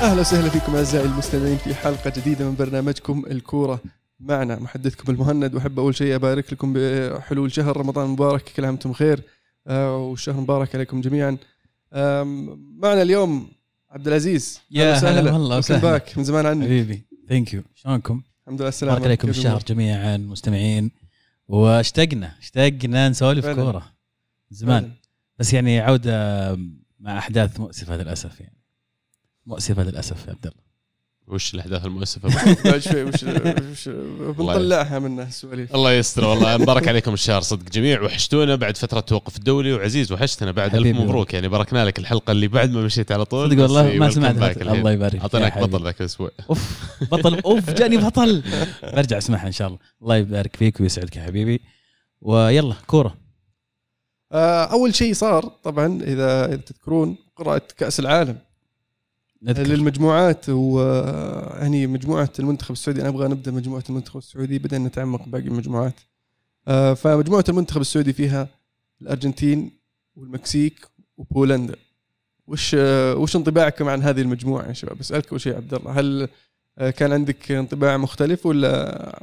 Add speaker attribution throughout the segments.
Speaker 1: أهلا وسهلا فيكم أعزائي المستمعين في حلقة جديدة من برنامجكم الكورة معنا. محدثكم المهند، وأحب أول شيء أبارك لكم بحلول شهر رمضان المبارك، كل عام وأنتم بخير والشهر مبارك عليكم جميعا. معنا اليوم عبد العزيز.
Speaker 2: يا هلا والله وسهلا
Speaker 1: من زمان عني
Speaker 2: حبيبي. ثانك يو. شلونكم؟
Speaker 1: الحمد لله السلامة.
Speaker 2: بارك عليكم الشهر جميعا مستمعين، واشتقنا نسولف كورة زمان بس يعني عودة مع أحداث مؤسفة للأسف، يعني مؤسفة للأسف يا عبد الله.
Speaker 3: وش الأحداث المؤسفة؟
Speaker 1: وش بنطلعها منه السواليف.
Speaker 3: الله يستر والله. مبارك عليكم الشهر صدق جميع، وحشتونا بعد فترة توقف الدولي، وعزيز وحشتنا بعد. ألف مبروك، يعني باركنا لك الحلقة اللي بعد ما مشيت على طول.
Speaker 2: صدق والله ما سمعت. الله يبارك.
Speaker 3: أعطيناك بطل ذاك الأسبوع.
Speaker 2: بطل جاني بطل. برجع اسمعها إن شاء الله. الله يبارك فيك ويسعدك يا حبيبي. ويلا كورة.
Speaker 1: أول شيء صار طبعا إذا تذكرون قرعة كأس العالم للمجموعات، ويعني مجموعة المنتخب السعودي. أنا أبغى نبدأ مجموعة المنتخب السعودي، بدأنا نتعمق باقي المجموعات. فمجموعة المنتخب السعودي فيها الأرجنتين والمكسيك وبولندا. وش انطباعكم عن هذه المجموعة يا شباب؟ بسألك أول شيء عبد الله، هل كان عندك انطباع مختلف ولا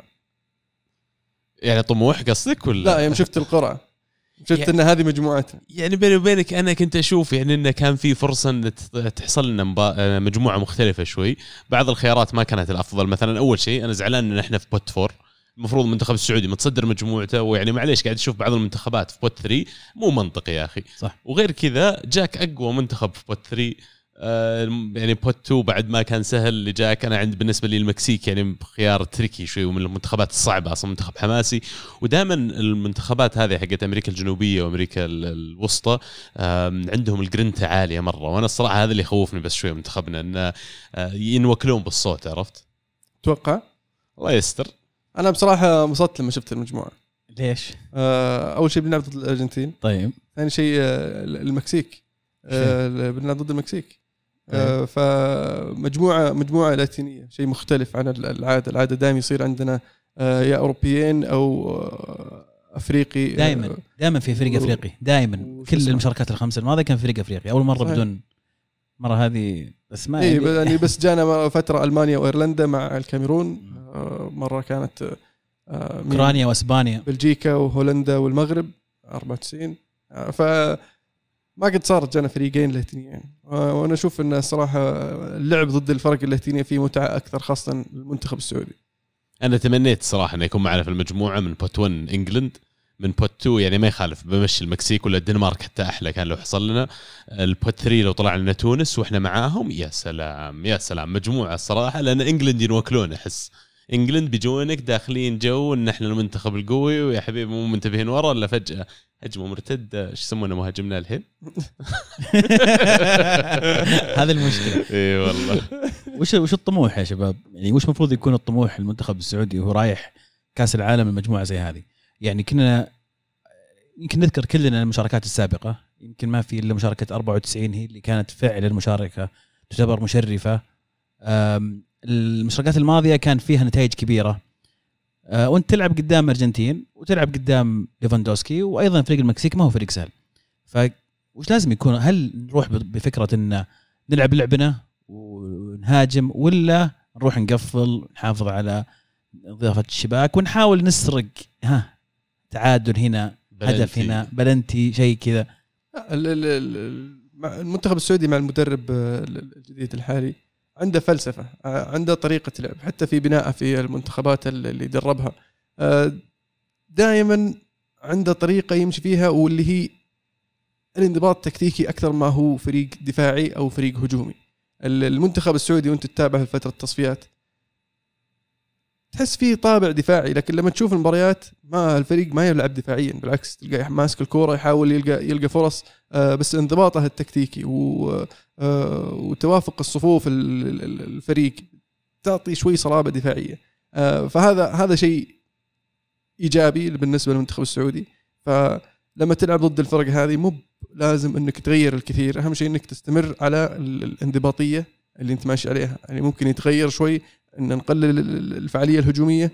Speaker 3: يعني طموح قصدك ولا
Speaker 1: لا؟ يوم شفت القرعة شفت يعني ان هذه مجموعتنا.
Speaker 3: يعني بيني وبينك انا كنت اشوف يعني انه كان في فرصه ان تحصل لنا مجموعه مختلفه شوي. بعض الخيارات ما كانت الافضل. مثلا اول شيء انا زعلان ان احنا في بوت 4، المفروض المنتخب السعودي متصدر مجموعته، ويعني معليش قاعد اشوف بعض المنتخبات في بوت 3 مو منطقي يا اخي.
Speaker 2: صح.
Speaker 3: وغير كذا جاك اقوى منتخب في بوت 3. يعني بوت 2 بعد ما كان سهل اللي جاك. انا عند بالنسبه لي المكسيك يعني خيار تريكي شوي، ومن المنتخبات الصعبه، اصلا منتخب حماسي. ودائما المنتخبات هذه حقت امريكا الجنوبيه وامريكا الوسطى عندهم الجرينتا عاليه مره، وانا الصراحه هذا اللي يخوفني بس شوي منتخبنا، انه ينوكلون بالصوت. عرفت؟
Speaker 1: توقع
Speaker 3: الله يستر.
Speaker 1: انا بصراحه انبسطت لما شفت المجموعه.
Speaker 2: ليش؟
Speaker 1: اول شيء بنلعب ضد الارجنتين.
Speaker 2: طيب.
Speaker 1: ثاني شيء المكسيك. بنلعب ضد المكسيك. فمجموعة لاتينية، شيء مختلف عن العادة دائما يصير عندنا يا أوروبيين أو أفريقي.
Speaker 2: دائما في فريق أفريقي دائما. كل المشاركات الخمسة الماضية كان فريق أفريقي. أول مرة صحيح. بدون مرة هذه بس ما
Speaker 1: يعني بس جانا فترة ألمانيا وإيرلندا مع الكاميرون. مرة كانت
Speaker 2: أوكرانيا وإسبانيا،
Speaker 1: بلجيكا وهولندا والمغرب 94. ما قد صارت جانا فريقين لاتينيين، وانا اشوف ان الصراحه اللعب ضد الفرق اللاتينيه فيه متعه اكثر، خاصه المنتخب السعودي.
Speaker 3: انا تمنيت صراحه انه يكون معنا في المجموعه من بوت 1 انجلند، من بوت 2 يعني ما يخالف بمشي المكسيك ولا الدنمارك حتى احلى كان لو حصل لنا. البوت 3 لو طلع لنا تونس واحنا معاهم، يا سلام يا سلام مجموعه الصراحه. لان انجلند ينوكلون، احس انجلند بيجونك داخلين جو ان احنا المنتخب القوي، ويا حبيبي مو منتبهين ورا الا فجاه هجمه مرتد. ايش يسمونه مهاجمنا الحين؟
Speaker 2: هذا المشكله.
Speaker 3: اي والله.
Speaker 2: وش الطموح يا شباب؟ يعني وش مفروض يكون الطموح المنتخب السعودي وهو رايح كاس العالم المجموعه زي هذه؟ يعني يمكن نذكر كلنا المشاركات السابقه، يمكن ما في الا مشاركه 94 هي اللي كانت فعلا مشاركه تعتبر مشرفه. المشاركات الماضيه كان فيها نتائج كبيره، وانت تلعب قدام أرجنتين وتلعب قدام ليفاندوسكي، وايضا فريق المكسيك ما هو فريق سهل. فوش لازم يكون؟ هل نروح بفكره ان نلعب لعبنا ونهاجم، ولا نروح نقفل نحافظ على اضافه الشباك ونحاول نسرق تعادل هنا، هدف هنا، بلنتي، شيء كذا؟
Speaker 1: المنتخب السعودي مع المدرب الجديد الحالي عنده فلسفة، عنده طريقة لعب، حتى في بناء في المنتخبات اللي دربها دائما عنده طريقة يمشي فيها، واللي هي الانضباط تكتيكي أكثر ما هو فريق دفاعي أو فريق هجومي. المنتخب السعودي وانت تتابع في فترة التصفيات تحس فيه طابع دفاعي، لكن لما تشوف المباريات ما الفريق ما يلعب دفاعيا، بالعكس تلقاه ماسك الكورة يحاول يلقى فرص، بس انضباطه التكتيكي وتوافق الصفوف الفريق تعطي شوي صلابة دفاعية. فهذا شيء إيجابي بالنسبة للمنتخب السعودي. فلما تلعب ضد الفرق هذه مو لازم انك تغير الكثير، اهم شيء انك تستمر على الانضباطية اللي انت ماشي عليها. يعني ممكن يتغير شوي ان نقلل الفعالية الهجومية،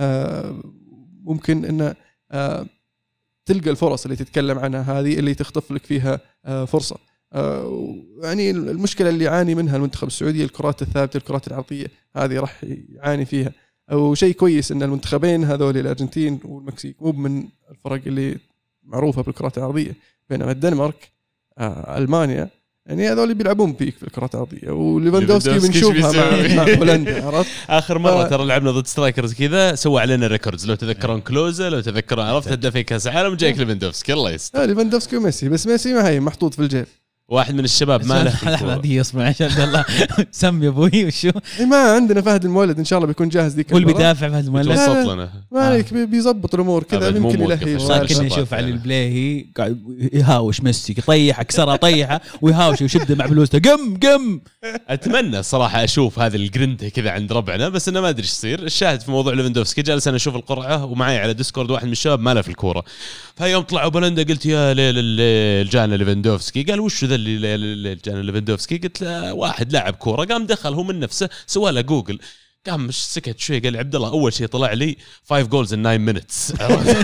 Speaker 1: ممكن ان تلقى الفرص اللي تتكلم عنها هذه اللي تخطف لك فيها فرصة. يعني المشكله اللي يعاني منها المنتخب السعودي الكرات الثابته الكرات العرضيه هذه راح يعاني فيها. او شيء كويس ان المنتخبين هذول الارجنتين والمكسيك مو من الفرق اللي معروفه بالكرات العرضيه، بينما الدنمارك المانيا يعني هذول بيلعبون فيك في الكرات العرضيه، وليفاندوفسكي بنشوفها مع هولندا. عرفت
Speaker 3: اخر مره ترى لعبنا ضد سترايكرز كذا سوى علينا ريكوردز، لو تذكرون كلوزا، لو تذكرون عرفت هدف في كاس العالم جايك ليفاندوفسكي الله يستر.
Speaker 1: ليفاندوفسكي وميسي، بس ميسي ما هي محطوط في الجيب.
Speaker 3: واحد من الشباب ما له
Speaker 2: لحظه دي اصبر عشان الله سمي ابوي وشو
Speaker 1: ما عندنا فهد المولد ان شاء الله بيكون جاهز ذيك
Speaker 2: واللي بيدافع فهد المولد
Speaker 3: توسط لنا
Speaker 1: ما عليك بيزبط الامور كذا يمكن يلهي.
Speaker 2: لكن نشوف علي البلاهي قاعد يهاوش ميسي يطيح اكسرها طيحه ويهاوش ويشد مع بلوزته قم
Speaker 3: اتمنى صراحه اشوف هذه الجرينتا كذا عند ربعنا، بس انا ما ادري ايش يصير. الشاهد في موضوع ليفاندوفسكي جالس انا اشوف القرعه ومعي على ديسكورد واحد من الشباب ما له في الكوره، فيوم طلعوا بولندا قلت يا ليل جانا ليفاندوفسكي، قال وش ذا اللي جانا ليفاندوفسكي؟ قلت له واحد لاعب كوره قام دخل هو من نفسه سوى له جوجل، قام مش سكت شوي قال لي عبد الله اول شيء طلع لي 5 goals in 9 minutes.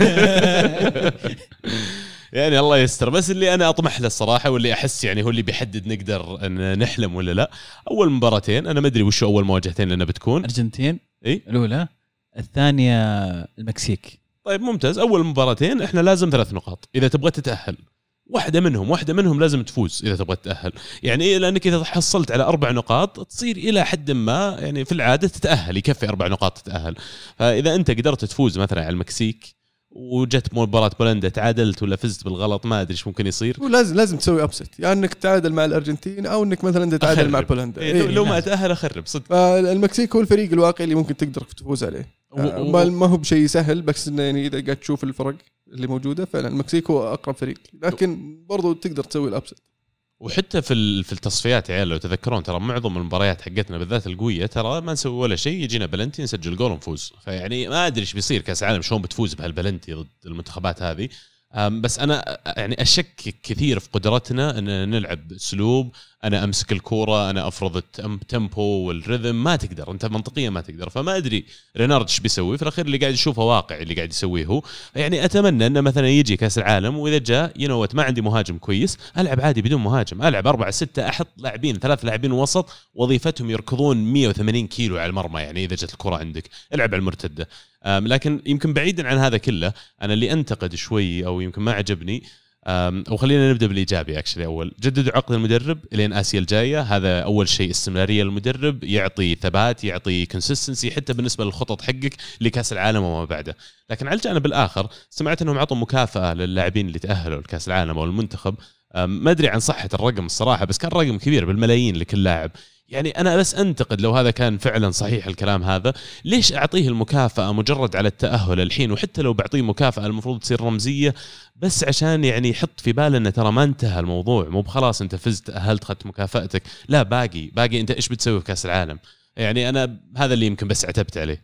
Speaker 3: يعني الله يستر. بس اللي انا اطمح له الصراحه واللي احس يعني هو اللي بيحدد نقدر ان نحلم ولا لا، اول مباراتين انا ما ادري وش اول مواجهتين لنا بتكون.
Speaker 2: ارجنتين
Speaker 3: اي
Speaker 2: الاولى، الثانيه المكسيك.
Speaker 3: طيب ممتاز. اول مباراتين احنا لازم 3 نقاط اذا تبغى تتاهل، واحدة منهم لازم تفوز إذا تبغى تتأهل. يعني إيه؟ لأنك إذا حصلت على 4 نقاط تصير إلى حد ما يعني في العادة تتأهل، يكفي 4 نقاط تتأهل. فإذا أنت قدرت تفوز مثلا على المكسيك وجت مباراة بولندا تعادلت ولا فزت بالغلط ما أدري إيش ممكن يصير.
Speaker 1: ولازم تسوي أبست، يعني إنك تتعادل مع الأرجنتين أو إنك مثلا تتعادل مع بولندا.
Speaker 3: إيه لو ما أتأهل أخرب صدق.
Speaker 1: المكسيك هو الفريق الواقعي اللي ممكن تقدر تفوز عليه. ما هو بشيء سهل، بس يعني إذا قاعد تشوف الفرق اللي موجودة فعلا المكسيك هو أقرب فريق، لكن برضو تقدر تسوي الأبست.
Speaker 3: وحتى في التصفيات يعني لو تذكرون ترى معظم المباريات حقتنا بالذات القويه ترى ما نسوي ولا شيء، يجينا بلنتي نسجل جول ونفوز. فيعني ما ادري ايش بيصير كاس العالم شلون بتفوز بهالبلنتي ضد المنتخبات هذه. بس انا يعني اشك كثير في قدرتنا ان نلعب اسلوب انا امسك الكوره انا افرض التيمبو والريذم، ما تقدر انت منطقيا ما تقدر. فما ادري رينارد ايش بيسوي في الاخير، اللي قاعد يشوفه واقع اللي قاعد يسويه هو. يعني اتمنى انه مثلا يجي كاس العالم واذا جاء ينوت ما عندي مهاجم كويس العب عادي بدون مهاجم، العب 4-6 احط لاعبين 3 لاعبين وسط وظيفتهم يركضون 180 كيلو على المرمى. يعني اذا جت الكره عندك العب على المرتده. لكن يمكن بعيدا عن هذا كله انا اللي انتقد شوي او يمكن ما عجبني او خلينا نبدا بالايجابي. اكشلي اول جددوا عقد المدرب لين اسيا الجايه، هذا اول شيء. استمراريه للمدرب يعطي ثبات يعطي كونسيستنسي حتى بالنسبه للخطط حقك لكاس العالم وما بعده. لكن على الجانب الاخر سمعت انهم عطوا مكافاه للاعبين اللي تاهلوا لكاس العالم او المنتخب. ما ادري عن صحه الرقم الصراحه، بس كان رقم كبير بالملايين لكل لاعب. يعني أنا بس أنتقد لو هذا كان فعلا صحيح الكلام هذا، ليش أعطيه المكافأة مجرد على التأهل الحين؟ وحتى لو بعطيه مكافأة المفروض تصير رمزية بس عشان يعني يحط في باله أنه ترى ما انتهى الموضوع، مو بخلاص أنت فزت تأهلت خدت مكافأتك، لا باقي أنت إيش بتسوي في كأس العالم؟ يعني أنا هذا اللي يمكن بس عتبت عليه.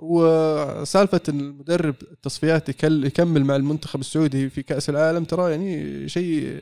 Speaker 1: وسالفة المدرب التصفيات يكمل مع المنتخب السعودي في كأس العالم ترى يعني شيء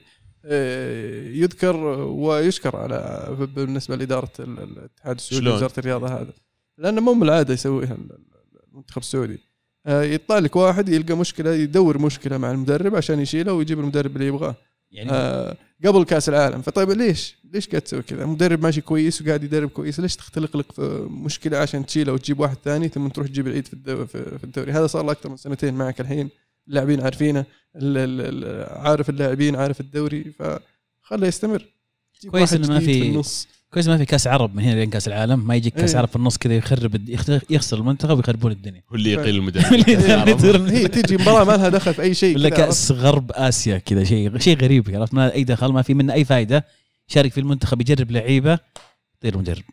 Speaker 1: يذكر ويشكر على بالنسبة لإدارة الاتحاد السعودي وزارة الرياضة هذا، لأنه مو من العادة يسويها المنتخب السعودي. يطلع لك واحد يلقى مشكلة يدور مشكلة مع المدرب عشان يشيله ويجيب المدرب اللي يبغاه يعني قبل كأس العالم. فطيب ليش قاعد تسوي كذا؟ مدرب ماشي كويس وقاعد يدرب كويس، ليش تختلق لك في مشكلة عشان تشيله وتجيب واحد ثاني ثم تروح تجيب العيد في الدوري؟ هذا صار له أكثر من 2 سنين معك الحين، اللاعبين عارفينه، عارف اللاعبين عارف الدوري، فخله يستمر.
Speaker 2: كويس انه كويس ما في كاس عرب من هنا لين كاس العالم، ما يجيك كاس عرب في النص كذا يخسر المنتخب ويخربون الدنيا.
Speaker 3: هو اللي يقيل المدرب.
Speaker 1: هي تيجي مباراه ما لها دخل في اي شيء،
Speaker 2: ولا كاس غرب اسيا كذا شيء غريب، عرفت؟ ما اي دخل، ما في منه اي فائده. شارك في المنتخب يجرب لعيبه يصير مدرب.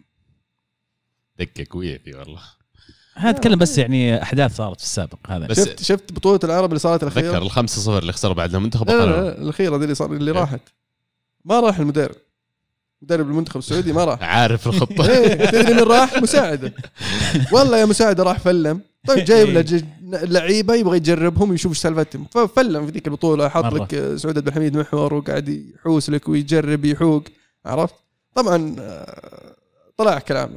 Speaker 3: دقه قويه في والله.
Speaker 2: هتكلم بس يعني احداث صارت في السابق هذا.
Speaker 1: بس شفت بطوله العرب اللي صارت الاخيره،
Speaker 3: ذكر 5-0 اللي خسروا بعد المنتخب.
Speaker 1: الاخيره دي اللي صار اللي راحت ما راح المدرب، مدرب المنتخب السعودي ما راح،
Speaker 3: عارف الخطه.
Speaker 1: تدري من راح؟ مساعده. والله يا مساعده راح فلم. طيب جايب له لعيبه يبغى يجربهم ويشوف ايش سالفتهم، ففلم في ذيك البطوله حط لك سعود عبد الحميد محور وقاعد يحوس لك ويجرب يحوق، عرفت؟ طبعا طلع كلام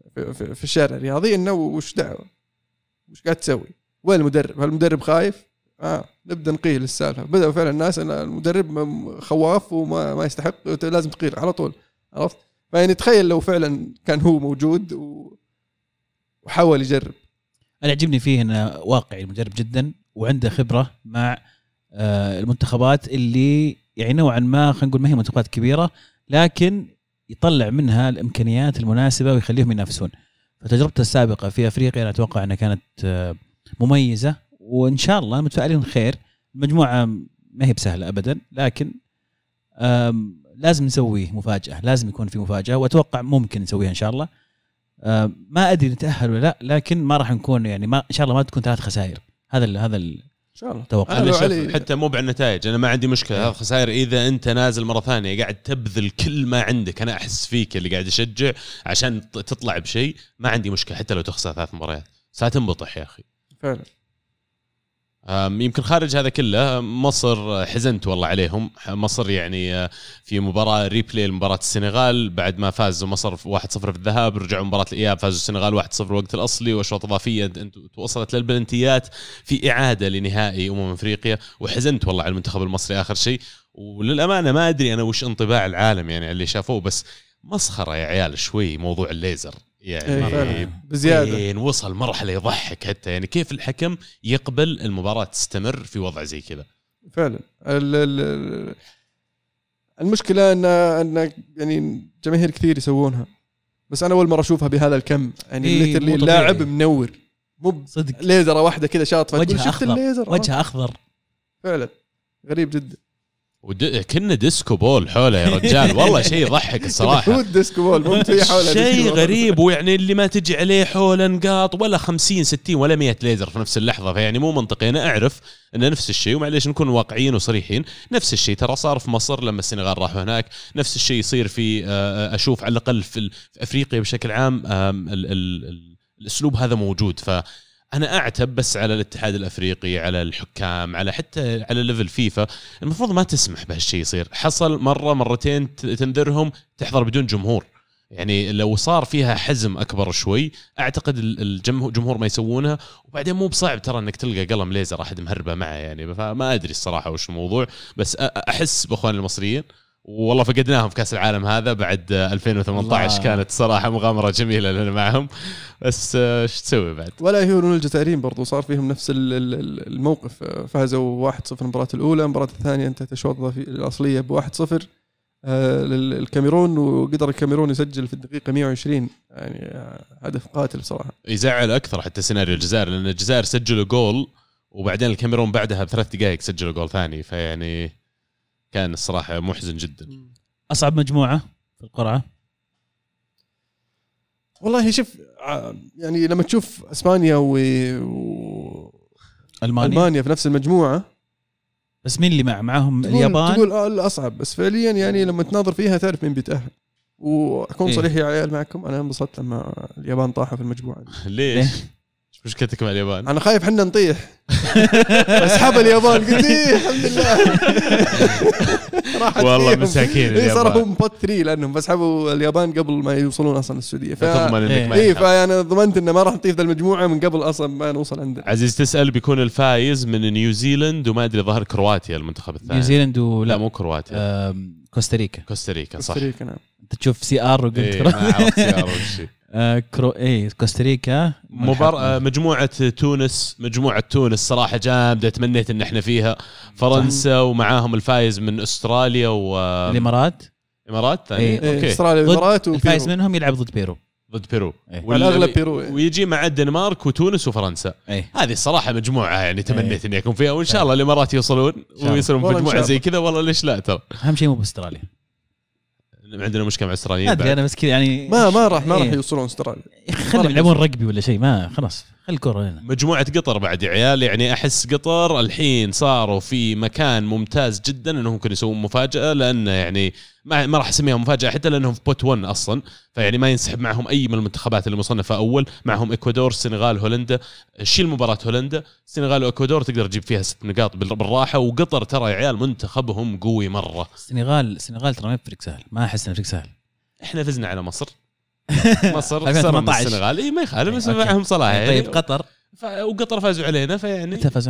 Speaker 1: في الشارع الرياضي انه وش دعوه، وش قاعد تسوي؟ وين المدرب؟ هل المدرب خايف؟ نبدا نقيل السالفه. بدأوا فعلا الناس ان المدرب خواف وما يستحق لازم تقيل على طول، عرفت؟ فيعني تخيل لو فعلا كان هو موجود وحاول يجرب.
Speaker 2: انا يعجبني فيه انه واقعي المدرب جدا وعنده خبره مع المنتخبات اللي يعني نوعا ما خلينا نقول ما هي منتخبات كبيره لكن يطلع منها الامكانيات المناسبه ويخليهم ينافسون. فتجربته السابقه في افريقيا انا اتوقع انها كانت مميزه وان شاء الله متفائلين خير. المجموعه ما هي بسهله ابدا لكن لازم نسوي مفاجاه، لازم يكون في مفاجاه واتوقع ممكن نسويها ان شاء الله. ما ادري نتاهل ولا لا لكن ما راح نكون يعني ما ان شاء الله ما تكون 3 خسائر. هذا
Speaker 1: ان شاء الله
Speaker 2: توقع.
Speaker 3: أنا حتى مو بالنتائج انا ما عندي مشكله خسائر اذا انت نازل مره ثانيه قاعد تبذل كل ما عندك. انا احس فيك اللي قاعد يشجع عشان تطلع بشيء، ما عندي مشكله حتى لو تخسر 3 مباريات ساتنبطح يا اخي
Speaker 1: فعلا.
Speaker 3: يمكن خارج هذا كله مصر حزنت والله عليهم. مصر يعني في مباراة ريبلي لمباراة السنغال بعد ما فازوا مصر 1-0 في الذهاب رجعوا مباراة الإياب فازوا السنغال 1-0 الوقت الأصلي وأشواط إضافية وصلت للبلنتيات في إعادة لنهائي أفريقيا. وحزنت والله على المنتخب المصري آخر شيء. وللأمانة ما أدري أنا وش انطباع العالم يعني اللي شافوه بس مسخرة يا عيال شوي موضوع الليزر يعني بزيادة وصل مرحلة يضحك حتى يعني كيف الحكم يقبل المباراة تستمر في وضع زي كذا فعلا.
Speaker 1: المشكلة أن يعني جماهير كثير يسوونها بس أنا أول مرة أشوفها بهذا الكم يعني اللي اللاعب منور مو صدق ليزرة واحدة كذا شاطفة
Speaker 2: وجهها أخضر وجهها أخضر
Speaker 1: فعلا غريب جدا.
Speaker 3: كنا ديسكو بول حوله يا رجال والله شيء يضحك الصراحه.
Speaker 1: هو ديسكو بول مو في حوله
Speaker 3: شيء غريب ويعني اللي ما تجي عليه حوله نقاط ولا 50 60 ولا 100 ليزر في نفس اللحظه. فيعني مو منطقي. انا اعرف ان نفس الشيء ومعليش نكون واقعيين وصريحين نفس الشيء ترى صار في مصر لما السنغال راحوا هناك. نفس الشيء يصير في اشوف على الاقل في افريقيا بشكل عام الاسلوب هذا موجود. أنا أعتب بس على الاتحاد الأفريقي على الحكام على حتى على ليفل فيفا المفروض ما تسمح بهالشيء يصير. حصل مرة مرتين تنذرهم تحضر بدون جمهور. يعني لو صار فيها حزم أكبر شوي أعتقد الجمهور ما يسوونها. وبعدين مو بصعب ترى أنك تلقى قلم ليزر أحد مهربة معه يعني. فما أدري الصراحة وش الموضوع بس أحس بأخوان المصريين والله فقدناهم في كأس العالم هذا بعد 2018 كانت صراحة مغامرة جميلة لنا معهم بس ايش تسوي بعد.
Speaker 1: ولا يهونون الجزائريين برضو صار فيهم نفس الموقف. فازوا 1-0 المباراة الأولى المباراة الثانية انتهت الشوط الأصلية ب1-0 للكاميرون وقدر الكاميرون يسجل في الدقيقة 120 يعني هدف قاتل صراحة.
Speaker 3: يزعل أكثر حتى سيناريو الجزائر لأن الجزائر سجلوا جول وبعدين الكاميرون بعدها ب3 دقائق سجلوا جول ثاني. فيعني كان الصراحة محزن جدا.
Speaker 2: أصعب مجموعة في القرعة
Speaker 1: والله شوف يعني لما تشوف اسبانيا ألمانيا في نفس المجموعة
Speaker 2: بس مين اللي معهم اليابان
Speaker 1: تقول الأصعب بس فعليا يعني لما تناظر فيها تعرف مين بيتأهل. وأكون صريح يا عيال معكم أنا انبسطت لما اليابان طاحوا في المجموعة دي.
Speaker 3: ليش؟ مشكلتك مع اليابان؟
Speaker 1: أنا خايف حنا نطيح أسحب اليابان قلت الحمد لله
Speaker 3: والله مساكين اليابان
Speaker 1: صاروا بوت 3 لأنهم بسحبوا اليابان قبل ما يوصلون أصلا السعودية فأنا ضمنت إن ما راح نطيح ذا المجموعة من قبل أصلا ما نوصل عندنا.
Speaker 3: عزيز تسأل بيكون الفايز من نيوزيلند وما أدري ظهر كرواتيا المنتخب الثاني.
Speaker 2: نيوزيلند
Speaker 3: لا مو كرواتيا
Speaker 2: كوستاريكا
Speaker 3: صح.
Speaker 1: نعم.
Speaker 2: أنت تشوف CR وقلت
Speaker 3: ما عرفت CR وشي
Speaker 2: كوستاريكا
Speaker 3: مجموعة تونس صراحة جامدة تمنيت ان احنا فيها. فرنسا ومعاهم الفايز من استراليا
Speaker 2: والامارات
Speaker 3: اوكي
Speaker 1: استراليا والامارات
Speaker 2: الفايز منهم يلعب ضد بيرو
Speaker 1: والاغلب بيرو
Speaker 3: ويجي مع الدنمارك وتونس وفرنسا. هذه الصراحة مجموعة يعني تمنيت اني اكون فيها وان شاء الله الامارات يوصلون ويصيرون مجموعة زي كذا. والله ليش لا ترى
Speaker 2: اهم شيء مو باستراليا
Speaker 3: عندنا مشكله مع استراليين
Speaker 2: ادري انا بس كذا يعني
Speaker 1: ما راح يوصلون استراليا.
Speaker 2: خلينا يلعبون رجبي ولا شيء ما خلاص خلي الكره هنا.
Speaker 3: مجموعه قطر بعد يا عيال يعني احس قطر الحين صاروا في مكان ممتاز جدا انهم ممكن يسوون مفاجاه لان يعني ما راح اسميها مفاجاه حتى لانهم في بوت 1 اصلا. فيعني ما ينسحب معهم اي من المنتخبات اللي مصنفه اول. معهم اكوادور السنغال هولندا. شيل مباراه هولندا السنغال واكوادور تقدر تجيب فيها 6 نقاط بالراحه. وقطر ترى يا عيال منتخبهم قوي مره.
Speaker 2: السنغال ترى ما يفرق سهل. ما احس انه يفرق سهل.
Speaker 3: احنا فزنا على مصر خسرنا السنغال ما يخالف بس معهم صلاح
Speaker 2: طيب قطر
Speaker 3: وقطر فازوا علينا فيعني
Speaker 2: تفازوا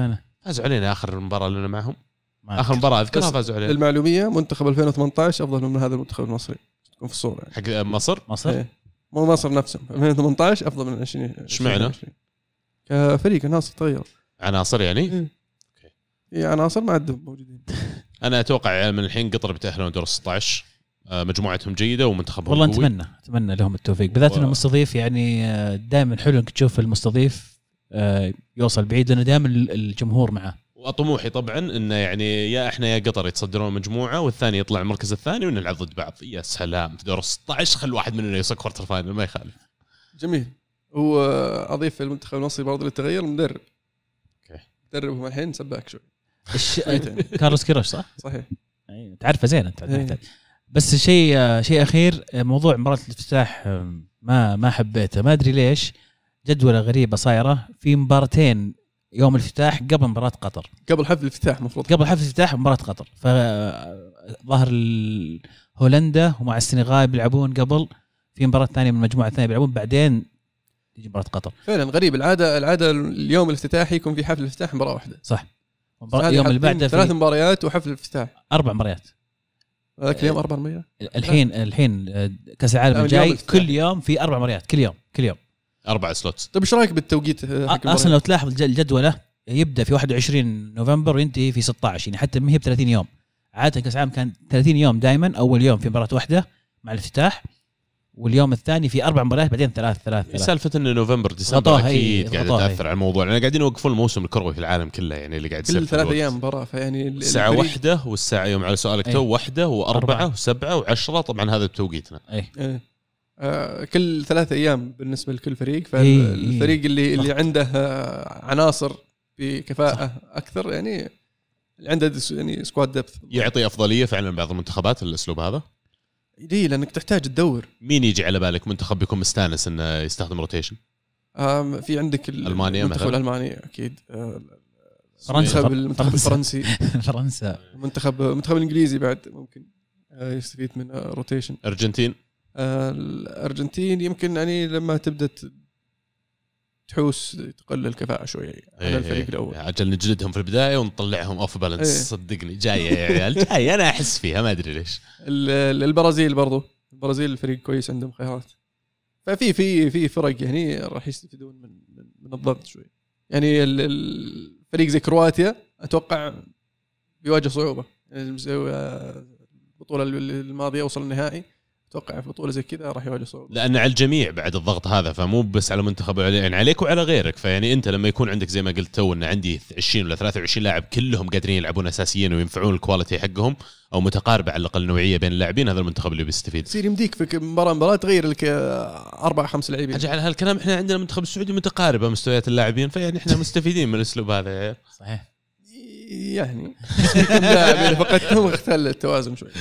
Speaker 3: فازوا علينا اخر مباراه لنا معهم، اخر مباراه اذكرها فازوا علينا.
Speaker 1: المعلوميه منتخب 2018 افضل من هذا المنتخب المصري تكون في الصوره يعني.
Speaker 3: حق مصر
Speaker 1: ايه. مو مصر نفسهم 2018 افضل من 20.
Speaker 3: اشمعنى؟
Speaker 1: كفريق الناس تغير
Speaker 3: عناصر يعني
Speaker 1: ايه عناصر ما عندهم موجودين.
Speaker 3: انا اتوقع من الحين قطر بيتاهلون دور 16 مجموعتهم جيده ومنتخبهم
Speaker 2: والله
Speaker 3: قوي.
Speaker 2: اتمنى لهم التوفيق بالذات انه مستضيف يعني دائما حلو انك تشوف المستضيف يوصل بعيد لانه دائما الجمهور معه.
Speaker 3: وطموحي طبعا انه يعني يا احنا يا قطر يتصدرون مجموعه والثاني يطلع المركز الثاني ونلعب ضد بعض. يا سلام في دور 16 خل واحد مننا يوصل كوارتر فاينل ما يخالف.
Speaker 1: جميل. واضيف المنتخب المصري برضه للتغير المدرب. مدربهم الحين سباك شوي.
Speaker 2: كارلوس كيروش صح؟
Speaker 1: صحيح.
Speaker 2: يعني تعرفه زين انت. بس شيء اخير موضوع مباراه الافتتاح ما حبيته ما ادري ليش. جدوله غريبه صايره في مباراتين يوم الافتتاح قبل مباراه قطر.
Speaker 1: قبل حفل الافتتاح مفروض
Speaker 2: قبل حفل الافتتاح مباراه قطر. فظهر هولندا ومع السنغال بيلعبون قبل في مباراه ثانيه من المجموعه الثانيه بيلعبون بعدين تيجي مباراه قطر.
Speaker 1: فعلا غريب. العاده اليوم الافتتاحي يكون في حفل الافتتاح مباراه واحده.
Speaker 2: صح. يوم اللي بعده
Speaker 1: 3 مباريات وحفل الافتتاح
Speaker 2: 4 مباريات.
Speaker 1: هذاك اليوم 4 مباريات.
Speaker 2: الحين كاس العالم الجاي كل يوم في 4 مباريات كل يوم 4
Speaker 3: سلوتس.
Speaker 1: طيب ايش رايك بالتوقيت
Speaker 2: اصلا لو تلاحظ الجدوله يبدا في 21 نوفمبر وينتهي في 16 يعني حتى ما هي ب 30 يوم. عاده كاس العالم كان 30 يوم دائما. اول يوم في مباراه واحده مع الافتتاح واليوم الثاني في 4 مباريات بعدين ثلاث.
Speaker 3: سالفه ان نوفمبر ديسمبر اكيد قاعد تاثر على الموضوع لان قاعدين يوقفون الموسم الكروي في العالم كله يعني اللي قاعد يصير
Speaker 1: كل 3 ايام مباراه. فيعني
Speaker 3: الساعه 1 والساعه يوم على سؤالك تو 1 و4 و7 و10 طبعا هذا بتوقيتنا.
Speaker 1: كل 3 ايام بالنسبه لكل فريق. فالفريق اللي عنده عناصر بكفاءه اكثر يعني عنده يعني سكواد دبث يعطي
Speaker 3: افضليه فعلا بعض المنتخبات الاسلوب هذا.
Speaker 1: ليه؟ لانك تحتاج تدور.
Speaker 3: مين يجي على بالك منتخب يكون مستانس انه يستخدم روتيشن؟
Speaker 1: في عندك
Speaker 3: المانيا
Speaker 1: المنتخب الالماني اكيد.
Speaker 2: فرنسا
Speaker 1: المنتخب الفرنسي
Speaker 2: فرنسا
Speaker 1: المنتخب الانجليزي بعد ممكن يستفيد من روتيشن. الارجنتين يمكن يعني لما تبدا تحوس تقلل الكفاءه شويه على الفريق الاول.
Speaker 3: عجل نجلدهم في البدايه ونطلعهم اوف بالانس. صدقني جايه يا عيال جايه انا احس فيها ما ادري ليش.
Speaker 1: البرازيل برضو الفريق كويس عندهم خيارات. ففي فرق يعني راح يستفيدون من الضغط شوي يعني. الفريق زي كرواتيا اتوقع بيواجه صعوبه. البطوله الماضيه وصل النهائي اتوقع في بطوله زي كذا راح يواجه صعوبه
Speaker 3: لان على الجميع بعد الضغط هذا فمو بس على منتخب يعني عليك وعلى غيرك. فيعني انت لما يكون عندك زي ما قلت تو ان عندي 20 ولا 23 لاعب كلهم قادرين يلعبون اساسيين وينفعون الكواليتي حقهم او متقاربه على الاقل نوعيه بين اللاعبين هذا المنتخب اللي بيستفيد.
Speaker 1: يصير يمديك في مباراه تغير لك 4-5 لاعبين.
Speaker 3: اجي على هالكلام احنا عندنا المنتخب السعودي متقاربه مستويات اللاعبين فيعني احنا مستفيدين من الاسلوب هذا.
Speaker 2: صحيح
Speaker 1: يعني لاعبين فقدتهم اختل التوازن شوي.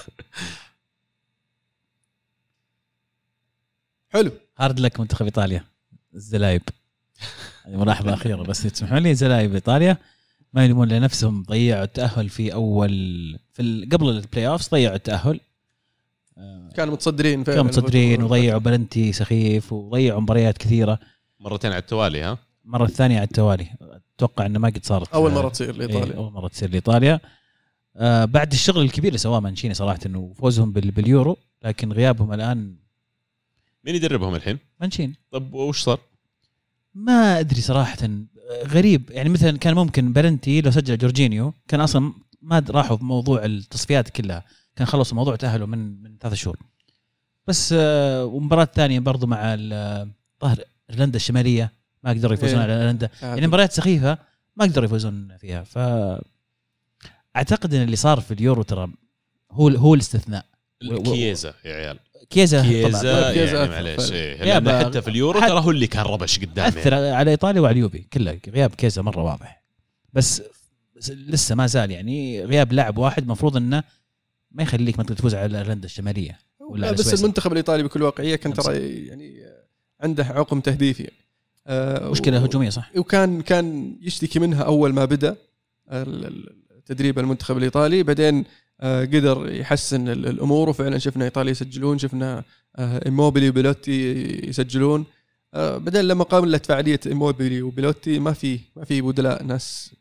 Speaker 1: حلو.
Speaker 2: هارد لك منتخب ايطاليا الزلايب ملاحظه اخيره بس تسمحوا لي. زلايب ايطاليا ما يلومون لنفسهم ضيعوا التاهل في قبل البلاي اوفز ضيعوا التاهل.
Speaker 1: كانوا متصدرين
Speaker 2: وضيعوا بلنتي سخيف وضيعوا مباريات كثيره
Speaker 3: مرتين على التوالي.
Speaker 2: مرة الثانية على التوالي. أتوقع أنه ما قد صارت
Speaker 1: أول مرة تصير لإيطاليا.
Speaker 2: أول مرة تصير لإيطاليا بعد الشغل الكبير اللي سواه مانشيني صراحة إنه فوزهم باليورو لكن غيابهم الآن.
Speaker 3: مين يدربهم الحين؟
Speaker 2: مانشيني.
Speaker 3: طب وش صار؟
Speaker 2: ما أدري صراحة غريب يعني. مثلا كان ممكن بلنتي لو سجل جورجينيو كان أصلا ما راحوا بموضوع التصفيات كلها كان خلصوا الموضوع تأهلوا من 3 شهور بس. ومباراة ثانية برضو مع ظهر إيرلندا الشمالية ما قدروا يفوزون على إيرلندا يعني مباريات سخيفة ما قدروا يفوزون فيها. فأعتقد أن اللي صار في اليورو ترى هو الاستثناء.
Speaker 3: كيزا يا عيال
Speaker 2: كيزا
Speaker 3: يعني معليش لأن حتى في اليورو ترى هو اللي كان ربش قدام
Speaker 2: أثر يعني على إيطاليا وعلى اليوبي كله. غياب كيزا مرة واضح بس لسه ما زال يعني غياب لاعب واحد مفروض أنه ما يخليك ما تفوز على إيرلندا الشمالية
Speaker 1: ولا بس المنتخب الإيطالي بكل واقعية كان ترى يعني عنده عقم تهديفي
Speaker 2: مشكلة هجومية صح.
Speaker 1: وكان يشتكي منها أول ما بدأ تدريب المنتخب الإيطالي بعدين قدر يحسن الأمور وفعلا شفنا إيطاليا يسجلون شفنا إيموبيلي وبيلوتي يسجلون. بعدين لما قام لت فعالية إيموبيلي وبيلوتي ما في بدلاء ناس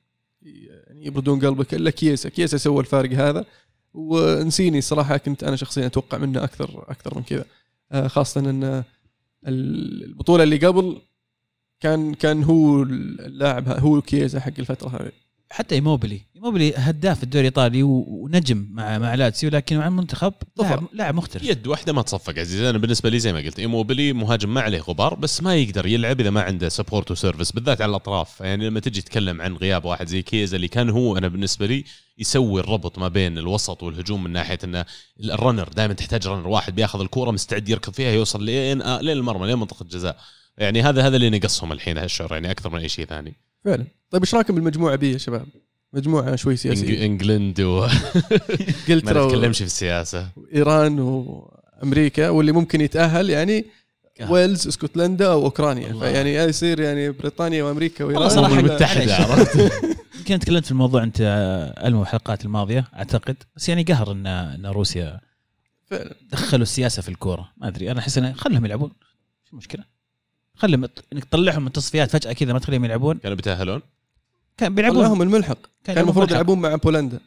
Speaker 1: يعني يبردون قلبك الا كيسا سوى الفارق هذا. ونسيني صراحه كنت انا شخصيا اتوقع منه اكثر من كذا، خاصه ان البطوله اللي قبل كان هو اللاعب، هو كيسا حق الفتره هذه.
Speaker 2: حتى ايموبيلي هداف الدوري الايطالي ونجم مع لاتسيو، لكن مع المنتخب لاعب مختلف.
Speaker 3: يد واحده ما تصفق عزيز. انا بالنسبه لي زي ما قلت ايموبيلي مهاجم ما عليه غبار، بس ما يقدر يلعب اذا ما عنده سبورت وسيرفيس بالذات على الاطراف. يعني لما تجي تتكلم عن غياب واحد زي كيزا اللي كان هو انا بالنسبه لي يسوي الربط ما بين الوسط والهجوم من ناحيه انه الرنر دائما تحتاج رنر واحد بياخذ الكوره مستعد يركض فيها يوصل لين المرمى لين منطقه الجزاء. يعني هذا اللي نقصهم الحين هالشعور، يعني اكثر من اي شيء ثاني
Speaker 1: فعلا. طيب ايش رايكم بالمجموعه بي يا شباب؟ مجموعه شوي سياسيه،
Speaker 3: انجلند
Speaker 1: انجلترا
Speaker 3: ما نتكلمش في السياسه،
Speaker 1: ايران وامريكا، واللي ممكن يتاهل يعني ويلز اسكتلندا او اوكرانيا. فيعني يصير يعني بريطانيا وامريكا وايران
Speaker 2: صراحه
Speaker 3: متحده. عرفت
Speaker 2: يمكن تكلمت في الموضوع انت الحلقات الماضيه اعتقد، بس يعني قهر ان روسيا
Speaker 1: فعلا
Speaker 2: دخلوا السياسه في الكوره. ما ادري، انا احس خلهم يلعبون، شو المشكله؟ خلهم انك تطلعهم من التصفيات فجاه كذا ما تخليهم يلعبون.
Speaker 3: كانوا بيتاهلون،
Speaker 2: كان بيلعبون
Speaker 1: لهم الملحق، كان المفروض يلعبون مع بولندا،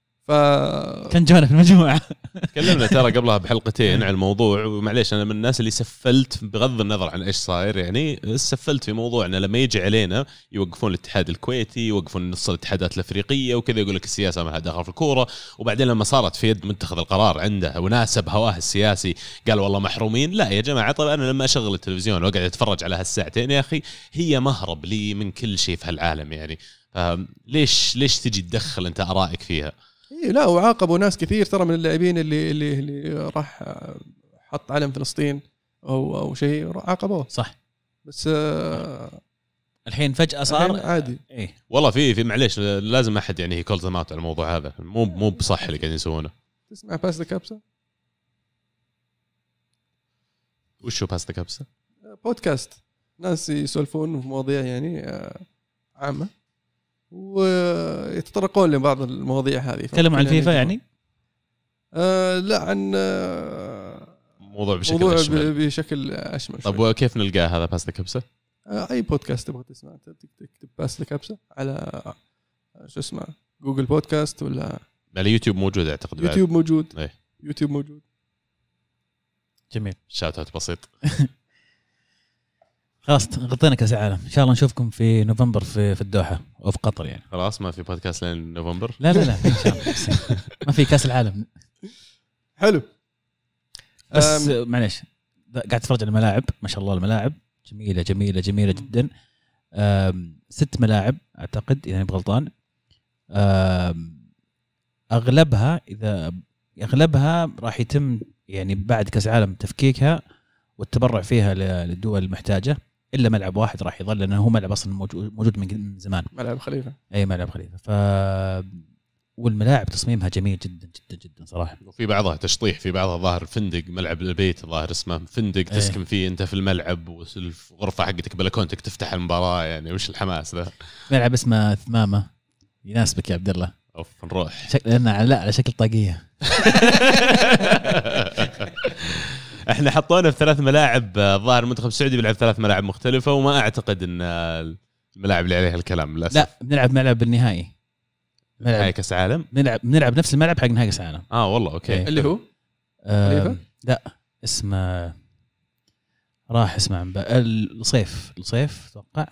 Speaker 2: كان جانا في المجموعه.
Speaker 3: تكلمنا ترى قبلها بحلقتين عن الموضوع. ومعليش انا من الناس اللي سفلت بغض النظر عن ايش صاير، يعني سفلت في موضوع ان لما يجي علينا يوقفون الاتحاد الكويتي، يوقفون نص الاتحادات الافريقيه وكذا، يقول لك السياسه ما لها دخل في الكوره. وبعدين لما صارت في يد متخذ القرار عنده وناسب هواه السياسي قال والله محرومين. لا يا جماعه، طيب انا لما اشغل التلفزيون واقعد اتفرج على هالساعتين يا اخي هي مهرب لي من كل شيء في هالعالم. يعني ليش تجي تدخل انت ارائك فيها؟
Speaker 1: لا، وعاقبوا ناس كثير ترى من اللاعبين اللي راح حط علم فلسطين او شيء، عاقبوه
Speaker 2: صح.
Speaker 1: بس
Speaker 2: الحين فجأة صار
Speaker 1: عادي.
Speaker 2: إيه؟
Speaker 3: والله في معليش لازم احد يعني يكول زمات على الموضوع هذا، مو بصح اللي قاعدين يسوونه.
Speaker 1: تسمع باستا كابسا؟
Speaker 3: وشو باستا كابسا؟
Speaker 1: بودكاست ناس يسولفون في مواضيع يعني عامة ويتطرقون لبعض المواضيع هذه.
Speaker 2: تكلموا عن الفيفا يعني؟
Speaker 1: لا، عن
Speaker 3: موضوع
Speaker 1: بشكل أشمل.
Speaker 3: طب وكيف نلقاه هذا باستا كبسة؟
Speaker 1: أي بودكاست تبغى تسمع تكتب باستا كبسة على شو اسمه جوجل بودكاست ولا
Speaker 3: على يوتيوب موجود أعتقد.
Speaker 1: يوتيوب موجود.
Speaker 3: أيه.
Speaker 1: يوتيوب موجود.
Speaker 2: جميل.
Speaker 3: شاوت اوت بسيط.
Speaker 2: خلاص غطينا كاس العالم، ان شاء الله نشوفكم في نوفمبر في الدوحه او في قطر. يعني
Speaker 3: خلاص ما في بودكاست لين نوفمبر.
Speaker 2: لا ان شاء الله ما في كاس العالم.
Speaker 1: حلو.
Speaker 2: بس معليش قاعد اتفرج على الملاعب، ما شاء الله الملاعب جميله جميله جميله جدا. 6 ملاعب اعتقد اذا ماني غلطان. اغلبها راح يتم يعني بعد كاس العالم تفكيكها والتبرع فيها للدول المحتاجه، الا ملعب واحد راح يظل لانه هو ملعب اصلا موجود من زمان،
Speaker 1: ملعب خليفه.
Speaker 2: اي ملعب خليفه. والملاعب تصميمها جميل جدا جدا جدا صراحه.
Speaker 3: وفي بعضها تشطيح، في بعضها ظاهر فندق، ملعب البيت ظاهر اسمه فندق تسكن فيه انت في الملعب، والغرفه حقتك بلكونتك تفتح المباراه. يعني وش الحماس ذا؟
Speaker 2: ملعب اسمه ثمامه، يناسبك يا عبد الله.
Speaker 3: اوف نروح
Speaker 2: لأنه على شكل طاقيه.
Speaker 3: احنا حطونا في 3 ملاعب. ظاهر المنتخب السعودي بيلعب 3 ملاعب مختلفه، وما اعتقد ان الملاعب اللي عليها الكلام للاسف.
Speaker 2: لا بنلعب ملعب بالنهائي،
Speaker 3: نهائي كاس العالم.
Speaker 2: بنلعب نفس الملعب حق نهائي كاس العالم.
Speaker 3: والله اوكي.
Speaker 1: اللي هو
Speaker 2: لا اسمه راح اسمه عن الصيف اتوقع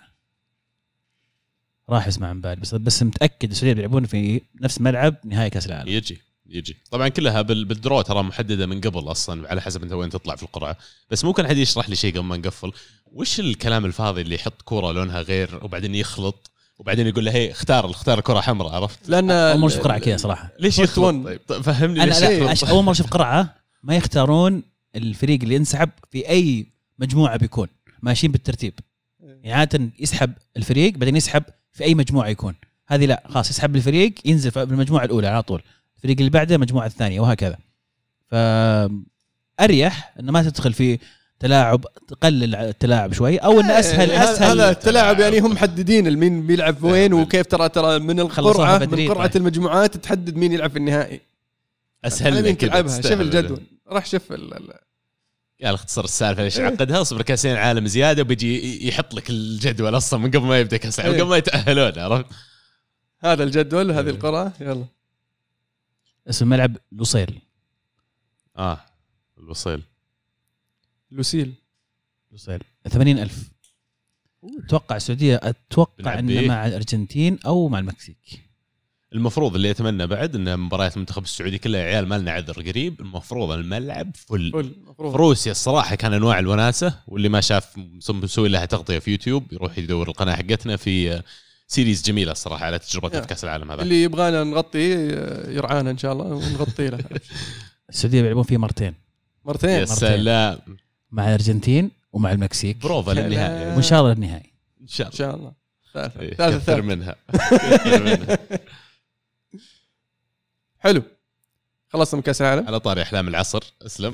Speaker 2: راح اسمه عن بالي، بس متاكد السعوديه بيلعبون في نفس ملعب نهائي كاس العالم.
Speaker 3: يجي طبعا كلها بالدرو ترى محدده من قبل اصلا على حسب انت وين تطلع في القرعه. بس ممكن حد يشرح لي شيء قبل ما نقفل؟ وش الكلام الفاضي اللي يحط كوره لونها غير وبعدين يخلط وبعدين يقول له هي اختار كره حمراء؟ عرفت؟
Speaker 2: لان اول مره اشوف قرعه كذا صراحه.
Speaker 3: ليش يخلط؟ طيب فهمني ليش
Speaker 2: يخلط. اول مره اشوف قرعه ما يختارون الفريق اللي ينسحب في اي مجموعه، بيكون ماشيين بالترتيب. يعني عاده يسحب الفريق بعدين يسحب في اي مجموعه يكون. هذه لا، خلاص يسحب الفريق ينزل في المجموعه الاولى على طول، الفريق اللي بعده المجموعه الثانيه وهكذا. فاريح انه ما تدخل في تلاعب، تقلل التلاعب شوي، او انه اسهل
Speaker 1: هذا التلاعب. يعني هم محددين مين بيلعب وين وكيف. ترى من القرعه من قرعه المجموعات تحدد مين يلعب في النهائي.
Speaker 3: اسهل
Speaker 1: لك تلعبها. شوف الجدول، راح شوف
Speaker 3: قال اختصر السالفه ليش عقدها. اصبر كاسين عالم زياده وبيجي يحط لك الجدول اصلا من قبل ما يبدا كاس العالم، قبل ما يتاهلون. عرفت؟
Speaker 1: هذا الجدول هذه القرعة. يلا
Speaker 2: اسم الملعب لوسيل.
Speaker 3: الوصيل
Speaker 1: لوسيل
Speaker 2: 80,000. اتوقع السعوديه، اتوقع انه مع الارجنتين او مع المكسيك.
Speaker 3: المفروض اللي يتمنى بعد ان مباريات المنتخب السعودي كلها يا عيال ما لنا عذر قريب، المفروض الملعب فل. روسيا الصراحه كان انواع الوناسه، واللي ما شاف مسوي لها تغطيه في يوتيوب يروح يدور القناه حقتنا في سيريز جميله الصراحه على تجربه كاس العالم هذا.
Speaker 1: اللي يبغانا نغطي يرعانا ان شاء الله ونغطي له.
Speaker 2: السعوديه بيلعبون فيه مرتين.
Speaker 3: يا سلام،
Speaker 2: مع الارجنتين ومع المكسيك
Speaker 3: بروفا للنهائي،
Speaker 2: وان شاء الله النهائي
Speaker 3: ان شاء الله.
Speaker 1: ثالث
Speaker 3: منها.
Speaker 1: حلو. خلصنا من كاس العالم.
Speaker 3: على طاري احلام العصر اسلم.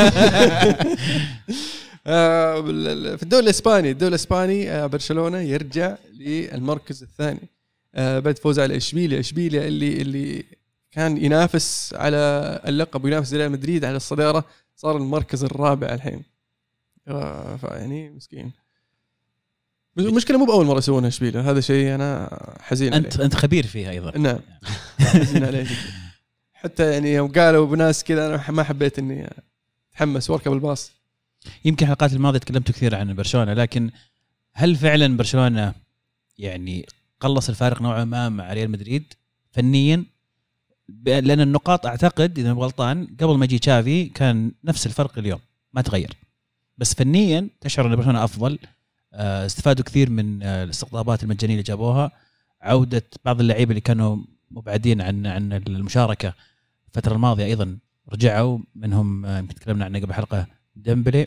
Speaker 1: في الدوري الاسباني برشلونه يرجع للمركز الثاني بعد فوز على اشبيليا اللي كان ينافس على اللقب وينافس ريال مدريد على الصداره، صار المركز الرابع الحين. فيعني مسكين. المشكله مو باول مره يسوونها اشبيليا، هذا شيء انا حزين عليه.
Speaker 2: انت خبير فيها ايضا.
Speaker 1: نعم. حزين عليه جدا. حتى يعني يوم قالوا بناس كذا انا ما حبيت اني اتحمس واركب الباص.
Speaker 2: يمكن الحلقات الماضيه تكلمت كثير عن برشلونه، لكن هل فعلا برشلونه يعني قلص الفارق نوعا ما مع ريال مدريد فنيا؟ لان النقاط اعتقد اذا غلطان قبل ما يجي تشافي كان نفس الفرق اليوم ما تغير، بس فنيا تشعر ان برشلونه افضل. استفادوا كثير من الاستقطابات المجانيه اللي جابوها، عوده بعض اللعيبه اللي كانوا مبعدين عن المشاركه الفتره الماضيه ايضا رجعوا منهم. يمكن تكلمنا عنه قبل حلقه ديمبلي.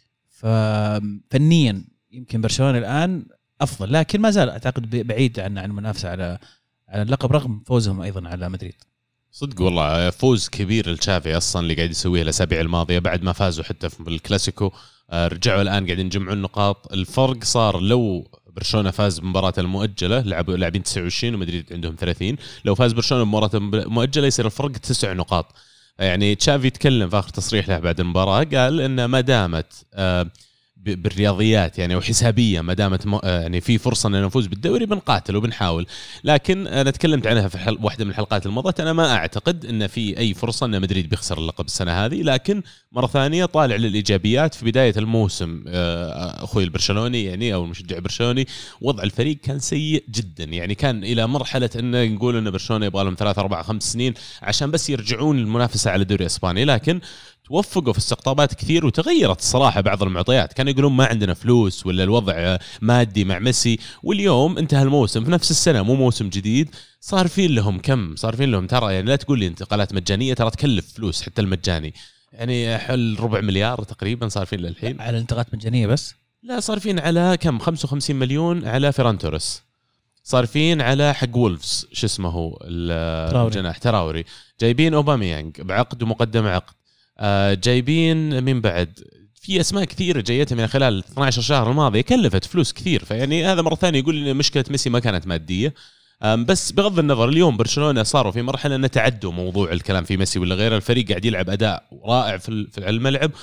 Speaker 2: ففنيا يمكن برشلونه الان افضل، لكن ما زال اعتقد بعيد عن المنافسه على اللقب رغم فوزهم ايضا على مدريد.
Speaker 3: صدق والله فوز كبير لتشافي اصلا اللي قاعد يسويه الاسابيع الماضيه بعد ما فازوا حتى في الكلاسيكو. رجعوا الان قاعدين يجمعوا النقاط. الفرق صار لو برشلونه فاز بمباراة المؤجله لاعبين 29 ومدريد عندهم 30، لو فاز برشلونه بمباراة مؤجله يصير الفرق 9 نقاط. يعني تشافي يتكلم في اخر تصريح له بعد المباراه قال ان ما دامت بالرياضيات يعني وحسابيه ما دامت يعني في فرصه ان نفوز بالدوري بنقاتل وبنحاول، لكن انا تكلمت عنها في واحده من الحلقات الماضيه. انا ما اعتقد ان في اي فرصه ان مدريد بيخسر اللقب السنه هذه، لكن مره ثانيه طالع للايجابيات. في بدايه الموسم اخوي البرشلوني يعني او المشجع البرشلوني وضع الفريق كان سيء جدا، يعني كان الى مرحله ان نقول ان برشلونه يبغى لهم 3 4 5 سنين عشان بس يرجعون المنافسه على الدوري الاسباني، لكن توفقوا في استقطابات كثير وتغيرت الصراحة بعض المعطيات. كانوا يقولون ما عندنا فلوس ولا الوضع مادي مع ميسي، واليوم انتهى الموسم في نفس السنة مو موسم جديد صار فين لهم كم صار فين لهم ترى يعني لا تقول لي انتقالات مجانية ترى تكلف فلوس حتى المجاني يعني حل 400 مليار تقريبا صار فين للحين
Speaker 2: على الانتقالات مجانية بس.
Speaker 3: لا صار فين على كم 55 مليون على فيران توريس، صار فين على حق وولفز شو اسمه الجناح تراوري، جايبين أوباميانغ بعقد ومقدم عقد، جايبين من بعد في اسماء كثيره جايتها من خلال 12 شهر الماضيه كلفت فلوس كثير. فيعني هذا مره ثانيه يقول ان مشكله ميسي ما كانت ماديه. بس بغض النظر اليوم برشلونه صاروا في مرحله ان تعدوا موضوع الكلام في ميسي ولا غيره، الفريق قاعد يلعب اداء رائع في الملعب،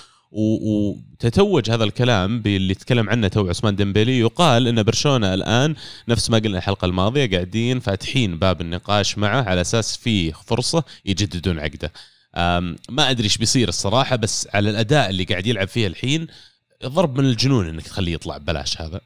Speaker 3: وتتوج هذا الكلام باللي تكلم عنه تو عثمان ديمبلي. يقال ان برشلونه الان نفس ما قلنا الحلقه الماضيه قاعدين فاتحين باب النقاش معه على اساس فيه فرصه يجددون عقده. ما أدري إيش بيصير الصراحة، بس على الأداء اللي قاعد يلعب فيه الحين ضرب من الجنون إنك تخليه يطلع ببلاش. هذا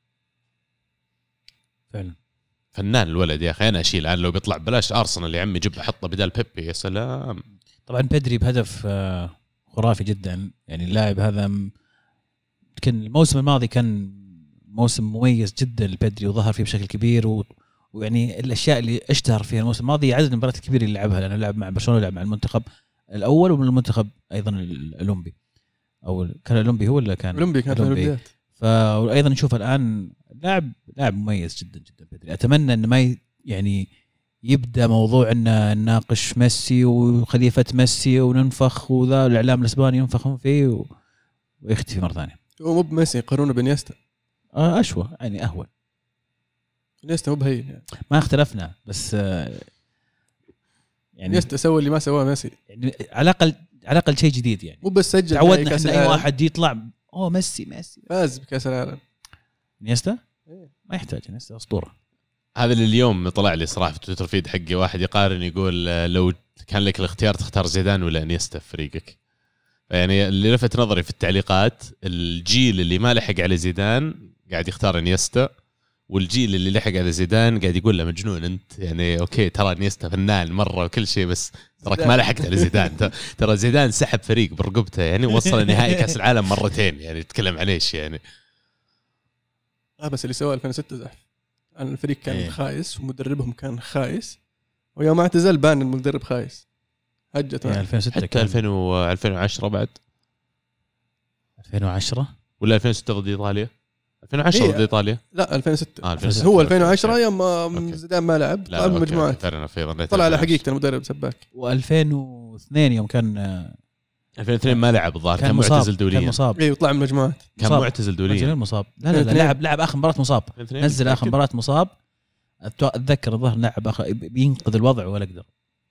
Speaker 2: فعلا
Speaker 3: فنان الولد يا أخي. أنا أشيل الآن لو بيطلع ببلاش أرسنال يا عمي جيب أحطه بدال بيبي يا سلام.
Speaker 2: طبعا بيدري بهدف خرافي جدا، يعني اللاعب هذا كان الموسم الماضي كان موسم مميز جدا لبيدري وظهر فيه بشكل كبير ويعني الاشياء اللي اشتهر فيها الموسم الماضي عدد المباريات الكبيره اللي لعبها، لانه لعب مع برشلونه ولعب مع المنتخب الاول ومن المنتخب ايضا الاولمبي، او كان الاولمبي هو ولا كان
Speaker 1: الاولمبي كان الاولمبيات.
Speaker 2: فايضا نشوف الان لاعب مميز جدا جدا بدري. اتمنى انه ما يعني يبدا موضوع ان نناقش ميسي وخليفه ميسي وننفخ وذا الاعلام الاسباني ينفخون فيه ويختفي مره ثانيه.
Speaker 1: هو مو بميسي قارونه بنيستا
Speaker 2: اشوى يعني اهون.
Speaker 1: نيستا مو بهين يعني.
Speaker 2: ما اختلفنا بس يعني
Speaker 1: نيستا سوى اللي ما سواه ميسي،
Speaker 2: يعني على الاقل شيء جديد يعني.
Speaker 1: مو بس سجل
Speaker 2: تعودنا احنا اي واحد يطلع ميسي
Speaker 1: فاز بكاس العالم.
Speaker 2: نيستا ما يحتاج، نيستا اسطوره.
Speaker 3: هذا اللي اليوم طلع لي صراحه في تويتر فيد حقي واحد يقارن يقول لو كان لك الاختيار تختار زيدان ولا انيستا في فريقك. يعني اللي لفت نظري في التعليقات الجيل اللي ما لحق على زيدان قاعد يختار انيستا، والجيل اللي لحق على زيدان قاعد يقول له مجنون انت، يعني اوكي ترى انيستا فنان مره وكل شيء بس تراك ما لحقت على زيدان. ترى زيدان سحب فريق برقبته يعني وصل نهائي كاس العالم مرتين، يعني تتكلم عن ايش يعني.
Speaker 1: بس اللي سواه 2006 زحف. الفريق كان خايس ومدربهم كان خايس، ويوم اعتزل بان المدرب خايس هجت.
Speaker 2: 2006
Speaker 3: حتى 2010 بعد
Speaker 2: 2010
Speaker 3: ولا 2006 ضد ايطاليا. 2010 ضد ايطاليا.
Speaker 1: لا 2006.
Speaker 3: 2006.
Speaker 1: هو 2010 يوم زيدان ما لعب طلع المجموعات، طلع على حقيقة المدرب سباك.
Speaker 2: و2002 يوم كان
Speaker 3: 2002 ما لعب الظاهر، كان معتزل دوليا.
Speaker 2: كان مصاب
Speaker 1: وطلع من المجموعات،
Speaker 3: كان معتزل دوليا
Speaker 2: مصاب. لا لعب اخر مباراة مصاب، نزل اخر مباراة مصاب. اتذكر الظهر لعب بينقذ الوضع ولا قدر.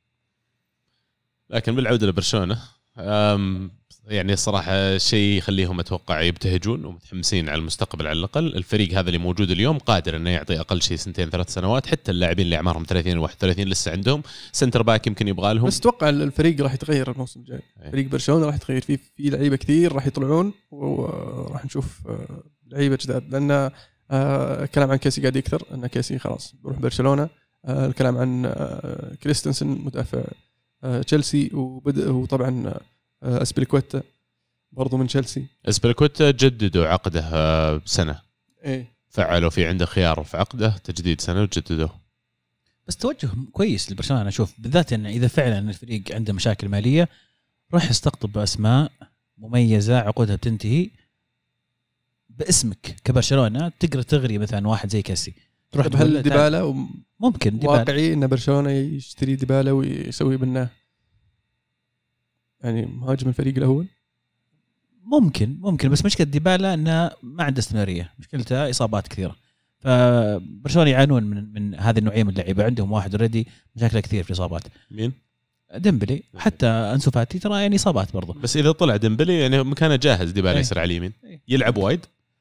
Speaker 3: لكن بالعودة لبرشلونة يعني الصراحة شيء يخليهم أتوقع يبتهجون ومتحمسين على المستقبل. على الأقل الفريق هذا اللي موجود اليوم قادر أنه يعطي أقل شيء 2-3 سنوات. حتى اللاعبين اللي أعمارهم 30-31 لسه عندهم سنتر باك يمكن يبغى لهم.
Speaker 1: بس أتوقع الفريق راح يتغير الموسم الجاي. فريق برشلونة راح يتغير، في لعيبة كثير راح يطلعون وراح نشوف لعيبة جداد، لأن الكلام عن كيسي قاعد يكثر، أن كيسي خلاص بيروح برشلونة. الكلام عن كريستنسن مدافع تشيلسي، وطبعا أسبيليكويتا برضو من تشيلسي.
Speaker 3: أسبيليكويتا جددوا عقده سنة، فعلوا في عنده خيار في عقده تجديد سنة وجددوه.
Speaker 2: بس توجه كويس لبرشلونة أنا أشوف، بالذات إن إذا فعلا الفريق عنده مشاكل مالية راح يستقطب أسماء مميزة عقودها بتنتهي باسمك كبرشلونة، تقدر تغري مثلا واحد زي كيسي
Speaker 1: تروح هل ديبالا
Speaker 2: ممكن
Speaker 1: واقعي إن برشلونة يشتري ديبالا ويسوي بناه يعني مهاجم الفريق الأول؟
Speaker 2: ممكن بس مشكلة ديبالا إنه ما عنده استمرارية، مشكلته إصابات كثيرة. فبرشلونة يعانون من هذه النوعية من اللعيبة، عندهم واحد اوريدي مشاكل كثير في إصابات.
Speaker 3: مين؟
Speaker 2: ديمبلي، حتى أنسو فاتي ترى يعني إصابات برضه.
Speaker 3: بس إذا طلع ديمبلي يعني مكانه جاهز، ديبالا يسر على اليمين يلعب وايد،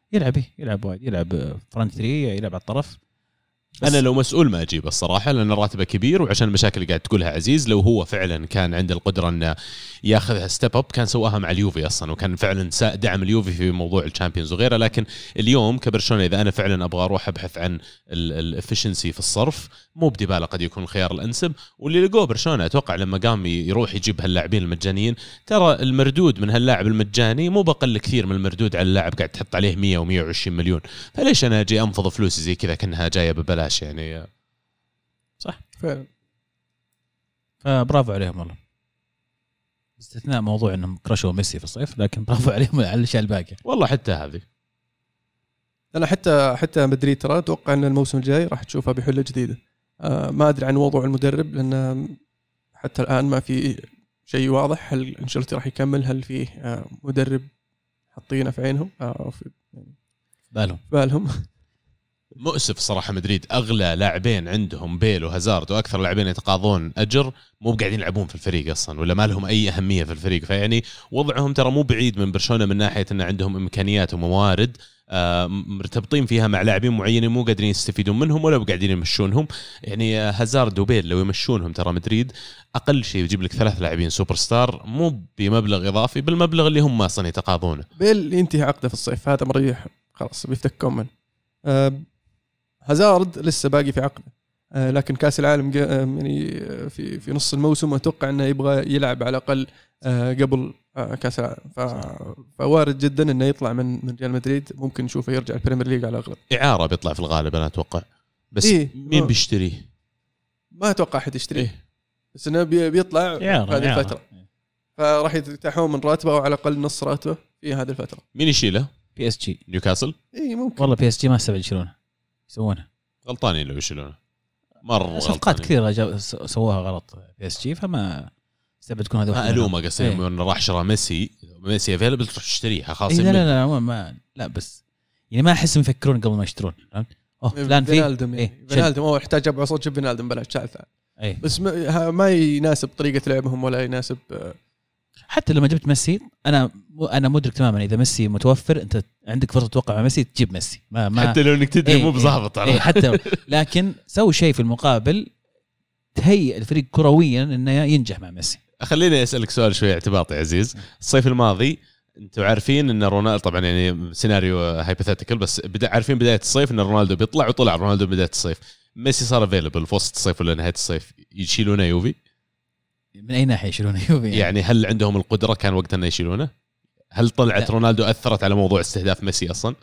Speaker 3: يلعب فرونت 3، يلعب على الطرف. أنا لو مسؤول ما أجيبه الصراحة، لأن راتبه كبير وعشان المشاكل اللي قاعد تقولها عزيز. لو هو فعلا كان عنده القدرة أنه ياخذها ستيب أب كان سواها مع اليوفي أصلا، وكان فعلا دعم اليوفي في موضوع الشامبيونز وغيره. لكن اليوم كبرشلونة إذا أنا فعلا أبغى أروح أبحث عن الإفشنسي في الصرف، مو بديبالا قد يكون الخيار الأنسب. واللي لقوه برشلونة أتوقع لما قام يروح يجيب هاللاعبين المجانيين، ترى المردود من هاللاعب المجاني مو بقل كثير من المردود على اللاعب قاعد تحط عليه 100 و120 مليون. فليش أنا أجي أنفض فلوسي زي كذا كأنها جاية ببلاش يعني؟
Speaker 2: صح
Speaker 1: فعلا.
Speaker 2: فبرافو عليهم والله، استثناء موضوع انهم كرشوا ميسي في الصيف، لكن برافو عليهم على الاشياء الباقيه.
Speaker 3: والله حتى هذه
Speaker 1: انا حتى مدريد ترى اتوقع ان الموسم الجاي راح تشوفها بحله جديده. ما ادري عن موضوع المدرب، لان حتى الان ما في شيء واضح. هل انشيلوتي راح يكمل؟ هل في مدرب حاطينه في عينهم في بالهم؟
Speaker 3: مؤسف صراحة. مدريد أغلى لاعبين عندهم بيل وهازارد، وأكثر لاعبين يتقاضون أجر مو قاعدين يلعبون في الفريق أصلا، ولا ما لهم أي أهمية في الفريق. فيعني وضعهم ترى مو بعيد من برشلونة من ناحية أن عندهم إمكانيات وموارد مرتبطين فيها مع لاعبين معينين مو قادرين يستفيدون منهم ولا قاعدين يمشونهم. يعني هازارد وبيل لو يمشونهم ترى مدريد أقل شيء يجيب لك 3 لاعبين سوبر ستار، مو بمبلغ إضافي بالمبلغ اللي هم أصلا يتقاضونه.
Speaker 1: بيل ينتهي عقده في الصيف، هذا مريح خلاص بيفتكون من. هازارد لسه باقي في عقده، لكن كاس العالم يعني في نص الموسم، اتوقع انه يبغى يلعب على الاقل قبل كاس العالم. فوارد جدا انه يطلع من ريال مدريد، ممكن نشوفه يرجع البريمير ليج على الاغلب.
Speaker 3: اعاره بيطلع في الغالب انا اتوقع، بس مين بيشتريه؟
Speaker 1: ما اتوقع احد يشتريه، بس انه بيطلع في هذه الفتره، فراح يتاحون من راتبه او على الاقل نص راتبه في هذه الفتره.
Speaker 3: مين يشيله؟
Speaker 2: PSG
Speaker 3: نيوكاسل.
Speaker 1: ممكن
Speaker 2: والله PSG ما استبعد يشيلونه، يسوونه
Speaker 3: غلطانين لو يشيلونه مره.
Speaker 2: صفقات كثيره سووها غلط PSG، فما استبعد تكون هذا.
Speaker 3: ما الومه قصير انه راح شرى ميسي افيلبل تروح تشتريها خلاص.
Speaker 2: لا بس يعني ما احس يفكرون قبل ما يشترون. فلان
Speaker 1: فينالدوم هو يحتاج ابو عصوت جيب فينالدوم بلاش بس ما يناسب طريقه لعبهم ولا يناسب
Speaker 2: حتى لما جبت ميسي انا مدرك تماما اذا ميسي متوفر انت عندك فرصه توقع مع ميسي تجيب ميسي ما
Speaker 3: حتى لو انك تدري مو بظابط
Speaker 2: حتى لكن سوي شيء في المقابل تهيئ الفريق كرويا انه ينجح مع ميسي.
Speaker 3: خليني اسالك سؤال شوي اعتباطي عزيز. الصيف الماضي انتم عارفين ان رونالدو طبعا يعني سيناريو هايبوثيتيكال بس عارفين بدايه الصيف ان رونالدو بيطلع وطلع رونالدو بدايه الصيف. ميسي صار افيلبل في وسط الصيف ولا نهايه الصيف يشيلونه يوفي؟
Speaker 2: من اي ناحيه يشيلونه يوفي
Speaker 3: يعني هل عندهم القدره كان وقتها انه يشيلونه؟ هل طلعت
Speaker 2: لا.
Speaker 3: رونالدو اثرت على موضوع استهداف ميسي اصلا؟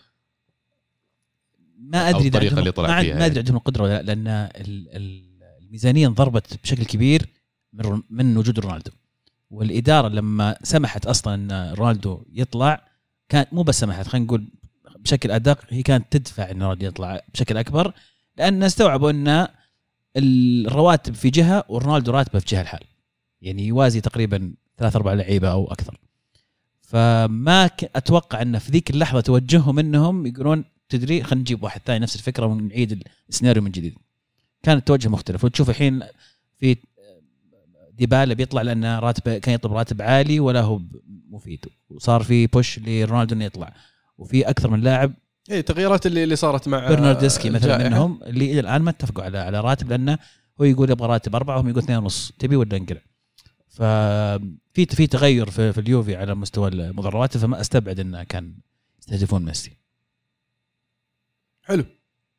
Speaker 2: ما ادري
Speaker 3: الطريقه اللي طلع فيها
Speaker 2: ما ادري عندهم القدره ولا لا لان الميزانيه انضربت بشكل كبير من وجود رونالدو والاداره لما سمحت اصلا ان رونالدو يطلع كانت مو بس سمحت خلينا نقول بشكل ادق هي كانت تدفع ان رونالدو يطلع بشكل اكبر لان استوعبوا ان الرواتب في جهه ورونالدو راتبه في جهه الحال يعني يوازي تقريبا 3-4 لعيبه او اكثر. فما اتوقع ان في ذيك اللحظه توجههم انهم يقولون تدري خلينا نجيب واحد ثاني نفس الفكره ونعيد السيناريو من جديد. كان التوجه مختلف وتشوف الحين في ديبالا بيطلع لأنه راتب كان يطلب راتب عالي ولا هو مفيد وصار في بوش لرونالدو انه يطلع وفي اكثر من لاعب
Speaker 1: تغييرات اللي صارت مع
Speaker 2: برناردسكي مثلا منهم اللي الى الان ما اتفقوا على راتب لانه هو يقول يبغى راتب 4 وهم يقول 2.5 تبي ولا انقلع. ففي تغير في اليوفي على مستوى المدربات فما استبعد انه كان يستهدفون ميسي.
Speaker 1: حلو.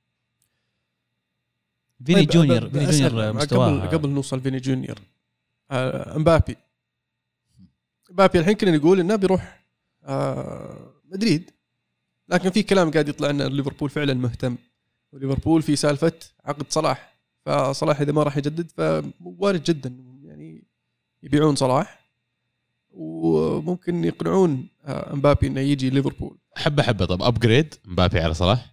Speaker 2: فيني جونيور مستواه
Speaker 1: قبل نوصل فيني جونيور امبابي الحين كنا نقول انه بيروح مدريد لكن في كلام قاعد يطلع ان ليفربول فعلا مهتم وليفربول في سالفه عقد صلاح فصلاح اذا ما راح يجدد فوارد جدا يعني يبيعون صلاح وممكن يقنعون امبابي انه يجي ليفربول
Speaker 3: حبه. طب ابجريد امبابي على صلاح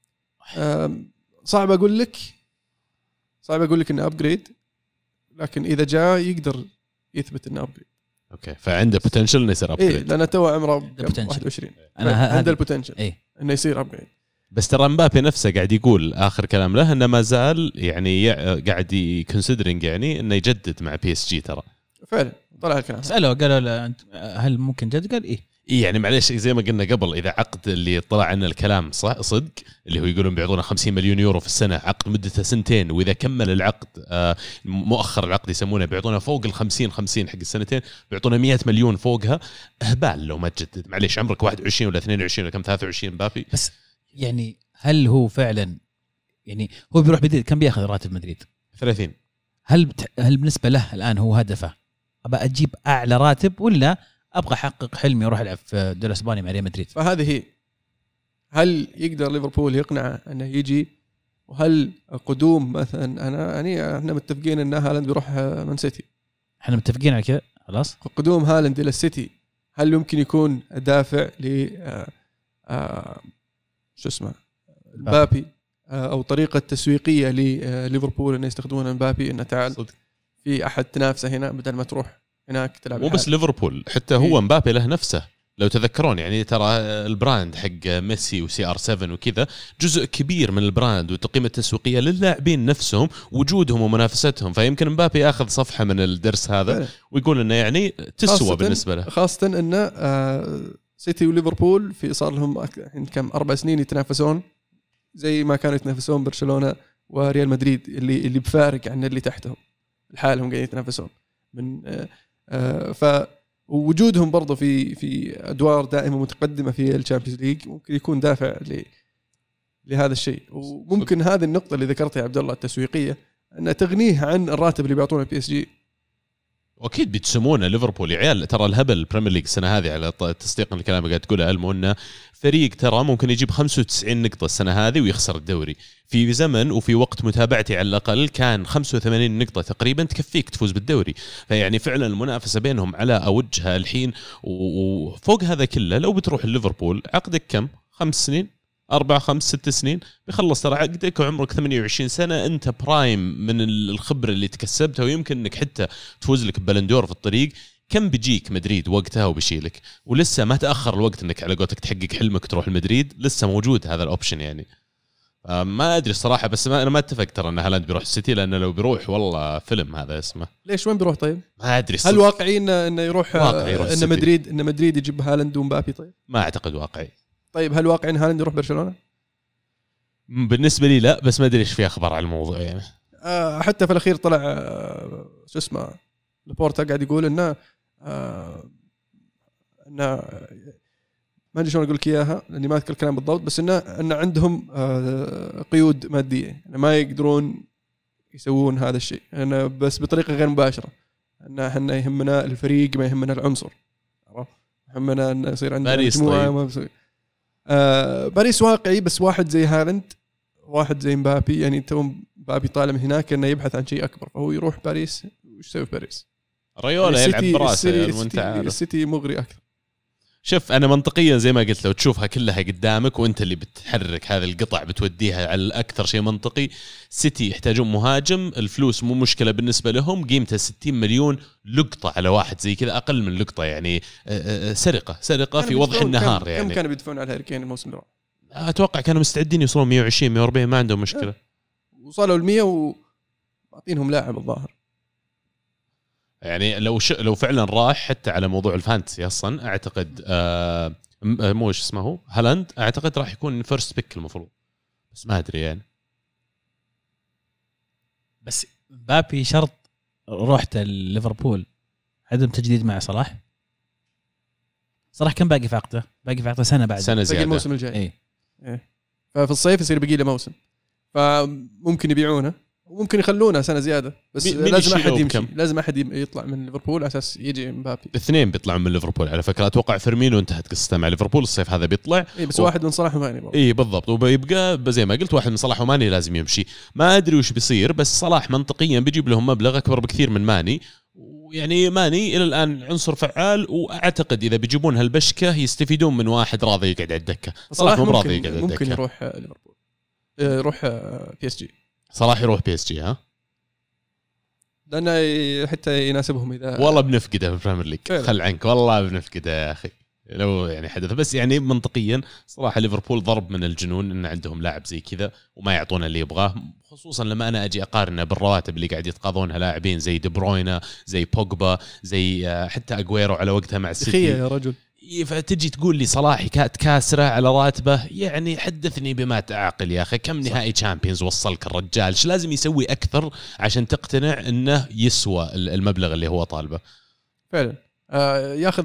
Speaker 1: صعب اقول لك انه ابجريد لكن اذا جاء يقدر يثبت انه ابجريد.
Speaker 3: اوكي فعنده بوتنشل انه يصير ابجريد
Speaker 1: لانه تو عمره 21 عنده البوتنشل انه يصير ابجريد.
Speaker 3: بس ترى مبابي نفسه قاعد يقول اخر كلام له انه ما زال يعني قاعد يكونسيدرينج يعني انه يجدد مع بي اس جي. ترى
Speaker 1: فعلا طلع الكلام
Speaker 2: سأله قالوا له هل ممكن جد قال ايه
Speaker 3: يعني معليش زي ما قلنا قبل اذا عقد اللي طلع عنا الكلام صدق اللي هو يقولون بيعطونا 50 مليون يورو في السنه عقد مدته 2 سنين واذا كمل العقد مؤخر العقد يسمونه بيعطونا فوق ال 50 حق السنتين بيعطونا 100 مليون فوقها. اهبال لو ما تجدد معليش عمرك 21 ولا 22 ولا كم 23 مبابي.
Speaker 2: بس يعني هل هو فعلا يعني هو بيروح مدريد كم بياخذ راتب مدريد
Speaker 3: 30
Speaker 2: هل بالنسبه له الان هو هدفه ابى اجيب اعلى راتب ولا ابغى احقق حلمي واروح العب في الدوري الاسباني مع ريال مدريد؟
Speaker 1: فهذه هي هل يقدر ليفربول يقنع انه يجي وهل قدوم مثلا احنا متفقين ان هالاند بيروح مان سيتي
Speaker 2: احنا متفقين على كذا خلاص.
Speaker 1: قدوم هالاند الى السيتي هل يمكن يكون دافع ل شو اسمه مبابي او طريقه تسويقيه لليفربول انه يستخدمون مبابي انه تعال صدق. في احد تنافسه هنا بدل ما تروح هناك تلعب.
Speaker 3: مو بس ليفربول حتى هو مبابي له نفسه لو تذكرون يعني ترى البراند حق ميسي وسي ار 7 وكذا جزء كبير من البراند والقيمه التسويقيه للاعبين نفسهم وجودهم ومنافستهم. فيمكن مبابي ياخذ صفحه من الدرس هذا ويقول انه يعني تسوى بالنسبه له
Speaker 1: خاصه انه سيتي وليفربول في صار لهم كم 4 سنين يتنافسون زي ما كانوا يتنافسون برشلونه وريال مدريد اللي بفارق عن اللي تحتهم الحالهم قاعدين يتنافسون من ووجودهم برضه في ادوار دائمه متقدمه في الشامبيونز ليج ممكن يكون دافع لهذا الشيء. وممكن هذه النقطه اللي ذكرتها يا عبد الله التسويقيه ان تغنيه عن الراتب اللي بيعطونه بي اس جي.
Speaker 3: واكيد بتسمونه ليفربول يا عيال. ترى الهبل البريمير ليج السنه هذه على تصديق الكلام اللي قاعد تقوله المو انه فريق ترى ممكن يجيب 95 نقطه السنه هذه ويخسر الدوري في زمن وفي وقت متابعتي على الاقل كان 85 نقطه تقريبا تكفيك تفوز بالدوري. فيعني فعلا المنافسه بينهم على اوجها الحين. وفوق هذا كله لو بتروح ليفربول عقدك كم 5 سنين 4 5 6 سنين بيخلص ترى عقدك وعمرك 28 سنة أنت برايم من الخبرة اللي تكسبتها ويمكن أنك حتى تفوز لك ببلندور في الطريق. كم بيجيك مدريد وقتها وبيشيلك ولسه ما تأخر الوقت أنك على قولتك تحقق حلمك تروح المدريد لسه موجود هذا الأوبشن يعني. ما ادري الصراحه، بس انا ما اتفق ترى ان هالاند بيروح السيتي، لانه لو بيروح والله فيلم هذا اسمه.
Speaker 1: ليش وين بيروح طيب؟
Speaker 3: ما ادري
Speaker 1: هل واقعي انه يروح
Speaker 3: السيتي.
Speaker 1: ان مدريد يجيب هالاند ومبابي؟ طيب
Speaker 3: ما اعتقد واقعي.
Speaker 1: طيب هل واقعي ان هالاند يروح برشلونه؟
Speaker 3: بالنسبه لي لا، بس ما ادري ايش في اخبار على الموضوع يعني.
Speaker 1: حتى في الاخير طلع شو اسمه لابورتا قاعد يقول انه ما ادري شلون اقول لك اياها لاني ما اذكر الكلام بالضبط، بس ان عندهم قيود ماديه يعني ما يقدرون يسوون هذا الشيء، أنا بس بطريقه غير مباشره، ان احنا يهمنا الفريق ما يهمنا العنصر، يهمنا ان يصير عندنا مجموعه. طيب. باريس واقعي، بس واحد زي هالاند واحد زي مبابي، يعني تو مبابي طالع من هناك انه يبحث عن شيء اكبر، فهو يروح باريس. وش يسوي في باريس؟
Speaker 3: ريولا يلعب براسه وانت عارف
Speaker 1: السيتي مغري اكثر.
Speaker 3: شوف انا منطقيا زي ما قلت لو تشوفها كلها قدامك وانت اللي بتحرك هذه القطع بتوديها على الاكثر شيء منطقي، سيتي يحتاجون مهاجم، الفلوس مو مشكله بالنسبه لهم، قيمته 60 مليون لقطه على واحد زي كذا، اقل من لقطه يعني سرقه في وضح النهار. يعني
Speaker 1: كم كانوا بيدفعون على هاري كين الموسم ده؟
Speaker 3: اتوقع كانوا مستعدين يوصلون 120 140 ما عندهم مشكله.
Speaker 1: وصلوا ال 100 وعطينهم لاعب الظاهر.
Speaker 3: يعني لو فعلا راح حتى على موضوع الفانتسي اصلا اعتقد مو ايش اسمه هو هالاند، اعتقد راح يكون فيرست بيك المفروض، بس ما ادري يعني.
Speaker 2: بس مبابي شرط رحت ليفربول عدم تجديد مع صلاح. صلاح كم باقي في عقده؟ باقي في عقده سنه بعد
Speaker 3: سنه زياده
Speaker 1: الموسم الجاي. إيه. ففي الصيف يصير بقي له موسم، فممكن يبيعونه وممكن يخلونه سنه زياده، بس لازم احد يمشي، لازم احد يطلع من ليفربول على اساس يجي مبابي.
Speaker 3: الاثنين بيطلعوا من ليفربول على فكره، اتوقع فيرمينو انتهت قصته مع ليفربول الصيف هذا بيطلع.
Speaker 1: بس واحد من صلاح وماني.
Speaker 3: بالضبط، وبيبقى زي ما قلت واحد من صلاح وماني لازم يمشي. ما ادري وش بيصير، بس صلاح منطقيا بيجيب لهم مبلغ اكبر بكثير من ماني، ويعني ماني الى الان عنصر فعال، واعتقد اذا بيجيبون هالبشكه يستفيدون من واحد راضي يقعد على الدكه. صلاح مو راضي يقعد على الدكه.
Speaker 1: ممكن يروح ليفربول، يروح بي اس جي.
Speaker 3: صلاح يروح بي اس جي ها،
Speaker 1: لأنه حتى يناسبهم إذا
Speaker 3: والله بنفقده في البريمير ليج. خل عنك والله بنفقده يا أخي لو يعني حدث. بس يعني منطقيا صراحة ليفربول ضرب من الجنون إن عندهم لاعب زي كذا وما يعطونا اللي يبغاه، خصوصا لما أنا أجي أقارنه بالرواتب اللي قاعد يتقاضونها لاعبين زي دي بروينا زي بوجبا زي حتى أغويرو على وقتها مع السيتي
Speaker 1: يا رجل.
Speaker 3: فتجي تقول لي صلاح تكاسره على راتبه، يعني حدثني بما تعقل يا أخي. كم نهائي تشامبيونز وصلك الرجال؟ ايش لازم يسوي أكثر عشان تقتنع إنه يسوى المبلغ اللي هو طالبه؟
Speaker 1: فعلا ياخذ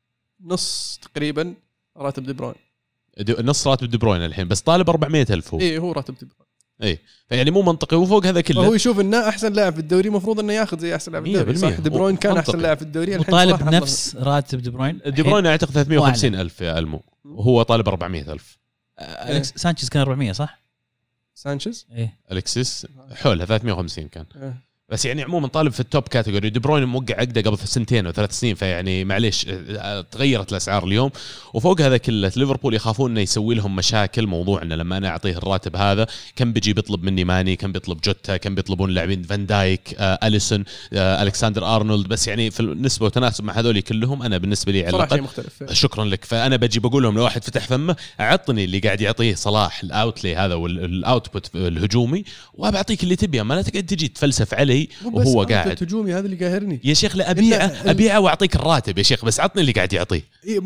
Speaker 1: نص تقريبا راتب دي بروين،
Speaker 3: نص راتب دي بروين الحين، بس طالب 400,000
Speaker 1: هو راتب دي بروين.
Speaker 3: فيعني مو منطقي. وفوق هذا كله
Speaker 1: هو يشوف انه احسن لاعب في الدوري، مفروض انه ياخذ زي احسن لاعب في الدوري. صح، دي بروين كان احسن لاعب في الدوري،
Speaker 2: الحين طالب نفس راتب دي بروين.
Speaker 3: دي بروين اعتقد 350,000 يا المو، وهو طالب 400,000.
Speaker 2: سانشيز كان 400 صح؟
Speaker 1: سانشيز
Speaker 3: أليكسيس حولها 350 كان. بس يعني عموما طالب في التوب كاتيجوري. دي بروين موقع عقده قبل 2 أو 3 سنين، فيعني معليش تغيرت الاسعار اليوم. وفوق هذا كله ليفربول يخافون انه يسوي لهم مشاكل، موضوع انه لما انا اعطيه الراتب هذا كم بيجي بيطلب مني ماني، كم بيطلب جوتا، كم بيطلبون لاعبين فان دايك، اليسون، الكسندر ارنولد. بس يعني في النسبه وتناسب مع هذول كلهم انا بالنسبه لي على
Speaker 1: الاقل مختلف.
Speaker 3: شكرا لك. فانا بجي بقول لهم لو واحد فتح فمه اعطني اللي قاعد يعطيه صلاح الاوتلي هذا والاوتبوت الهجومي، وابعطيك اللي تبيه، ما لا تقعد تجي تفلسف علي وهو قاعد
Speaker 1: الهجومي. هذا اللي قاهرني
Speaker 3: يا شيخ. لا ابيعه واعطيك الراتب يا شيخ، بس عطني اللي قاعد يعطيه.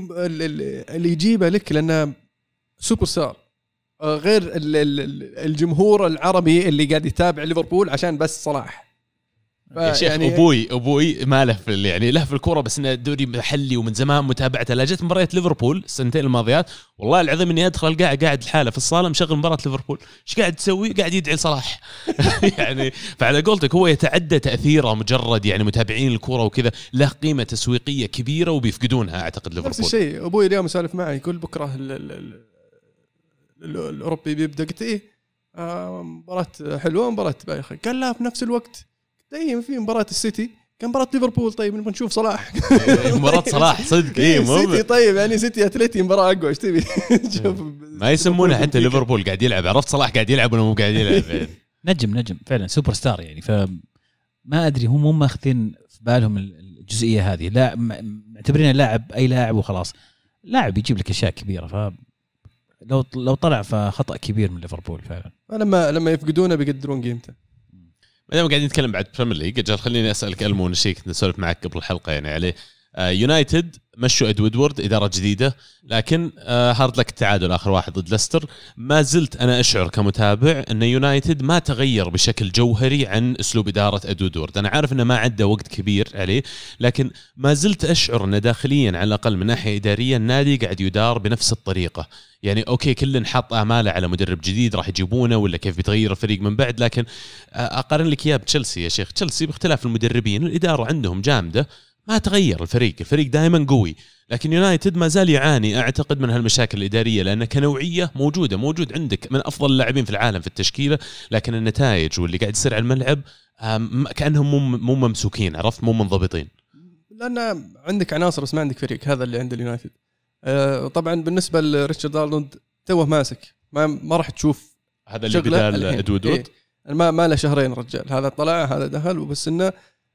Speaker 1: اللي يجيبه لك لانه سوبر ستار، غير الجمهور العربي اللي قاعد يتابع ليفربول عشان بس صلاح.
Speaker 3: يا شيخ يعني ابوي ما له في يعني له في الكوره، بس انه دوري محلي ومن زمان متابعته. لا جت مباريات ليفربول السنتين الماضيات والله العظيم اني ادخل قاعد الحاله في الصاله مشغل مباراه ليفربول. ايش قاعد تسوي؟ قاعد يدعي صلاح. يعني فعلى قولتك هو يتعدى تاثيره مجرد يعني متابعين الكوره وكذا، له قيمه تسويقيه كبيره وبيفقدونها اعتقد ليفربول.
Speaker 1: نفس الشيء ابوي اليوم يسولف معي يقول بكره الاوروبي بيبدا. قلت مباراه حلوه مباراه بايخه. قال لا في نفس الوقت دايما في مباراة السيتي كان مباراة ليفربول. طيب نبغى نشوف صلاح.
Speaker 3: مباراة صلاح صدق
Speaker 1: سيتي. طيب يعني سيتي أتلتي مباراة أقوى ايش تبي؟
Speaker 3: ما يسمونها حتى ليفربول قاعد يلعب. عرفت صلاح قاعد يلعب ولا مو قاعد يلعب؟
Speaker 2: نجم فعلا سوبر ستار يعني. فما أدري هم مو ماخذين في بالهم الجزئية هذه. لا معتبرين لاعب أي لاعب وخلاص. لاعب يجيب لك أشياء كبيرة. لو طلع فخطأ كبير من ليفربول فعلا.
Speaker 1: لما يفقدونه بيقدرون قيمته.
Speaker 3: ما دام قاعدين نتكلم بعد بريمير ليج، اجل خليني اسالك المون شيء كنت نسولف معك قبل الحلقه يعني عليه. يونايتد مشوا وودورد إدارة جديدة، لكن هارد لك التعادل آخر واحد ضد ليستر. ما زلت أنا أشعر كمتابع أن يونايتد ما تغير بشكل جوهري عن أسلوب إدارة وودورد. أنا عارف أنه ما عدى وقت كبير عليه، لكن ما زلت أشعر أن داخليا على الأقل من ناحية إدارية النادي قاعد يدار بنفس الطريقة. يعني أوكي كل نحط آماله على مدرب جديد راح يجيبونه ولا كيف بيتغير الفريق من بعد، لكن أقارن لك إياه بتشيلسي يا شيخ. تشيلسي باختلاف المدربين الإدارة عندهم جامدة، ما تغير الفريق دائما قوي. لكن يونايتد ما زال يعاني أعتقد من هالمشاكل الإدارية، لأن كنوعية موجود عندك من أفضل اللاعبين في العالم في التشكيلة، لكن النتائج واللي قاعد يصير على الملعب كأنهم مو ممسوكين، عرفت، مو منضبطين.
Speaker 1: لأن عندك عناصر بس ما عندك فريق، هذا اللي عند اليونايتد. طبعا بالنسبة لريتشارد أرنولد توه ماسك، ما راح تشوف
Speaker 3: هذا اللي بدال ادوودورد.
Speaker 1: ما له شهرين رجال، هذا طلع هذا دخل، وبس إنه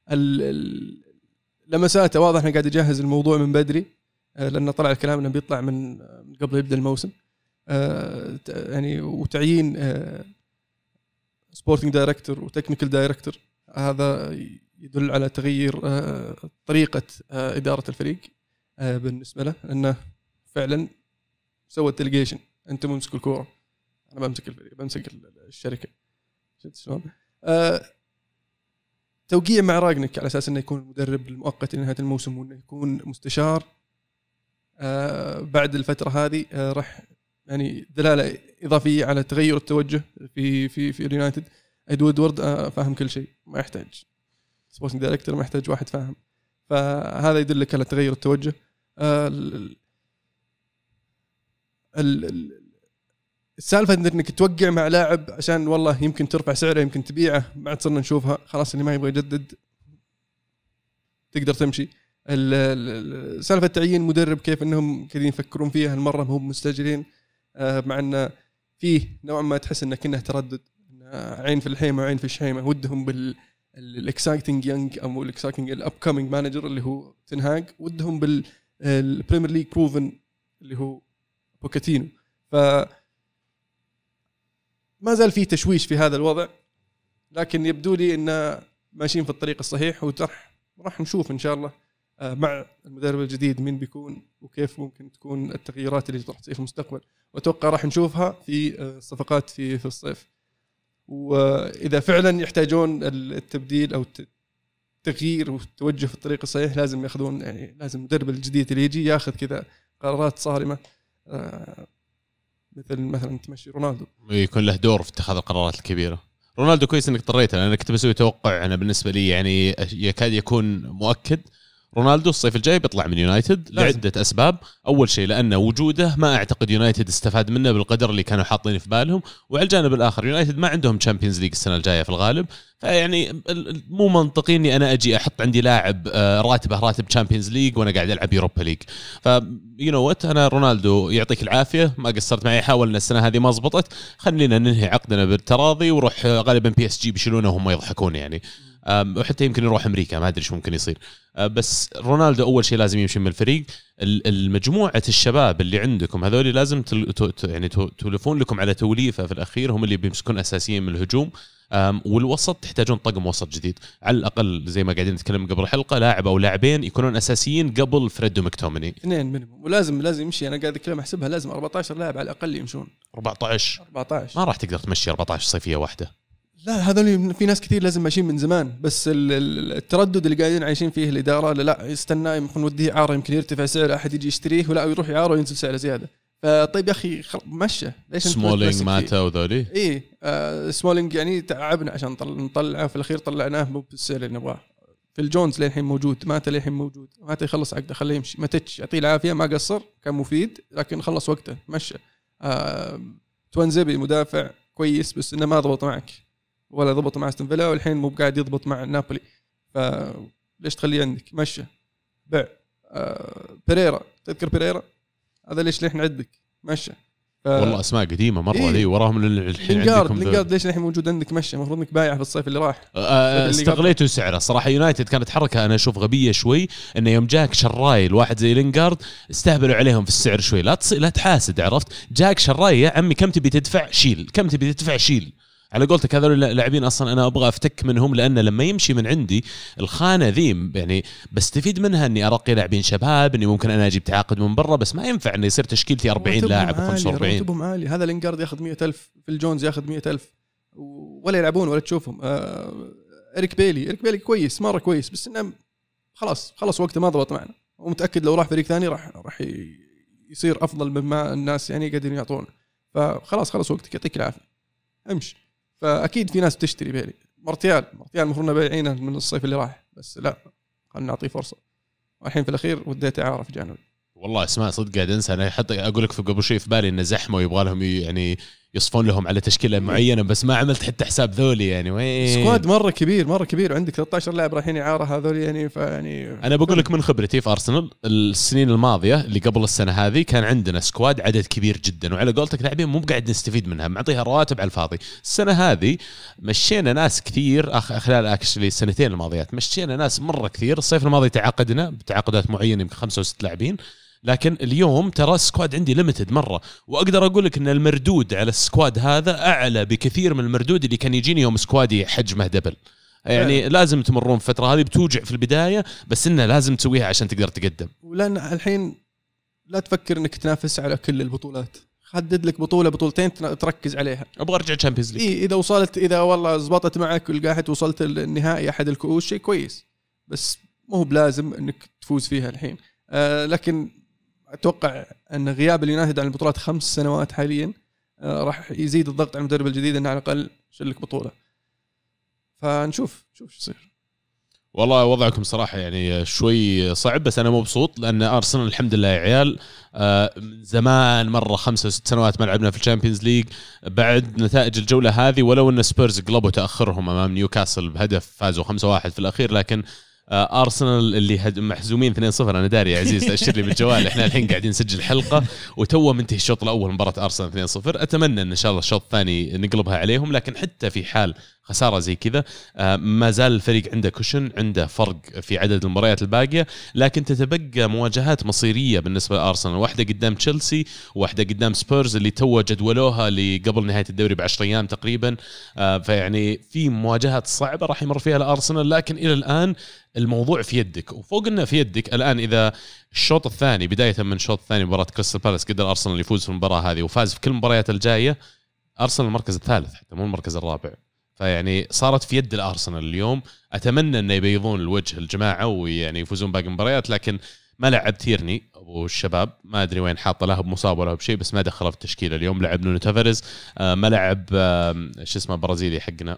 Speaker 1: لمساته واضح انه قاعد يجهز الموضوع من بدري، لانه طلع الكلام انه بيطلع من قبل يبدا الموسم. يعني وتعيين سبورتنج دايركتور وتكنيكال دايركتور، هذا يدل على تغيير طريقه اداره الفريق بالنسبه له، انه فعلا سوى الديليجيشن. انت ممسك الكوره، انا بمسك الفريق، بمسك الشركه. شفت شلون؟ توقيع مع راجنك على أساس أنه يكون المدرب المؤقت لنهاية الموسم، وأنه يكون مستشار بعد الفترة هذه، راح يعني دلالة إضافية على تغير التوجه في اليونايتد. وودورد فاهم كل شيء، ما يحتاج سبورتنج دايركتور، ما يحتاج واحد فاهم، فهذا يدلك على تغير التوجه. السالفة انك توقع مع لاعب عشان والله يمكن ترفع سعره، يمكن تبيعه، ما عاد صرنا نشوفها. خلاص اللي ما يبغى يجدد تقدر تمشي. سالفة تعيين مدرب كيف انهم كذين يفكرون فيها المرة، هم مستعجلين، مع ان فيه نوعا ما تحس انه كنا تردد، عين في الحيمة وعين في الشيمة. ودهم بالاكسايتنج يونج او الاكسايتنج الاب كامينج مانجر اللي هو تنهاج، ودهم بالبريمير ليج بروفن اللي هو بوكاتينو. ف ما زال فيه تشويش في هذا الوضع، لكن يبدو لي إن ماشيين في الطريق الصحيح، وراح نشوف إن شاء الله مع المدرب الجديد مين بيكون وكيف ممكن تكون التغييرات اللي راح تصير في المستقبل. وأتوقع راح نشوفها في الصفقات في الصيف. وإذا فعلا يحتاجون التبديل أو التغيير والتوجه في الطريق الصحيح، لازم ياخذون، يعني لازم المدرب الجديد اللي يجي ياخذ كذا قرارات صارمة، مثلا تمشي رونالدو،
Speaker 3: يكون له دور في اتخاذ القرارات الكبيرة. رونالدو كويس انك اضطريته، انا كنت بسوي توقع انا بالنسبة لي يعني يكاد يكون مؤكد رونالدو الصيف الجاي بيطلع من يونايتد لعدة أسباب. أول شيء لأن وجوده ما أعتقد يونايتد استفاد منه بالقدر اللي كانوا حاطين في بالهم، وعلى الجانب الآخر يونايتد ما عندهم تشامبيونز ليج السنة الجاية في الغالب، فيعني مو منطقي إني أنا أجي أحط عندي لاعب راتب تشامبيونز ليج وأنا قاعد ألعب يوروبا ليج. وات أنا رونالدو يعطيك العافية، ما قصرت معي، حاول إن السنة هذه ما زبطت، خلينا ننهي عقدنا بالتراضي وروح. غالبا PSG بيشيلونه وهم يضحكون يعني، وحتى يمكن يروح أمريكا، ما أدري شو ممكن يصير. بس رونالدو أول شيء لازم يمشي من الفريق. المجموعة الشباب اللي عندكم هذول لازم يعني تولفون لكم على توليفة في الأخير، هم اللي بيمسكون أساسيين من الهجوم. والوسط تحتاجون طقم وسط جديد على الأقل، زي ما قاعدين نتكلم قبل الحلقة، لاعب أو لاعبين يكونون أساسيين قبل فريد ومكتوميني،
Speaker 1: 2 منهم، ولازم يمشي. أنا قاعد أتكلم أحسبها لازم 14 لاعب على الأقل يمشون.
Speaker 3: 14
Speaker 1: ما
Speaker 3: راح تقدر تمشي 14 صيفية واحدة.
Speaker 1: لا، هذول في ناس كثير لازم ماشيين من زمان، بس التردد اللي قاعدين عايشين فيه الإدارة، لا يستنى يمكن وديه عارة، يمكن يرتفع سعر أحد يجي يشتريه، ولا يروح يعاره وينزل سعره زيادة. فطيب يا أخي مشى، ليش
Speaker 3: سمولينج ماتا وذولي؟
Speaker 1: إيه سمولينج يعني تعبنا عشان نطلعه، في الأخير طلعناه مو بالسعر اللي نبغاه. في الجونز للحين موجود، ماتا للحين موجود، ماتا يخلص عقده خليه يمشي، ما تتش يعطيه العافية، ما قصر، كان مفيد لكن خلص وقته مشى. توانزيبي مدافع كويس بس إنه ما ضبط معك، ولا ضبط مع استون فيلا، والحين مو قاعد يضبط مع نابولي، فليش تخليه عندك؟ مشى بيع. بيريرا، تذكر بيريرا هذا ليش عندك؟ مشى.
Speaker 3: والله اسماء قديمه مره لي وراهم الحين.
Speaker 1: لينغارد ليش الحين موجود عندك مشى؟ المفروض انك بايع في الصيف اللي راح.
Speaker 3: استغليته سعره صراحه. يونايتد كانت حركه انا اشوف غبيه شوي، انه يوم جاك شراي الواحد زي لينغارد استهبلوا عليهم في السعر شوي. لا تحاسد، عرفت؟ جاك شراي يا عمي كم تبي تدفع شيل، كم تبي تدفع شيل. على قولتك هذول اللاعبين اصلا انا ابغى افتك منهم، لان لما يمشي من عندي الخانه ذي يعني بستفيد منها اني ارقي لاعبين شباب، اني ممكن انا اجيب تعاقد من برا، بس ما ينفع اني يصير تشكيلتي 40 لاعب و45.
Speaker 1: راتبهم عالي. هذا لينغارد ياخذ 100,000، في الجونز ياخذ 100,000 ولا يلعبون ولا تشوفهم. إريك بيلي كويس، مره كويس، بس انه خلاص وقته ما ضبط معنا، ومتاكد لو راح فريق ثاني راح يصير افضل مما الناس يعني قاعدين يعطون. فخلاص وقتك، يعطيك العافيه، امشي. فاكيد في ناس بتشتري بيلي. مرتيال المفروض نبيعينه من الصيف اللي راح، بس لا، خلينا نعطيه فرصه. الحين في الاخير وديت اعاره في جانوري.
Speaker 3: والله اسماء صدق قاعد انسى. انا حتى اقول لك في قبل شيء في بالي ان زحمه ويبغى لهم يعني يصفون لهم على تشكيله معينه، بس ما عملت حتى حساب ذولي يعني. وين
Speaker 1: سكواد مره كبير وعندك 13 لاعب رايحين اعاره هذول يعني. فيعني
Speaker 3: انا بقول لك من خبرتي في ارسنال السنين الماضيه اللي قبل السنه هذه كان عندنا سكواد عدد كبير جدا، وعلى قولتك لاعبين مو قاعد نستفيد منها، معطيها رواتب على الفاضي. السنه هذه مشينا ناس كثير خلال اكشلي السنتين الماضيات مشينا ناس مره كثير. الصيف الماضي تعاقدنا بتعاقدات معينه يمكن 5 أو 6 لاعبين، لكن اليوم ترى السكواد عندي ليميتد مرة، وأقدر أقول لك أن المردود على السكواد هذا أعلى بكثير من المردود اللي كان يجيني يوم سكوادي حجمه دبل. يعني لازم تمرون الفترة هذه بتوجع في البداية، بس إنه لازم تسويها عشان تقدر تقدم.
Speaker 1: ولأن الحين لا تفكر إنك تنافس على كل البطولات، حدد لك بطولتين تركز عليها.
Speaker 3: أبغى أرجع تشامبيونز ليج.
Speaker 1: إذا والله زبطت معك ولقاحت وصلت النهائي أحد الكؤوس شيء كويس، بس مو بلازم إنك تفوز فيها الحين. لكن أتوقع أن غياب اليونايتد عن البطولات 5 سنوات حاليا راح يزيد الضغط على المدرب الجديد أنه على الأقل شلك بطولة. فنشوف شو يصير.
Speaker 3: والله وضعكم صراحة يعني شوي صعب، بس أنا مبسوط لأن أرسنال الحمد لله يا عيال من زمان مرة 5 أو 6 سنوات ما لعبنا في الشامبيونز ليج بعد نتائج الجولة هذه. ولو أن سبيرز قلبوا تأخرهم أمام نيوكاسل بهدف، فازوا 5-1 في الأخير، لكن أرسنال اللي محزومين 2-0. أنا داري يا عزيز تأشر لي بالجوال، إحنا الحين قاعدين نسجل حلقة وتوه منتهي الشوط الأول مباراة أرسنال 2-0. أتمنى إن شاء الله الشوط الثاني نقلبها عليهم، لكن حتى في حال خسارة زي كذا ما زال الفريق عنده كوشن، عنده فرق في عدد المباريات الباقية، لكن تتبقى مواجهات مصيرية بالنسبة لأرسنال، واحدة قدام تشيلسي وواحدة قدام سبيرز اللي توه جدولوها لقبل نهاية الدوري ب10 أيام تقريبا. فيعني في مواجهات صعبة راح يمر فيها الأرسنال، لكن إلى الآن الموضوع في يدك، وفوق انه في يدك الان. اذا الشوط الثاني بدايه من الشوط الثاني مباراه كريستال بالاس قدر ارسنال يفوز في المباراه هذه وفاز في كل المباريات الجايه، ارسنال المركز الثالث حتى مو المركز الرابع. فيعني صارت في يد الارسنال اليوم. اتمنى انه يبيضون الوجه الجماعه ويعني يفوزون باقي المباريات، لكن ما لعب تيرني ابو الشباب، ما ادري وين حاطه، له بمصاب ولا بشيء، بس ما دخله في التشكيله اليوم. لعب نونو تافاريز، ما لعب شو اسمه برازيلي حقنا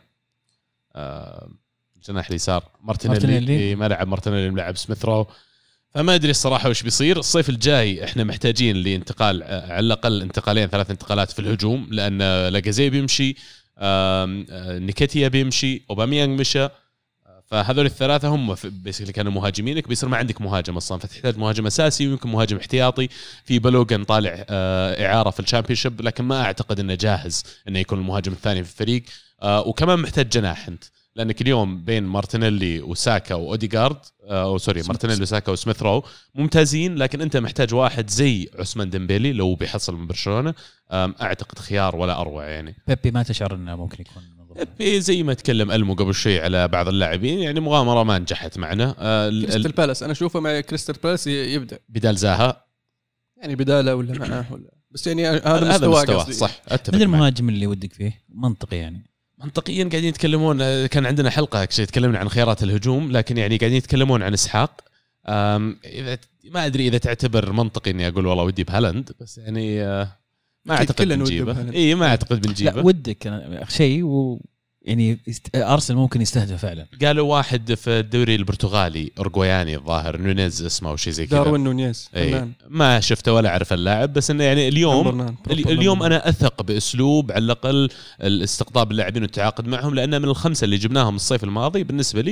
Speaker 3: جناح اليسار مارتينيلي. ما لعب مارتينيلي، ملعب سميث رو. فما ادري الصراحه وش بيصير الصيف الجاي. احنا محتاجين لانتقال على الاقل 2-3 انتقالات في الهجوم، لان لاجازي بيمشي، نيكيتيا بيمشي، اوباميانغ مشى. فهذول الثلاثه هم بيسكلي كانوا مهاجمينك، بيصير ما عندك مهاجم اصلا، فتحتاج مهاجم اساسي ويمكن مهاجم احتياطي. في بلوغان طالع اعاره في الشامبيونشيب، لكن ما اعتقد انه جاهز انه يكون المهاجم الثاني في الفريق. وكمان محتاج جناح انت، لانك اليوم بين مارتينيلي وساكا واوديغارد مارتينيلي وساكا وسميث رو ممتازين، لكن انت محتاج واحد زي عثمان ديمبيلي لو بيحصل من برشلونه. اعتقد خيار ولا اروع يعني.
Speaker 2: بيبي ما تشعر انه ممكن يكون
Speaker 3: بيبي زي ما تكلم ألمو قبل شيء على بعض اللاعبين، يعني مغامره ما نجحت معنا.
Speaker 1: كريستال بالاس انا اشوفه مع كريستال بالاس يبدا
Speaker 3: بدال زاها،
Speaker 1: يعني بداله ولا معاه ولا، بس يعني هذا مستوى
Speaker 3: صح.
Speaker 2: من المهاجم اللي ودك فيه منطقي يعني.
Speaker 3: منطقيا قاعدين يتكلمون، كان عندنا حلقه تكلمنا عن خيارات الهجوم، لكن يعني قاعدين يتكلمون عن اسحاق. اذا ما ادري اذا تعتبر منطقي اني اقول والله ودي بهالاند، بس يعني ما اعتقد بنجيبه. ما اعتقد بنجيبه.
Speaker 2: لا ودك شيء يعني أرسنال ممكن يستهدف فعلا.
Speaker 3: قالوا واحد في الدوري البرتغالي أورجواياني الظاهر نونيز اسمه أو شيء زي كذا،
Speaker 1: داروين نونيز.
Speaker 3: ما شفته ولا أعرف اللاعب، بس إنه يعني اليوم أنا أثق بأسلوب على الأقل الاستقطاب اللاعبين والتعاقد معهم، لأن من الخمسة اللي جبناهم الصيف الماضي بالنسبة لي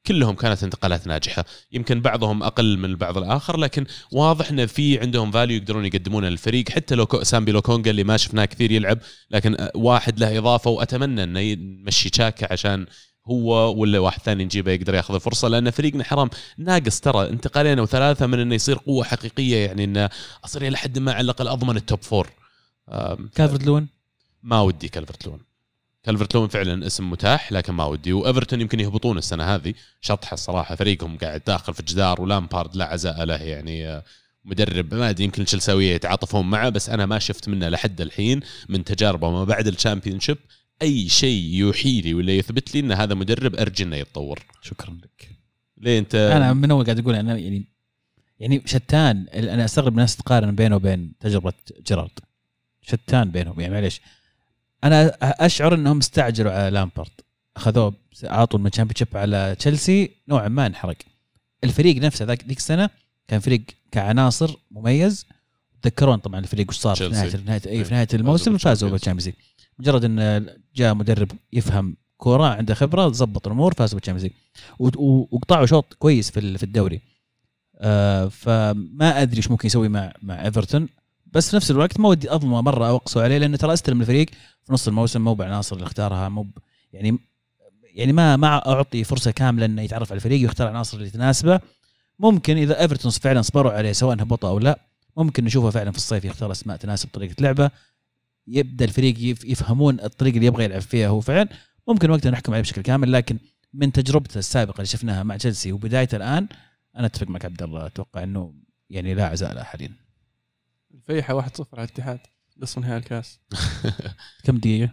Speaker 3: كلهم كانت انتقالات ناجحة. يمكن بعضهم أقل من البعض الآخر، لكن واضح إن في عندهم فاليو يقدرون يقدمونه للفريق. حتى لو سامبي لوكونجا اللي ما شفناه كثير يلعب، لكن واحد له إضافة، وأتمنى إنه يمشي تشاكا عشان هو ولا واحد ثاني نجيبه يقدر ياخذ الفرصة، لأن فريقنا حرام ناقص ترى انتقالين أو 3 من إنه يصير قوة حقيقية، يعني إنه أصير لحد ما على الأقل أضمن التوب 4.
Speaker 2: كالفرت لون
Speaker 3: ما ودي كالفرت لون فعلا اسم متاح، لكن ما ودي. وإيفرتون يمكن يهبطون السنة هذه شطحة الصراحة، فريقهم قاعد داخل في الجدار، ولامبارد لا عزاء له، يعني مدرب ما أدري يمكن تشيلساوية يتعاطفون معه، بس أنا ما شفت منه لحد الحين من تجاربه ما بعد الشامبيونشيب أي شيء يوحي لي ولا يثبت لي إن هذا مدرب أرجو إنه يتطور.
Speaker 2: شكرا لك.
Speaker 3: ليه أنت؟
Speaker 2: أنا من أول قاعد أقول أنا يعني شتان. أنا أستغرب الناس تقارن بينه وبين تجربة جيرارد، شتان بينهم. يعني معليش، أنا أشعر أنهم استعجلوا على لامبارد، أخذوه عاطوا الشامبيونشيب على تشيلسي، نوعا ما انحرق الفريق نفسه. ذيك السنة كان فريق كعناصر مميز. تذكرون طبعا الفريق وش صار في نهاية الموسم، فازوا بالشامبيونز ليج. مجرد ان جاء مدرب يفهم كوره، عنده خبره، ضبط الامور، فازوا بالشامبيونز ليج وقطعوا شوط كويس في الدوري. فما ادري ايش ممكن يسوي مع ايفرتون، بس في نفس الوقت ما ودي اظلمه مره او اقسو عليه، لانه ترى استلم الفريق في نص الموسم، مو بعناصر اللي اختارها، مو يعني ما اعطي فرصه كامله انه يتعرف على الفريق ويختار العناصر اللي تناسبه. ممكن اذا ايفرتون فعلا صبروا عليه سواء هبطوا او لا، ممكن نشوفه فعلا في الصيف يختار اسماء تناسب طريقه لعبه، يبدا الفريق يفهمون الطريقه اللي يبغى يلعب فيها هو فعلا. ممكن وقتها نحكم عليه بشكل كامل، لكن من تجربته السابقه اللي شفناها مع تشيلسي وبدايته الان، انا اتفق معك عبد الله، اتوقع انه يعني لا عزاء له حاليا.
Speaker 1: الفيحة 1-0 على الاتحاد نصف نهائي الكاس.
Speaker 2: كم دقيقه؟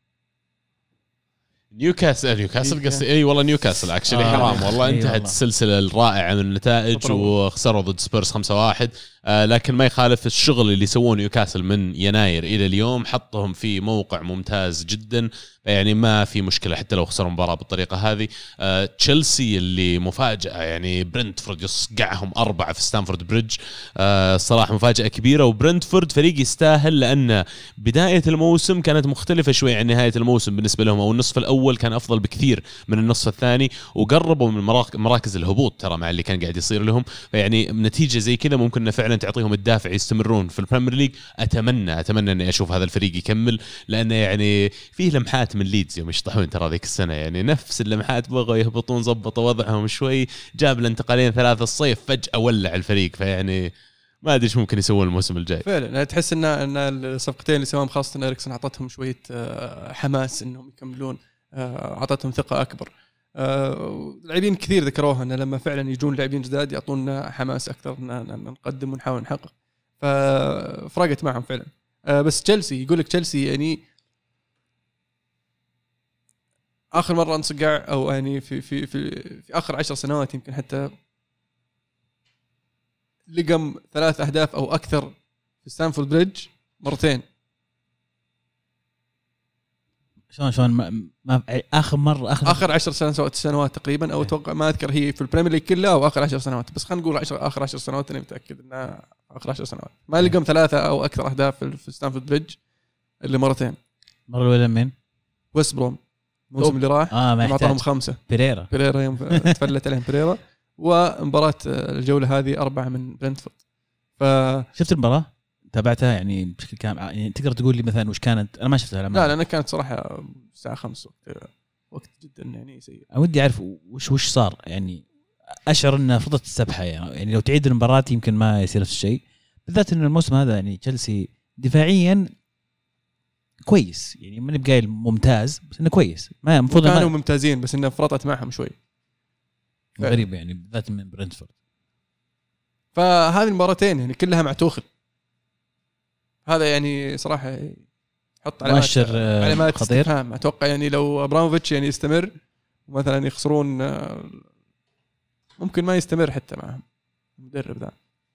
Speaker 3: نيوكاسل قصدي. اي والله نيوكاسل اكشلي حرام والله. انتهت السلسله الرائعه من النتائج وخسروا ضد سبيرز 5-1. لكن ما يخالف الشغل اللي سووه نيوكاسل من يناير الى اليوم، حطهم في موقع ممتاز جدا، يعني ما في مشكله حتى لو خسروا مباراه بالطريقه هذه. تشيلسي اللي مفاجاه، يعني برنتفورد يصقعهم 4 في ستانفورد بريدج، صراحه مفاجاه كبيره. وبرنتفورد فريق يستاهل، لان بدايه الموسم كانت مختلفه شوي عن نهايه الموسم بالنسبه لهم، او النصف الاول كان افضل بكثير من النصف الثاني، وقربوا من مراكز الهبوط ترى مع اللي كان قاعد يصير لهم. فيعني نتيجه زي كذا ممكن فعلا تعطيهم الدافع يستمرون في البريمير ليج. اتمنى اني اشوف هذا الفريق يكمل، لانه يعني فيه لمحات من ليدز يوم يشطحون ترى ذيك السنه، يعني نفس اللمحات، بغوا يهبطون، ضبطوا وضعهم شوي، جاب الانتقالين 3 الصيف، فجاه ولع الفريق. فيعني ما ادري ايش ممكن يسوون الموسم الجاي.
Speaker 1: فعلا تحس ان الصفقتين اللي سواهم خاصه إريكسون اعطتهم شويه حماس انهم يكملون، اعطتهم ثقه اكبر. لاعبين كثير ذكروها ان لما فعلا يجون لاعبين جداد يعطونا حماس اكثر ان نقدم ونحاول نحقق، ففرقت معهم فعلا. بس تشيلسي، يقول لك تشيلسي يعني اخر مره انصقع، او يعني في اخر 10 سنوات يمكن حتى لقم 3 أهداف او اكثر في ستانفورد بريدج مرتين.
Speaker 2: شلون ما اخر
Speaker 1: 10 سنوات تقريبا، او اتوقع ما اذكر هي في البريمير ليج كلها او اخر 10 سنوات، بس خلينا نقول اخر 10 سنوات، انا متاكد انها اخر 10 سنوات ما لقم 3 او اكثر اهداف في ستانفورد بريدج اللي مرتين.
Speaker 2: مره الاولى من
Speaker 1: ويست بروم الموسم اللي راح،
Speaker 2: ما
Speaker 1: اعطاهم 5 بيريرا يوم تفلت عليهم بيريرا، ومباراة الجولة هذه 4 من برنتفورد.
Speaker 2: شفت المباراة؟ تابعتها يعني بشكل كامل؟ يعني تقدر تقول لي مثلا وش كانت؟ انا ما شفتها.
Speaker 1: لا انا كانت صراحة الساعة 5 وقت جدا يعني سيء.
Speaker 2: ودي اعرف وش صار. يعني اشعر انها فرضت السبحة، يعني لو تعيد المباراة يمكن ما يصير نفس الشيء، بالذات ان الموسم هذا يعني تشيلسي دفاعيا كويس، يعني من بقايل ممتاز، بس انه كويس. ما المفروض
Speaker 1: كانوا ممتازين، بس انه فرطت معهم شوي
Speaker 2: غريب، يعني بالذات من برنتفورد.
Speaker 1: فهذه المباراتين يعني كلها مع توخل، هذا يعني صراحة حط علامات خطير. اتوقع يعني لو ابراموفيتش يعني يستمر ومثلا يخسرون، ممكن ما يستمر حتى معهم المدرب ذا.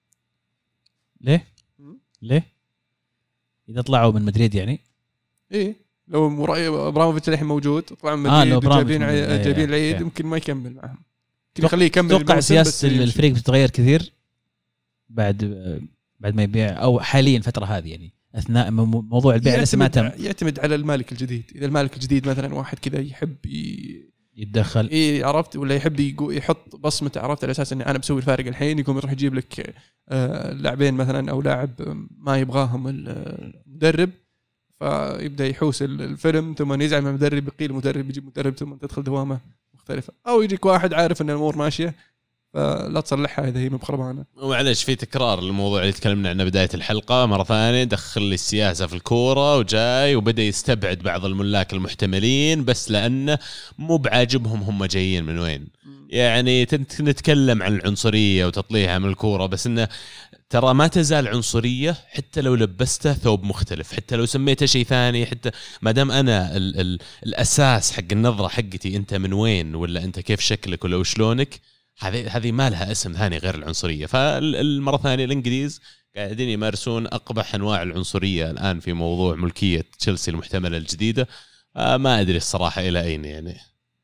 Speaker 2: ليه اذا طلعوا من مدريد يعني
Speaker 1: ايه، لو ابراموفيتش الحين موجود طلعوا من مدريد جايبين العيد، يمكن ما يكمل معهم، يمكن يخليه يكمل.
Speaker 2: توقع سياسة الفريق بتتغير كثير بعد ما يبيع، او حاليا الفترة هذه يعني اثناء موضوع البيع لسه ما تم.
Speaker 1: يعتمد على المالك الجديد. اذا المالك الجديد مثلا واحد كذا يحب
Speaker 2: يتدخل
Speaker 1: عرفت، ولا يحب يحط بصمة، عرفت، على اساس اني انا بسوي الفارق الحين، يقوم يروح يجيب لك لاعبين مثلا او لاعب ما يبغاهم المدرب، فيبدا يحوس الفيلم، ثم يزعل من المدرب، يقيل المدرب، يجيب مدرب، ثم تدخل دوامه مختلفه، او يجيك واحد عارف ان الامور ماشيه فلا تصلحها اذا هي مخربانه.
Speaker 3: ومعلش في تكرار الموضوع اللي تكلمنا عنه بدايه الحلقه مره ثانيه، دخل لي السياسه في الكوره وجاي وبدا يستبعد بعض الملاك المحتملين بس لانه مو بعاجبهم هم جايين من وين. يعني نتكلم عن العنصريه وتطليعها من الكوره، بس انه ترى ما تزال عنصريه حتى لو لبسته ثوب مختلف، حتى لو سميته شيء ثاني، حتى ما دام انا الاساس حق النظره حقتي انت من وين ولا انت كيف شكلك ولا وشلونك، هذه ما لها اسم ثاني غير العنصريه. فالمره ثانيه الانجليز قاعدين يمارسون اقبح انواع العنصريه الان في موضوع ملكيه تشيلسي المحتمله الجديده. ما ادري الصراحه الى اين يعني.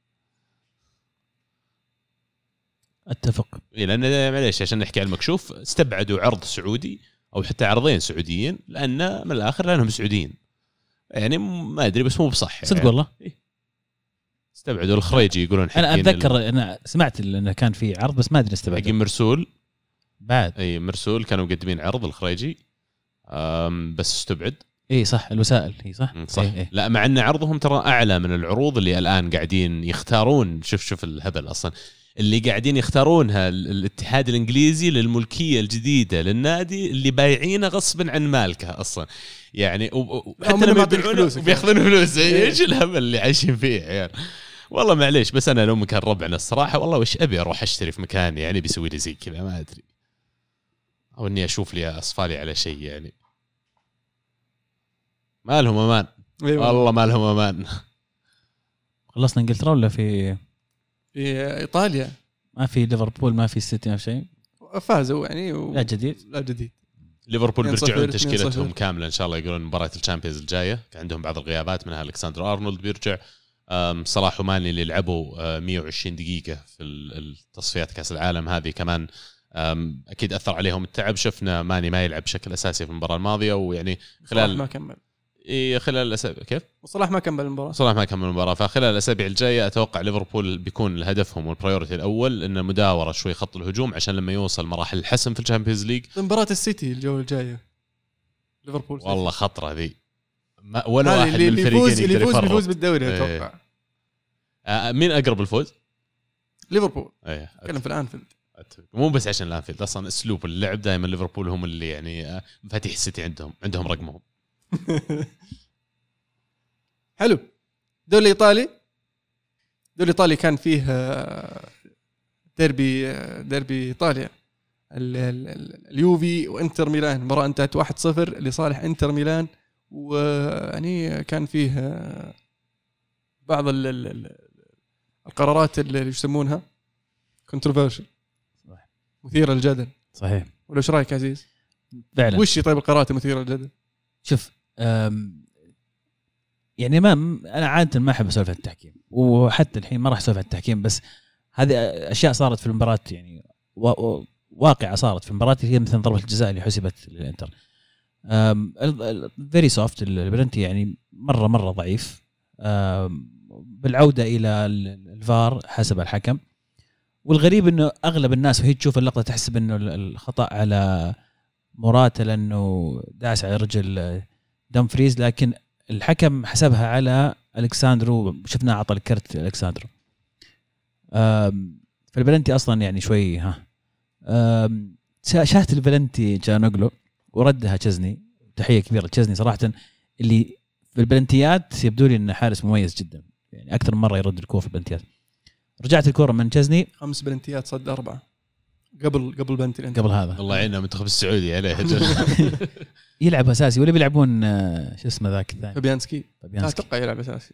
Speaker 2: اتفق.
Speaker 3: لان معليش عشان نحكي على المكشوف، استبعدوا عرض سعودي او حتى عرضين سعوديين لان من الاخر لانهم سعوديين، يعني ما ادري بس مو بصح
Speaker 2: صدق
Speaker 3: يعني.
Speaker 2: والله
Speaker 3: استبعدوا الخريجي يقولون.
Speaker 2: انا اتذكر انا سمعت انه كان في عرض بس ما ادري استبعد.
Speaker 3: حق مرسول
Speaker 2: بعد
Speaker 3: اي مرسول كانوا مقدمين عرض الخريجي بس استبعد.
Speaker 2: اي صح الوسائل هي صح.
Speaker 3: صح.
Speaker 2: إيه.
Speaker 3: لا مع ان عرضهم ترى اعلى من العروض اللي الان قاعدين يختارون. شوف الهبل اصلا اللي قاعدين يختارونها الاتحاد الانجليزي للملكيه الجديده للنادي اللي بايعينه غصبا عن مالكه اصلا يعني. وحتى لما بياخذون فلوس ايش الهبل اللي عايشين فيه يعني. والله معليش بس انا لو مكان ربعنا الصراحه والله وش ابي اروح اشتري في مكان يعني بيسوي لي زي كذا ما ادري، او اني اشوف لي اصفالي على شيء يعني. ما لهم امان. والله ما لهم امان.
Speaker 2: خلصنا انجلترا ولا في
Speaker 1: ايطاليا؟
Speaker 2: ما في ليفربول ما في سيتي ما في شيء،
Speaker 1: فازوا يعني
Speaker 2: لا جديد.
Speaker 3: ليفربول بيرجعون تشكيلتهم كامله ان شاء الله، يقولون مباراه الشامبيونز الجايه عندهم بعض الغيابات منها الكسندر ارنولد بيرجع، صلاح وماني اللي لعبوا 120 دقيقه في التصفيات كاس العالم هذه كمان اكيد اثر عليهم التعب. شفنا ماني ما يلعب بشكل اساسي في المباراه الماضيه، ويعني خلال
Speaker 1: ما كمل
Speaker 3: خلال الاسابيع كيف
Speaker 1: وصلاح ما كمل المباراه.
Speaker 3: صلاح ما كمل المباراه. فخلال الاسابيع الجايه اتوقع ليفربول بيكون هدفهم والبرايورتي الاول ان مداوره شوي خط الهجوم عشان لما يوصل مراحل الحسم في الشامبيونز ليج.
Speaker 1: مباراه السيتي الجوله الجايه ليفربول
Speaker 3: والله خطره ذي، ولا واحد من الفريقين
Speaker 1: اللي يفوز بالدوري اتوقع.
Speaker 3: مين اقرب الفوز؟
Speaker 1: ليفربول.
Speaker 3: اتكلم
Speaker 1: في الانفيلد،
Speaker 3: مو بس عشان الانفيلد، اصلا اسلوب اللعب دائما ليفربول هم اللي يعني مفاتيح السيتي عندهم رقمهم.
Speaker 1: حلو. دوري ايطالي كان فيه ديربي ايطاليا، اليوفي وانتر ميلان. مباراة انتهت 1-0 لصالح انتر ميلان، ويعني كان فيه بعض القرارات اللي يسمونها controversial، مثيرة للجدل.
Speaker 2: صحيح.
Speaker 1: ولا ايش رايك عزيز؟
Speaker 2: فعلا
Speaker 1: وش طيب القرارات المثيرة للجدل؟
Speaker 2: شوف يعني ما انا عاده ما احب اسولف عن التحكيم، وحتى الحين ما راح اسولف عن التحكيم، بس هذه اشياء صارت في المباراه يعني واقعه صارت في المباراه، هي مثل ضربه الجزاء اللي حسبت للانتر فيري سوفت. البلنتي يعني مره ضعيف. بالعوده الى الفار حسب الحكم، والغريب انه اغلب الناس وهي تشوف اللقطه تحسب انه الخطا على موراتا لانه داس على رجل دمفريز، لكن الحكم حسبها على ألكساندرو، شفنا عطى الكرت ألكساندرو. فالبلنتي أصلا يعني شوي شاهت البلنتي جانوغلو وردها تشزني. تحية كبيرة تشزني صراحة، اللي في البلنتيات يبدو لي إنه حارس مميز جدا، يعني أكثر من مرة يرد الكورة في البلنتيات. رجعت الكورة من تشزني
Speaker 1: 5 بلنتيات صد 4 قبل بلنتي
Speaker 2: قبل هذا.
Speaker 3: الله يعينه المنتخب السعودي عليه
Speaker 2: يلعب اساسي ولا بيلعبون شو اسمه ذاك الثاني
Speaker 1: فابيانسكي اتوقع يلعب اساسي.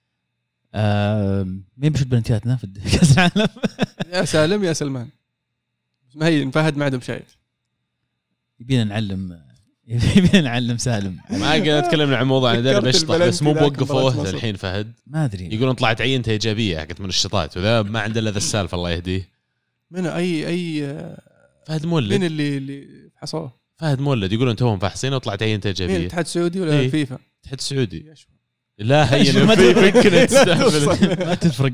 Speaker 2: مين بيشوت بلنتياتنا في كاس العالم؟
Speaker 1: يا سالم يا سلمان، ما هي فهد ما عندهم شيء.
Speaker 2: يبينا نعلم سالم.
Speaker 3: ما قاعد تكلمنا عن موضوع انا داري بشطح بس مو بوقفوه الحين. فهد
Speaker 2: ما ادري
Speaker 3: يقولون طلعت عينته ايجابيه حقت منشطات وذا ما عنده الا ذا السالفه الله يهديه.
Speaker 1: من اي
Speaker 3: فهد مولد.
Speaker 1: مين اللي فحصوه؟
Speaker 3: فهد مولد يقولون توهم فاحصين وطلعت عينته ايجابيه.
Speaker 1: مين الاتحاد السعودي ولا الفيفا؟
Speaker 3: الاتحاد السعودي. لا هي الفيفا يمكن تستهبل
Speaker 2: ما تفرق.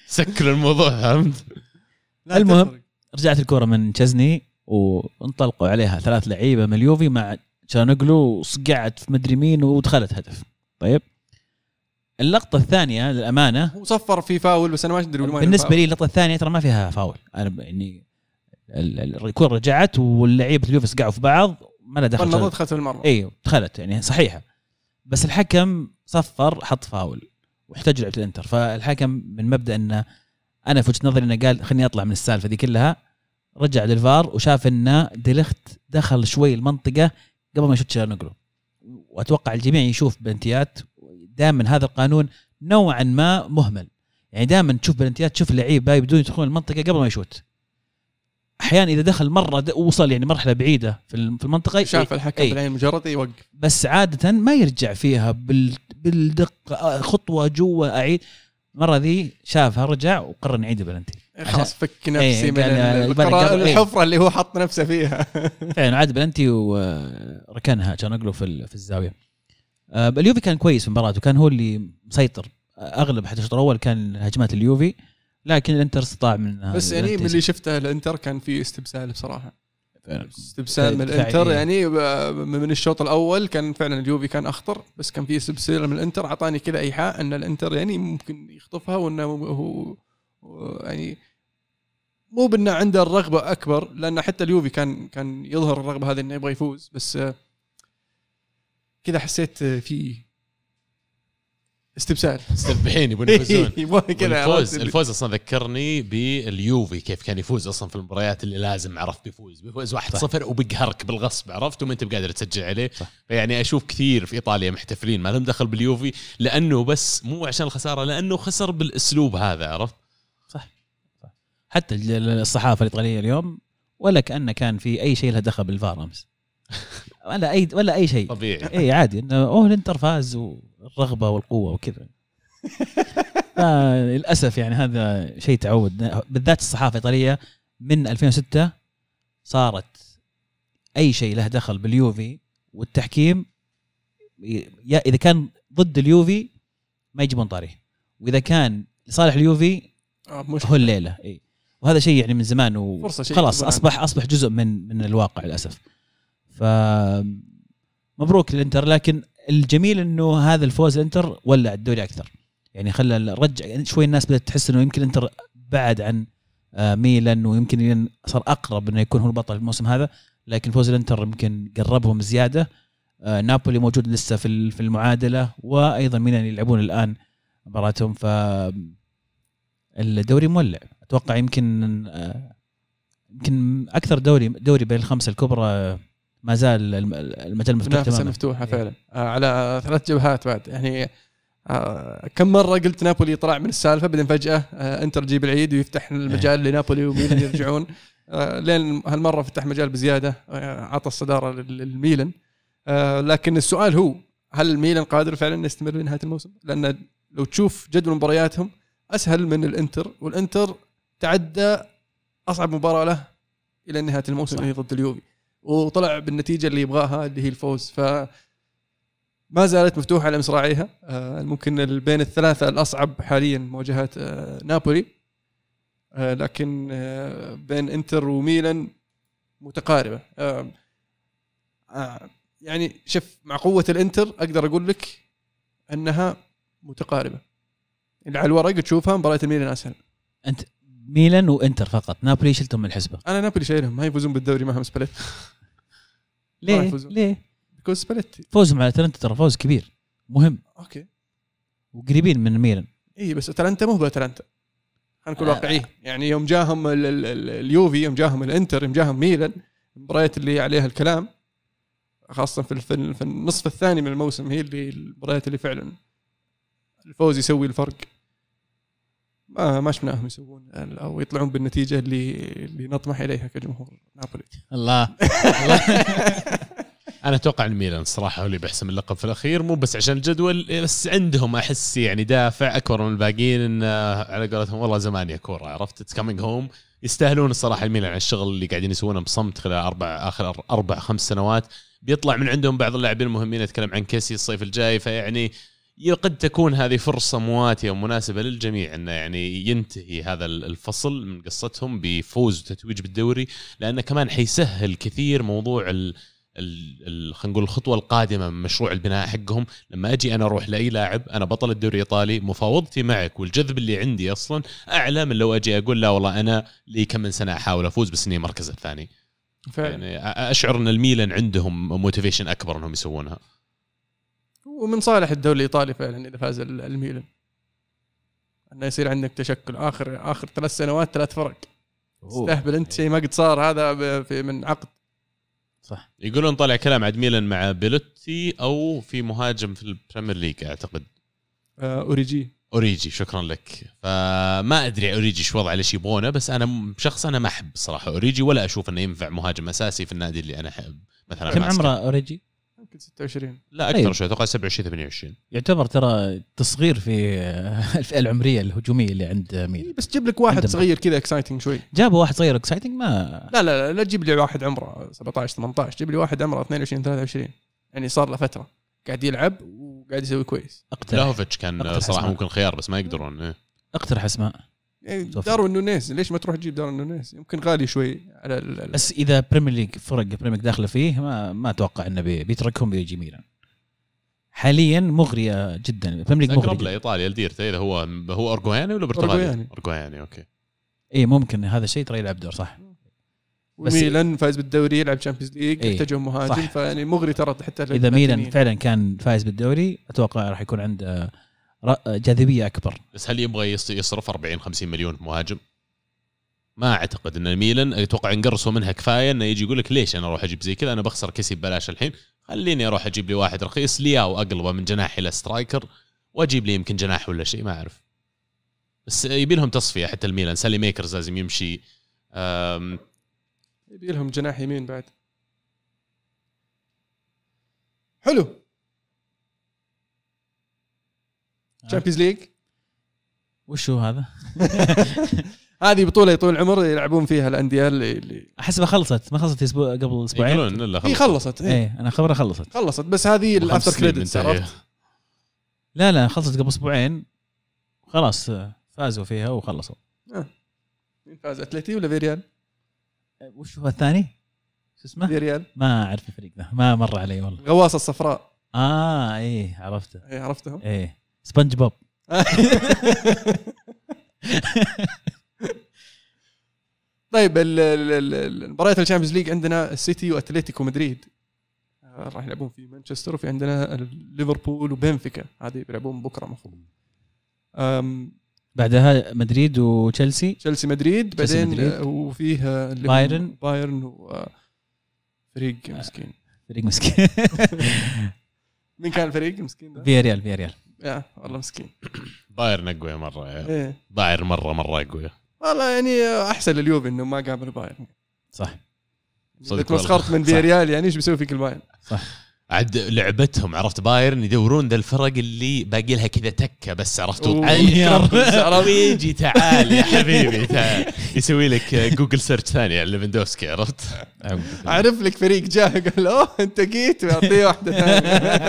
Speaker 3: سكر الموضوع فهمت.
Speaker 2: المهم رجعت الكرة من تشزني وانطلقوا عليها 3 لعيبة من اليوفي مع تشانوغلو وصقعت في مدري مين ودخلت هدف. طيب اللقطة الثانية للأمانة
Speaker 1: هو صفر في فاول بس أنا ما أدري
Speaker 2: بالنسبة لي اللقطة الثانية ترى ما فيها فاول. أنا يعني الكرة رجعت واللعيبة اليوفي صقعوا في بعض ما لا دخل
Speaker 1: دخلت المرة
Speaker 2: ايوه دخلت يعني صحيحة بس الحكم صفر حط فاول واحتج لعبة الانتر. فالحكم من مبدأ انه انا في وجهة نظري انه قال خليني اطلع من السالفة دي كلها رجع للفار وشاف ان ديليخت دخل شوي المنطقة قبل ما يشوت تشانوغلو. واتوقع الجميع يشوف بلنتيات دائما هذا القانون نوعا ما مهمل يعني دائما تشوف بلنتيات تشوف اللعيب باي بدون يدخلون المنطقة قبل ما يشوت. احيانا اذا دخل مره وصل يعني مرحله بعيده في المنطقه
Speaker 1: شاف الحكم بالعين مجرد يوقف
Speaker 2: بس عاده ما يرجع فيها بالدقه خطوه جوا اعيد. مره ذي شافها رجع وقرر نعيد بلنتي
Speaker 1: خلاص فك نفسي من الحفره اللي هو حط نفسه فيها
Speaker 2: فعلا عاد بلنتي وركنها تشانوغلو في الزاويه. اليوفي كان كويس في المباراه وكان هو اللي مسيطر اغلب حتى الشوط الاول كان هجمات اليوفي لكن الانتر استطاع من
Speaker 1: بس يعني من اللي شفته الانتر كان في استبسال بصراحه استبسال من الانتر يعني من الشوط الاول كان فعلا اليوفي كان اخطر بس كان في استبسال من الانتر اعطاني كذا ايحاء ان الانتر يعني ممكن يخطفها وانه هو يعني مو بأنه عنده الرغبه اكبر لان حتى اليوفي كان يظهر الرغبه هذه انه يبغى يفوز بس كذا حسيت في استبسال
Speaker 3: استبحين يبون يفوزون. الفوز اصلا ذكرني باليوفي كيف كان يفوز اصلا في المباريات اللي لازم عرف بيفوز 1-0 وبيقهرك بالغصب عرفت وما انت بقادر تسجل عليه. يعني اشوف كثير في ايطاليا محتفلين ما لهم دخل باليوفي لانه بس مو عشان الخساره لانه خسر بالاسلوب هذا عرفت.
Speaker 2: صح حتى الصحافه الايطاليه اليوم ولا كأنه كان في اي شيء له دخل بالفار امس ولا اي شيء
Speaker 3: طبيعي.
Speaker 2: اي عادي انه الانتر فاز والرغبه والقوه وكذا. للاسف يعني هذا شيء تعود بالذات الصحافه الايطاليه من 2006 صارت اي شيء له دخل باليوفي والتحكيم اذا كان ضد اليوفي ما يجيبون طاريه واذا كان لصالح اليوفي هو الليله. اي وهذا شيء يعني من زمان وخلاص اصبح جزء من الواقع للاسف. فمبروك للانتر لكن الجميل انه هذا الفوز الانتر ولع الدوري اكثر يعني خلى رجع شوي الناس بدأت تحس انه يمكن الانتر بعد عن ميلان ويمكن صار اقرب انه يكون هو البطل الموسم هذا لكن فوز الانتر يمكن قربهم زياده. نابولي موجود لسه في المعادله وايضا ميلان يلعبون الان مباراتهم فالدوري مولع. اتوقع يمكن اكثر دوري بين الخمسه الكبرى ما زال المجال مفتوح تماما
Speaker 1: مفتوحه فعلا على 3 جبهات بعد يعني كم مره قلت نابولي طلع من السالفه بعدين فجاه انتر جيب العيد ويفتح المجال لنابولي وميلان يرجعون لين هالمره فتح مجال بزياده عطى الصداره للميلان. لكن السؤال هو هل الميلان قادر فعلا يستمر لنهايه الموسم لان لو تشوف جدول مبارياتهم اسهل من الانتر والانتر تعدى اصعب مباراه له الى نهايه الموسم اللي ضد اليوفي وطلع بالنتيجة اللي يبغاها اللي هي الفوز. فما زالت مفتوحة على مصراعيها. ممكن بين الثلاثة الأصعب حاليا مواجهات نابولي لكن بين انتر وميلان متقاربة. يعني شوف مع قوة الانتر أقدر أقول لك أنها متقاربة اللي على الورق تشوفها مباراة الميلان أسهل.
Speaker 2: أنت ميلان وانتر فقط نابولي شلتهم من الحسبة.
Speaker 1: أنا نابولي شايلهم ما يفوزون بالدوري معهم سباليت.
Speaker 2: ليه؟
Speaker 1: بيكوز سباليتي
Speaker 2: فوزهم على أتلانتا ترى فوز كبير مهم.
Speaker 1: أوكي
Speaker 2: وقريبين من ميلان.
Speaker 1: إيه بس أتلانتا مو بأتلانتا خلينا نكون واقعيين يعني يوم جاهم اليوفي يوم جاهم الانتر يوم جاهم ميلان المباريات اللي عليها الكلام خاصة في النصف الثاني من الموسم هي اللي المباريات اللي فعلا الفوز يسوي الفرق. ما شفناهم يسوون أو يطلعون بالنتيجة اللي نطمح إليها كجمهور نابولي.
Speaker 2: الله
Speaker 3: أنا أتوقع الميلان صراحة هو اللي بيحسم اللقب في الأخير مو بس عشان الجدول بس عندهم أحس يعني دافع أكبر من الباقيين إن على قولتهم والله زمان يا كورة عرفت it's coming home. يستاهلون الصراحة الميلان على الشغل اللي قاعدين يسوونه بصمت خلال آخر 4-5 سنوات. بيطلع من عندهم بعض اللاعبين المهمين. أتكلم عن كيسي الصيف الجاي فيعني قد تكون هذه فرصة مواتية ومناسبة للجميع أنه يعني ينتهي هذا الفصل من قصتهم بفوز وتتويج بالدوري، لأنه كمان حيسهل كثير موضوع خلينا نقول الخطوة القادمة من مشروع البناء حقهم. لما أجي أنا أروح لأي لاعب، أنا بطل الدوري الإيطالي، مفاوضتي معك والجذب اللي عندي أصلا أعلى من لو أجي أقول لا والله أنا لي كم من سنة أحاول أفوز بس إني مركز الثاني. يعني أشعر أن الميلان عندهم موتيفيشن أكبر أنهم يسوونها،
Speaker 1: ومن صالح الدوري الإيطالي فعلا إذا فاز الميلان أنه يصير عندك تشكل آخر 3 سنوات 3 فرق. استهبل أنت شيء ما قد صار هذا من عقد.
Speaker 2: صح.
Speaker 3: يقولون طالع كلام عند ميلان مع بيلوتي أو في مهاجم في البريمير ليج أعتقد أوريجي. شكرا لك. فما أدري أوريجي شو وضع ليش يبغونه، بس أنا شخص أنا ما أحب صراحة أوريجي، ولا أشوف أنه ينفع مهاجم أساسي في النادي اللي أنا أحب. مثلا
Speaker 2: كم عمره أوريجي؟
Speaker 1: يمكن 26.
Speaker 3: لا أكثر شوي، أتوقع 27-28.
Speaker 2: يعتبر ترى تصغير في الفئة العمرية الهجومية اللي عند ميلان.
Speaker 1: بس جيب لك واحد صغير كذا اكسايتنج شوي.
Speaker 2: جابوا واحد صغير اكسايتنج ما
Speaker 1: لا تجيب لي واحد عمره 17-18، جيب لي واحد عمره 22-23 يعني صار له فترة قاعد يلعب وقاعد يسوي كويس.
Speaker 3: لاهوفيتش كان صراحة ممكن خيار بس ما يقدرون.
Speaker 2: اقترح اسماء
Speaker 1: دارون نونيز. ليش ما تروح تجيب دارون نونيز؟ يمكن غالي شوي على
Speaker 2: بس اذا بريمير ليج فرق داخله فيه ما اتوقع انه بيتركهم بيجي ميلان. حاليا مغريه جدا بريمير ليج،
Speaker 3: مغريه لايطاليا الديرته. اذا هو ارجواني ولا برتغالي؟ ارجواني اوكي.
Speaker 2: اي ممكن هذا الشيء ترى يلعب دور صح.
Speaker 1: وميلان فايز بالدوري يلعب تشامبيونز ليج يحتاجون مهاجم، فيعني مغري ترى حتى
Speaker 2: اذا ميلان فعلا كان فايز بالدوري اتوقع راح يكون عنده جاذبيه اكبر.
Speaker 3: بس هل يبغى يصرف 40-50 مليون مهاجم؟ ما اعتقد ان الميلان اتوقع نقرصوا منها كفايه انه يجي يقول لك ليش انا اروح اجيب زي كذا، انا بخسر كسي ببلاش الحين، خليني اروح اجيب لي واحد رخيص لي او اقلبه من جناح الى سترايكر واجيب لي يمكن جناح ولا شيء ما اعرف. بس يبي لهم تصفيه حتى الميلان. سالي ميكرز لازم يمشي،
Speaker 1: يبي لهم جناح يمين بعد. حلو. تشامبيونز ليج
Speaker 2: وشو هذا؟
Speaker 1: هذه بطولة طول العمر يلعبون فيها الأندية اللي
Speaker 2: أحسبها خلصت. ما خلصت أسبوع قبل أسبوعين؟
Speaker 1: هي خلصت.
Speaker 2: إيه أنا خبرها خلصت
Speaker 1: بس هذه الأفتر كريدتس عرفت؟
Speaker 2: لا خلصت قبل أسبوعين خلاص فازوا فيها وخلصوا.
Speaker 1: مين فاز؟ أتلتي ولا فيريال؟
Speaker 2: وش هو الثاني؟ شو اسمه؟
Speaker 1: فيريال.
Speaker 2: ما أعرف الفريق ده، ما مر علي والله.
Speaker 1: غواصة الصفراء.
Speaker 2: إيه عرفته.
Speaker 1: إيه عرفتهم؟
Speaker 2: إيه سبونج بوب.
Speaker 1: طيب المباريات الشامبيونز ليج عندنا السيتي واتلتيكو مدريد راح يلعبون في مانشستر، وفي عندنا ليفربول وبنفيكا هذه بيلعبون بكره المفروض.
Speaker 2: بعدها مدريد وتشيلسي.
Speaker 1: مدريد بعدين وفيه بايرن وفريق مسكين. مين كان الفريق المسكين ده؟
Speaker 2: فياريال.
Speaker 1: يا والله مسكين.
Speaker 3: بايرن اقوى مره يعني.
Speaker 1: إيه؟
Speaker 3: بايرن مره اقوى
Speaker 1: والله يعني احسن لليوفي انه ما قابل بايرن.
Speaker 2: صح.
Speaker 1: صدق مسخرت من فياريال يعني ايش بيسوي فيك البايرن؟
Speaker 2: صح.
Speaker 3: عد لعبتهم عرفت بايرن يدورون ذا الفرق اللي باقي لها كذا تكه بس عرفتوا ويجي تعال يا حبيبي تعال يسوي لك جوجل سيرش ثاني على ليفاندوفسكي عرفت.
Speaker 1: اعرف لك فريق جاء قال له انت جيت واعطيه واحده ثانيه.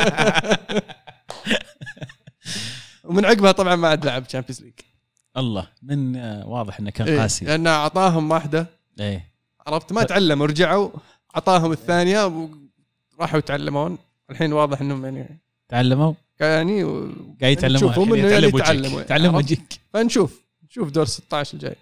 Speaker 1: ومن عقبها طبعا ما عاد لعب تشامبيونز ليج.
Speaker 2: الله من واضح انه كان قاسي
Speaker 1: لانه اعطاهم واحده عرفت ما تعلموا رجعوا اعطاهم الثانيه راحوا يتعلمون. الحين واضح انهم يعني
Speaker 2: تعلموا
Speaker 1: يعني
Speaker 2: قاعد يتعلموا تعلموا وجهك.
Speaker 1: فنشوف دور 16 الجاي.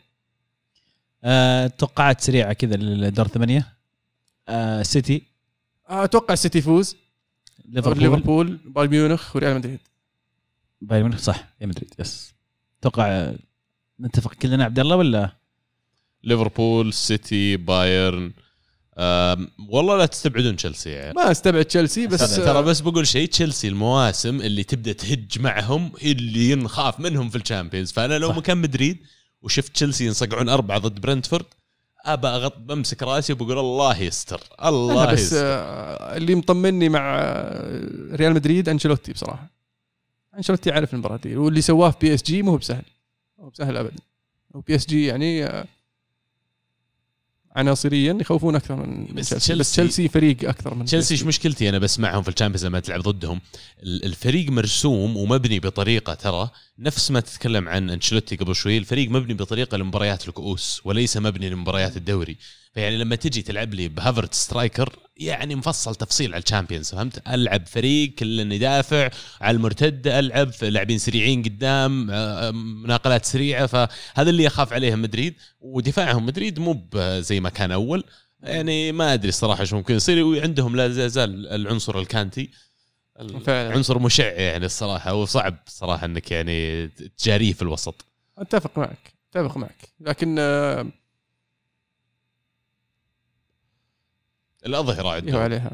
Speaker 2: توقعات سريعه كذا للدور 8. سيتي
Speaker 1: اتوقع السيتي يفوز. ليفربول بايرن ميونخ وريال مدريد.
Speaker 2: بايرن ميونخ صح يا مدريد يس. توقع نتفق كلنا عبد الله ولا؟
Speaker 3: ليفربول سيتي بايرن. والله لا تستبعدون تشيلسي يعني.
Speaker 1: ما استبعد تشيلسي بس
Speaker 3: ترى بس بقول شيء تشيلسي المواسم اللي تبدأ تهج معهم اللي ينخاف منهم في الشامبيونز. فأنا لو مكان مدريد وشفت تشيلسي ينصقعون 4 ضد برنتفورد بمسك راسي وبقول الله يستر الله
Speaker 1: بس
Speaker 3: يستر.
Speaker 1: اللي مطمني مع ريال مدريد أنشيلوتي بصراحة. أنشيلوتي عارف المباراة دي واللي سواه في PSG مو بسهل أبدا. وبي اس جي يعني عناصريا يخوفون اكثر من تشيلسي. بس تشيلسي فريق اكثر من
Speaker 3: تشيلسي. ايش مشكلتي انا بسمعهم في الشامبيونز لما تلعب ضدهم؟ الفريق مرسوم ومبني بطريقه، ترى نفس ما تتكلم عن انشيلوتي قبل شوي، الفريق مبني بطريقه لمباريات الكؤوس وليس مبني لمباريات الدوري. فيعني لما تجي تلعب لي بهافرت سترايكر يعني مفصل تفصيل على الشامبيونز، فهمت؟ العب فريق كله يدافع على المرتده، العب لاعبين سريعين قدام، مناقلات سريعه، فهذا اللي يخاف عليهم مدريد. ودفاعهم مدريد مو زي ما كان اول، يعني ما ادري الصراحه شو ممكن يصير. وعندهم لا زال العنصر الكانتي، عنصر مشع يعني الصراحه، وصعب صراحه انك يعني تجاريه في الوسط.
Speaker 1: اتفق معك لكن
Speaker 3: الأظهرة عندهم
Speaker 1: عليها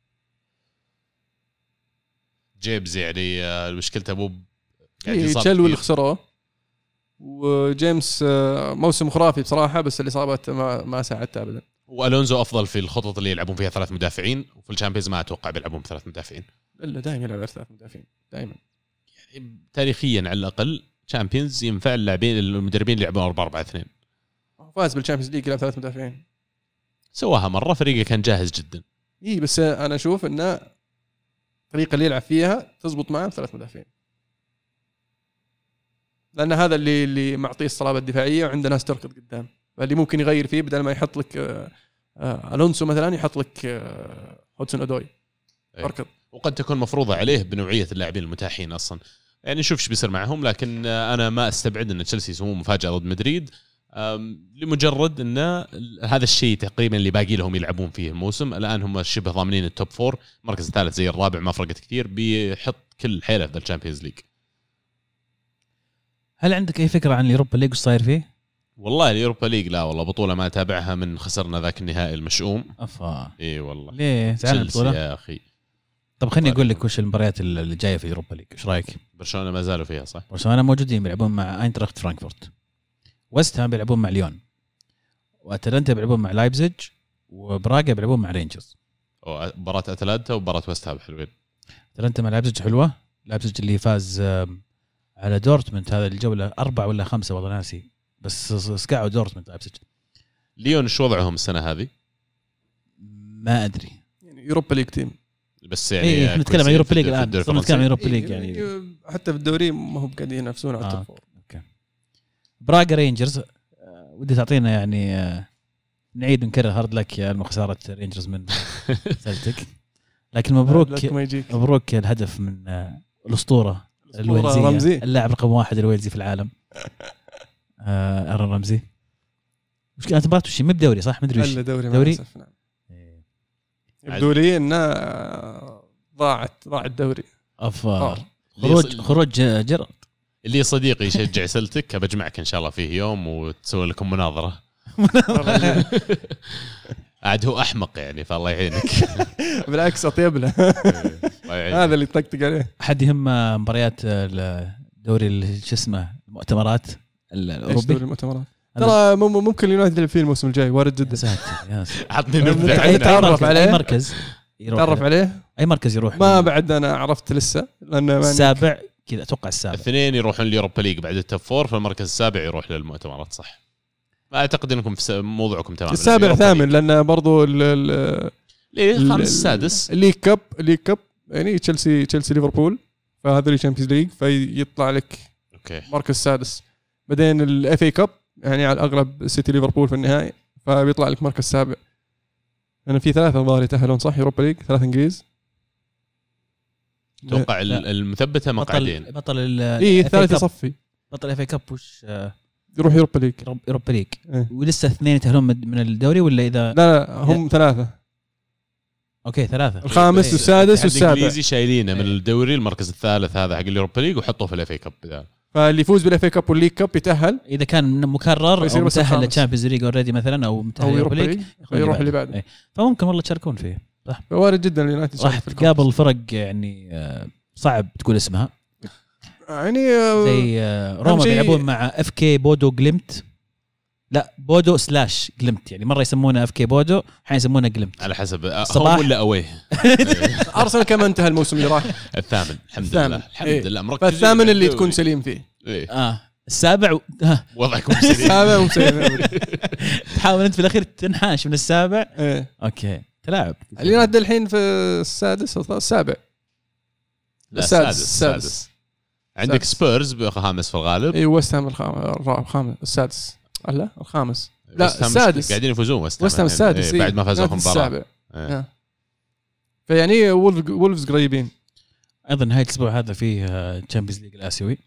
Speaker 3: جيبز، يعني مشكلته مو
Speaker 1: يعني تشيلوي اللي خسروه، وجيمس موسم خرافي بصراحة، بس الإصابات ما ساعدته أبدا.
Speaker 3: وألونزو أفضل في الخطط اللي يلعبون فيها 3 مدافعين، وفي الشامبيونز ما أتوقع بيلعبون ب3 مدافعين.
Speaker 1: إلا دائما يلعب 3 مدافعين دائما،
Speaker 3: يعني تاريخيا على الأقل شامبيونز ينفع اللاعبين المدربين اللي يلعبون 4-4-2.
Speaker 1: فاز بالشامبيونز ليج يلعب 3 مدافعين،
Speaker 3: سواها مرة فريقه كان جاهز جدا.
Speaker 1: بس أنا أشوف إن الطريقة اللي يلعب فيها تزبط معه ب3 مدافعين، لأن هذا اللي معطيه الصلابة الدفاعية، وعنده ناس تركض قدام، فاللي ممكن يغير فيه بدل ما يحط لك ألونسو مثلا يحط لك هودسون أودوي تركض.
Speaker 3: وقد تكون مفروضة عليه بنوعية اللاعبين المتاحين أصلا، يعني نشوف ايش بيصير معهم. لكن أنا ما استبعد أن تشيلسي يسوون مفاجأة ضد مدريد، لمجرد أن هذا الشيء تقريبا اللي باقي لهم يلعبون فيه الموسم. الآن هم شبه ضامنين التوب 4، مركز الثالث زي الرابع ما فرقت كثير، بيحط كل حيله في الشامبيونز ليج.
Speaker 2: هل عندك أي فكرة عن اليوروبا ليج وصاير فيه؟
Speaker 3: والله اليوروبا ليج لا والله، بطولة ما أتابعها من خسرنا ذاك النهائي المشؤوم.
Speaker 2: إيه
Speaker 3: والله
Speaker 2: ليه زعلان البطولة
Speaker 3: يا أخي؟
Speaker 2: طب خليني أقول لك وش المباريات اللي جاية في اليوروبا ليج، إيش رأيك؟
Speaker 3: برشلونة ما زالوا فيها صح؟
Speaker 2: برشلونة موجودين بيلعبون مع أينتراخت فرانكفورت، ويست هام بيلعبون مع ليون، وأتلانتا بيلعبون مع لايبزيج، وبراغا بيلعبون مع رينجرز.
Speaker 3: مباراة أتلانتا ومباراة ويست هام حلوين.
Speaker 2: أتلانتا مع لايبزيج حلوة، لايبزيج اللي فاز على دورتموند هذا الجولة 4 ولا 5 والله ناسي، بس سقعوا دورتموند لايبزيج.
Speaker 3: ليون شو وضعهم السنة هذه؟
Speaker 2: ما أدري،
Speaker 1: يعني يوروبا ليج تيم
Speaker 3: بس يعني
Speaker 2: إيه إحنا نتكلم عن يوروبا ليج الآن، نتكلم عن يوروبا ليج يعني
Speaker 1: حتى في الدوري ما هو قاعدين ينافسون على التوب فور.
Speaker 2: أوكي. براغا رينجرز، ودي تعطينا يعني نعيد ونكرر هارد لك يا خسارة رينجرز من سلتك، لكن مبروك الهدف من الأسطورة الويلزية، اللاعب رقم 1 الويلزي في العالم، أرون رمزي. مش كانت مباراة وشي مب دوري صح؟ مدري وش
Speaker 1: دوري نعم. يبدو لي إنه ضاعت دوري.
Speaker 2: أفار خروج جرد.
Speaker 3: اللي صديقي يشجع سلتك بجمعك إن شاء الله فيه يوم وتسوي لكم مناظرة. عاد هو أحمق يعني، فالله يعينك.
Speaker 1: بالعكس أطيب له. هذا اللي طقطق عليه.
Speaker 2: حد يهم مباريات الدوري شو اسمه المؤتمرات الأوروبي.
Speaker 1: دوري المؤتمرات ترى ممكن اليونايتد يلعب فيه الموسم الجاي، وارد جدا.
Speaker 3: عطني نبذة.
Speaker 2: يتعرف عليه أي مركز
Speaker 1: يتعرف عليه،
Speaker 2: أي مركز يروح.
Speaker 1: ما بعد أنا عرفت لسه، لأن
Speaker 2: السابع كذا أتوقع السابع.
Speaker 3: الاثنين يروحون اليوروبا ليج بعد التوب 4، فالمركز السابع يروح للمؤتمرات صح. ما أعتقد أنكم في موضوعكم تمام.
Speaker 1: السابع ثامن لأن برضو
Speaker 3: الخامس السادس
Speaker 1: ليج كاب يعني تشيلسي ليفربول، فهذا اللي تشامبيونز ليج فيطلع لك
Speaker 3: أوكي
Speaker 1: مركز سادس. بعدين الاف اي كاب يعني على الأغلب سيتي ليفربول في النهائي، فبيطلع لك مركز سابع. أنا في 3 ظاهر يتأهلون صح يوروبا ليج، 3 إنجليز.
Speaker 3: توقع المثبتة مقعدين.
Speaker 2: بطل
Speaker 1: الثالث يصفي.
Speaker 2: بطل اف اي كاب وش
Speaker 1: يروح يوروبا ليج.
Speaker 2: ولسه 2 يتأهلون من الدوري ولا إذا
Speaker 1: لا هم 3.
Speaker 2: اوكي 3.
Speaker 1: الخامس والسادس والسابع
Speaker 3: الانجليزي شايلينه من الدوري، المركز الثالث هذا حق اليوروبا ليج وحطوه في الاف اي كاب.
Speaker 1: فاللي يفوز بالاف اي كاب والليج كاب يتأهل
Speaker 2: اذا كان مكرر او متأهل للتشامبيونز ليج اوريدي مثلا او متأهل لليوروبا ليج
Speaker 1: يروح اللي بعده.
Speaker 2: فممكن والله تشاركون فيه صح.
Speaker 1: وارد جدا اليونايتد
Speaker 2: راح تقابل فرق يعني صعب تقول اسمها،
Speaker 1: يعني
Speaker 2: زي روما بيلعبون مع اف كي بودو جليمت، لا بودو سلاش جليمت، يعني مره يسمونه اف كي بودو حين يسمونه جليمت
Speaker 3: على حسب هو ولا اويه.
Speaker 1: ارسنال كمان انتهى الموسم اللي راح
Speaker 3: الثامن الحمد لله
Speaker 1: مركز. فالثامن اللي تكون سليم فيه.
Speaker 2: السابع
Speaker 3: وضعكم سريع.
Speaker 1: السابع ومسير.
Speaker 2: تحاول انت في الاخير تنحاش من السابع.
Speaker 1: ايه
Speaker 2: اوكي تلعب
Speaker 1: اللي نادى الحين في السادس او السابع.
Speaker 3: لا
Speaker 1: السادس.
Speaker 3: عندك سبيرز بخامس في الغالب.
Speaker 1: اي ويست هام الخامس السادس. لا الخامس لا السادس
Speaker 3: قاعدين يفوزون
Speaker 1: ويست هام السادس
Speaker 3: بعد ما فازوا في المباراة.
Speaker 1: فيعني وولفز قريبين.
Speaker 2: ايضا نهايه الاسبوع هذا فيه تشامبيونز ليج الاسيوي،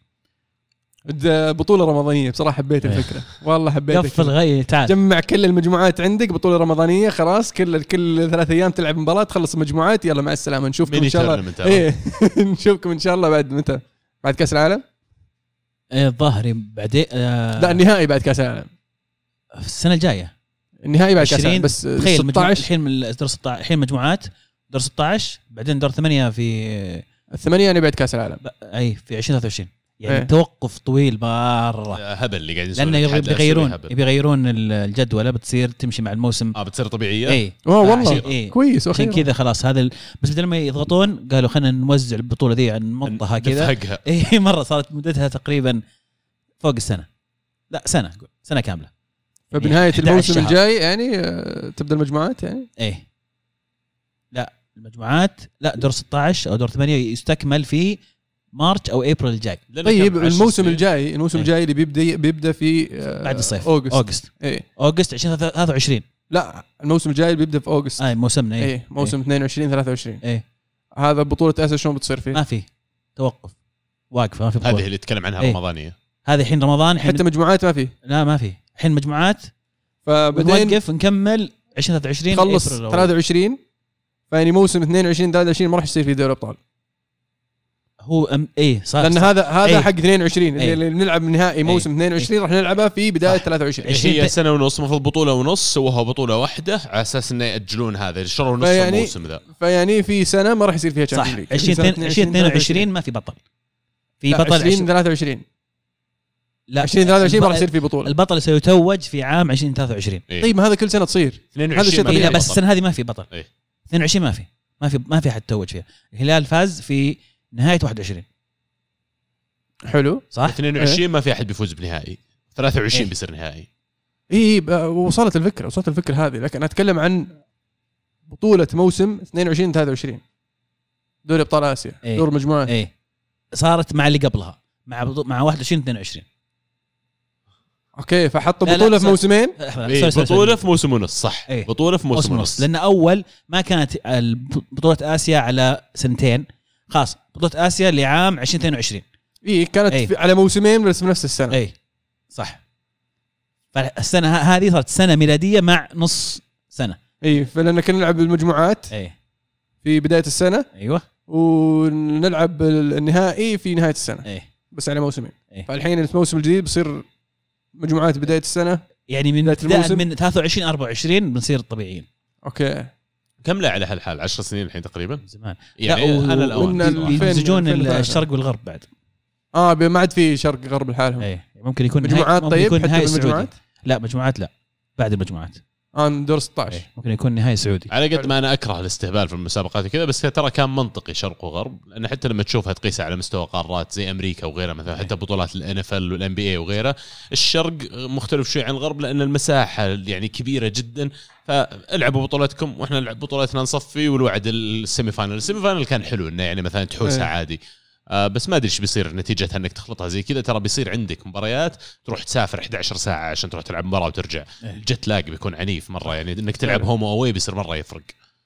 Speaker 1: بطولة رمضانية. بصراحة حبيت الفكرة والله حبيتها.
Speaker 2: قفل غي تعال
Speaker 1: جمع كل المجموعات عندك بطولة رمضانية خلاص كل 3 أيام تلعب مباراة تخلص المجموعات يلا مع السلامة نشوفكم إن شاء الله. إيه نشوفكم إن شاء الله بعد متى؟ بعد كأس العالم؟
Speaker 2: إيه ظاهري بعدين
Speaker 1: لا النهائي بعد كأس العالم
Speaker 2: في السنة الجاية.
Speaker 1: النهائي بعد كأس العالم بس
Speaker 2: 16 الحين من دور 16 الحين مجموعات دور 16 بعدين دور 8 في
Speaker 1: الثمانية يعني بعد كأس العالم
Speaker 2: أي في 2023 يعني توقف طويل مرة.
Speaker 3: هبل اللي قاعدين
Speaker 2: يسوون لأنه يغيرون الجدولة بتصير تمشي مع الموسم.
Speaker 3: بتصير طبيعية.
Speaker 2: اي
Speaker 1: والله كويس
Speaker 2: عشان كذا خلاص هذا بس بدل ما يضغطون قالوا خلينا نوزع البطولة دي نمطها كذا. اي مرة صارت مدتها تقريبا فوق السنة. لا سنة كاملة.
Speaker 1: فبنهاية الموسم الجاي يعني تبدأ المجموعات يعني.
Speaker 2: ايه لا المجموعات لا دور 16 او دور 8 يستكمل في مارش او ابريل الجاي.
Speaker 1: طيب الموسم الجاي الجاي اللي بيبدا في
Speaker 2: بعد الصيف
Speaker 1: اوغست
Speaker 2: ايه اوغست 2023.
Speaker 1: لا الموسم الجاي بيبدا في اوغست.
Speaker 2: موسمنا
Speaker 1: ايه موسم 22 23
Speaker 2: ايه
Speaker 1: هذا بطوله اسيا شلون بتصير فيه؟
Speaker 2: ما في توقف واقفه ما في بطولة.
Speaker 3: هذه اللي يتكلم عنها رمضانيه.
Speaker 2: هذه الحين رمضان
Speaker 1: حتى مجموعات ما في.
Speaker 2: لا ما في الحين مجموعات
Speaker 1: فبعدين
Speaker 2: نوقف نكمل 2023
Speaker 1: خلص 23 فيعني موسم 22 23 ما راح يصير فيه دوري ابطال.
Speaker 2: هو ايه صح
Speaker 1: لان هذا حق 22 اللي بنلعب نهائي موسم 22 راح نلعبها في بدايه 23.
Speaker 3: هي سنه ونص المفروض بطوله ونص سووها بطوله واحده على اساس انه ياجلون هذا شروا نص الموسم ذا.
Speaker 1: فيعني في سنه ما راح يصير فيها تشامبيونز ليج.
Speaker 2: 2022 ما في بطل. في بطل
Speaker 1: 2023 لا 2023 ما راح يصير في بطوله.
Speaker 2: البطل سيتوج في عام 2023.
Speaker 1: طيب ما هذا كل سنه تصير.
Speaker 3: هذا شيء
Speaker 2: طبيعي بس السنه هذه ما في بطل. 22 ما في حد توج فيها. الهلال فاز في نهايه 21
Speaker 1: حلو
Speaker 2: صح.
Speaker 3: 22 ما في احد بيفوز بنهائي 23 بيصير نهائي.
Speaker 1: وصلت الفكره هذه لكن اتكلم عن بطوله موسم 22 23 دوري ابطال اسيا دور مجموعات
Speaker 2: صارت مع اللي قبلها مع 21 22.
Speaker 1: اوكي فحطوا بطوله في موسمين.
Speaker 3: بطوله في موسم ونص صح. بطوله في موسم ونص
Speaker 2: لان اول ما كانت بطوله اسيا على سنتين خاص بطوله اسيا لعام 2022
Speaker 1: كانت على موسمين بس في نفس السنه.
Speaker 2: صح. فالسنه هذه صارت سنه ميلاديه مع نص سنه.
Speaker 1: فلان كنا نلعب المجموعات في بدايه السنه.
Speaker 2: ايوه
Speaker 1: ونلعب النهائي في نهايه السنه. بس على موسمين. فالحين الموسم الجديد بصير مجموعات بدايه السنه
Speaker 2: يعني من 23 24 بنصير طبيعيين.
Speaker 1: اوكي
Speaker 3: كم لا على هالحال 10 سنين الحين تقريبا
Speaker 2: زمان
Speaker 3: يعني انا الاول
Speaker 2: يمزجون الشرق والغرب بعد.
Speaker 1: ما عاد في شرق غرب لحالهم.
Speaker 2: ممكن يكون
Speaker 1: مجموعات. طيب
Speaker 2: يكون
Speaker 1: حتى المجموعات
Speaker 2: لا مجموعات لا بعد المجموعات
Speaker 1: دور 16
Speaker 2: ممكن يكون نهائي سعودي.
Speaker 3: على قد ما انا اكره الاستهبال في المسابقات كذا بس ترى كان منطقي شرق وغرب لان حتى لما تشوفها تقيسها على مستوى قارات زي امريكا وغيرها مثلا حتى بطولات الNFL والNBA وغيرها الشرق مختلف شوي عن الغرب لان المساحه يعني كبيره جدا. فالعبوا بطولتكم واحنا نلعب بطولتنا نصفي والوعد السيمي فاينل كان حلو انه يعني مثلا تحوسها عادي. بس ما ادري ايش بيصير نتيجتها انك تخلطها زي كذا. ترى بيصير عندك مباريات تروح تسافر 11 ساعه عشان تروح تلعب مباراه وترجع. الجت لاج بيكون عنيف مره يعني انك تلعب هوم اوي بيصير مره يفرق.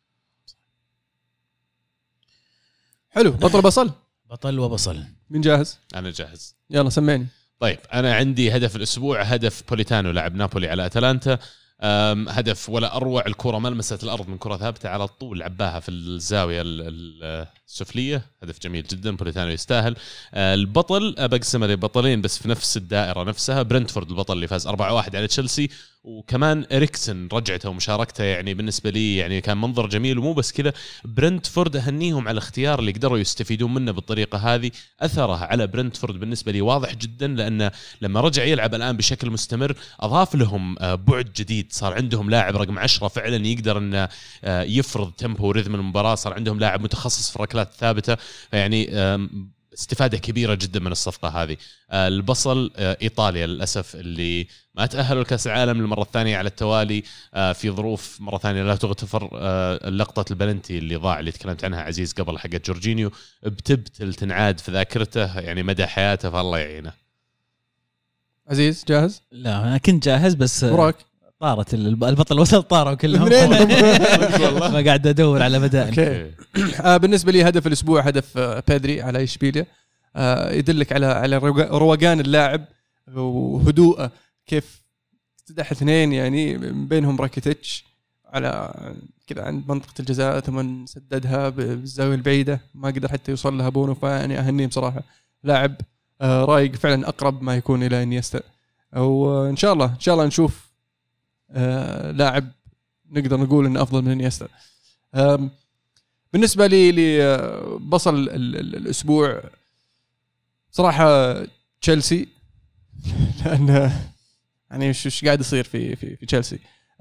Speaker 1: حلو.
Speaker 2: بطل وبصل.
Speaker 1: مين جاهز؟
Speaker 3: انا جاهز.
Speaker 1: يلا سمعني.
Speaker 3: طيب انا عندي هدف الاسبوع هدف بوليتانو لعب نابولي على اتلانتا. هدف ولا أروع. الكرة ما لمست الأرض من كرة ثابتة على طول عباها في الزاوية السفلية. هدف جميل جدا. بوليتانو يستاهل. البطل بقسمه لبطلين بس في نفس الدائرة نفسها. برنتفورد البطل اللي فاز 4-1 على تشيلسي وكمان إريكسن رجعته ومشاركته يعني بالنسبة لي يعني كان منظر جميل. ومو بس كذا برنتفورد أهنيهم على الاختيار اللي قدروا يستفيدون منه بالطريقة هذه. أثره على برنتفورد بالنسبة لي واضح جدا لأنه لما رجع يلعب الآن بشكل مستمر أضاف لهم بعد جديد. صار عندهم لاعب رقم 10 فعلا يقدر أنه يفرض تيمبو وريثم المباراة. صار عندهم لاعب متخصص في الركلات الثابتة يعني استفادة كبيرة جدا من الصفقة هذه. البصل إيطاليا للأسف اللي ما تأهلوا لكأس العالم للمرة الثانية على التوالي في ظروف مرة ثانية لا تغتفر. اللقطة البلنتي اللي ضاع اللي تكلمت عنها عزيز قبل حقت جورجينيو بتبتل تنعاد في ذاكرته يعني مدى حياته، فالله يعينه.
Speaker 1: عزيز جاهز؟
Speaker 2: لا أنا كنت جاهز بس
Speaker 1: وراك
Speaker 2: طارت البطل وصل طاروا كلهم ما قاعد أدور على بدائل.
Speaker 1: بالنسبة لي هدف الأسبوع هدف بيدري على إشبيليا. يدلك على روقان اللاعب وهدوءه، كيف تدح اثنين يعني بينهم راكيتيتش على كذا عند منطقة الجزاء ثم سددها بالزاوية البعيدة ما قدر حتى يوصل لها بونو. فيعني أهنيه بصراحة، لاعب رايق فعلا، أقرب ما يكون إلى إنيستا. وإن شاء الله نشوف لاعب نقدر نقول إنه أفضل من إنيستا. بالنسبة لي بصل الأسبوع صراحة تشيلسي، لأن يعني وش قاعد يصير في تشيلسي.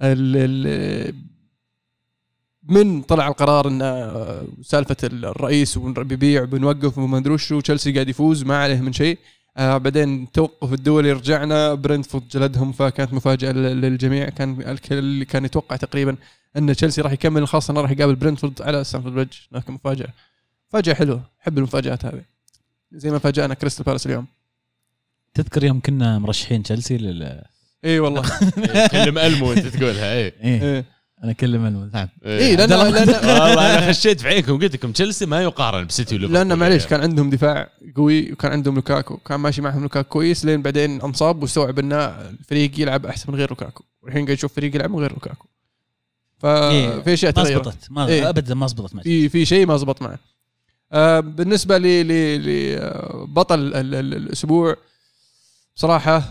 Speaker 1: من طلع القرار إن سالفة الرئيس وبيبيع وبنوقف وما ندري وش، تشيلسي قاعد يفوز ما عليه من شيء. بعدين توقف الدولي رجعنا برنتفورد جلدهم، فكانت مفاجأة للجميع. كان الكل كان يتوقع تقريبا أن تشيلسي راح يكمل، خاصة راح يقابل برنتفورد على ستانفورد بريدج. لكن مفاجأة حلوة، حب المفاجآت هذه زي ما فاجأنا كريستال بالاس اليوم.
Speaker 2: تذكر يوم كنا مرشحين تشيلسي
Speaker 1: اي والله
Speaker 3: كلم ألمو انت تقولها.
Speaker 2: ايه انا كلم ألمو. نعم
Speaker 1: لان
Speaker 3: والله انا خشيت في عينكم قلت لكم تشيلسي ما يقارن بسيتي وليفربول،
Speaker 1: لان معليش كان عندهم دفاع قوي وكان عندهم لوكاكو، كان ماشي معهم لوكاكو كويس لين بعدين انصاب واستوعب ان الفريق يلعب احسن من غير لوكاكو، والحين قاعد نشوف فريق يلعب من غير لوكاكو. ففي اشياء
Speaker 2: تغيرت ابدا ما زبطت معه،
Speaker 1: في شيء ما زبط معه. بالنسبه لي بطل الاسبوع صراحه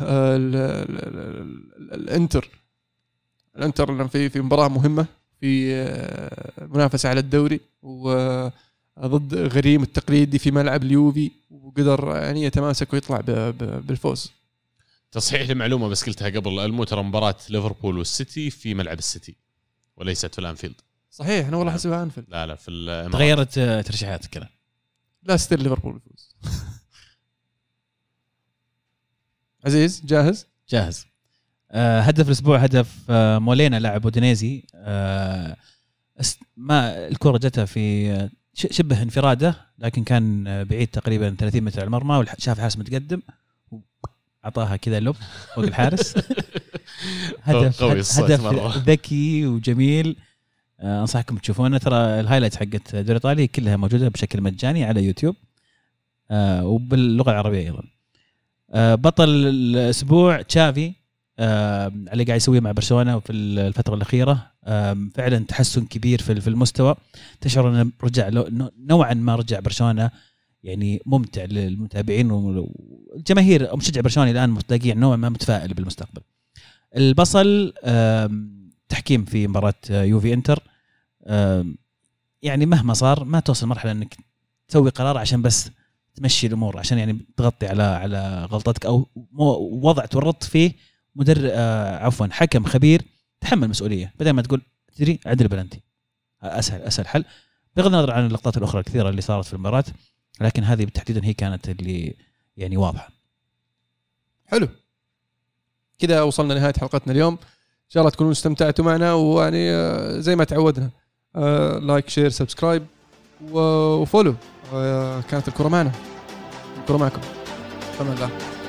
Speaker 1: الانتر لأن في مباراة مهمة في منافسة على الدوري وضد غريم التقليدي في ملعب اليوفي، وقدر يعني يتماسك ويطلع بالفوز.
Speaker 3: تصحيح لمعلومة بس قلتها قبل ألمو، ترى مباراة ليفربول والسيتي في ملعب السيتي وليست في الأنفيلد.
Speaker 1: صحيح أنا والله حسبها أنفيلد.
Speaker 3: لا في الإمارات.
Speaker 2: تغيرت ترشيحات كذا.
Speaker 1: لا ستيل ليفربول يفوز. عزيز جاهز؟
Speaker 2: جاهز. هدف الأسبوع هدف مولينا لاعب اودينيزي. ما الكرة جتها في شبه انفرادة لكن كان بعيد تقريبا 30 متر على المرمى، وشاف الحارس متقدم وعطاها كذا لب فوق الحارس. هدف ذكي وجميل. أنصحكم تشوفونه، ترى الهايلايت حقت دوري إيطالي كلها موجودة بشكل مجاني على يوتيوب وباللغة العربية أيضا. بطل الأسبوع تشافي اللي قاعد يسويه مع برشلونة وفي الفترة الأخيرة فعلا تحسن كبير في المستوى. تشعر أنه رجع نوعا ما رجع برشلونة يعني ممتع للمتابعين والجماهير. مشجع برشلونة الآن متلاقي نوعا ما متفائل بالمستقبل. البصل تحكيم في مباراة يوفي انتر. يعني مهما صار ما توصل مرحلة أنك تسوي قرار عشان بس تمشي الأمور، عشان يعني تغطي على غلطتك أو وضع تورط فيه حكم خبير تحمل مسؤولية بدل ما تقول تدري عدل بلنتي. أسهل حل بغض النظر عن اللقطات الأخرى الكثيرة اللي صارت في المباراة، لكن هذه بالتحديد هي كانت اللي يعني واضحة.
Speaker 1: حلو كده وصلنا لنهاية حلقتنا اليوم. إن شاء الله تكونوا استمتعتوا معنا، ويعني زي ما تعودنا لايك شير سبسكرايب وفولو. كانت الكرة معنا، الكرة معكم. تمام الله.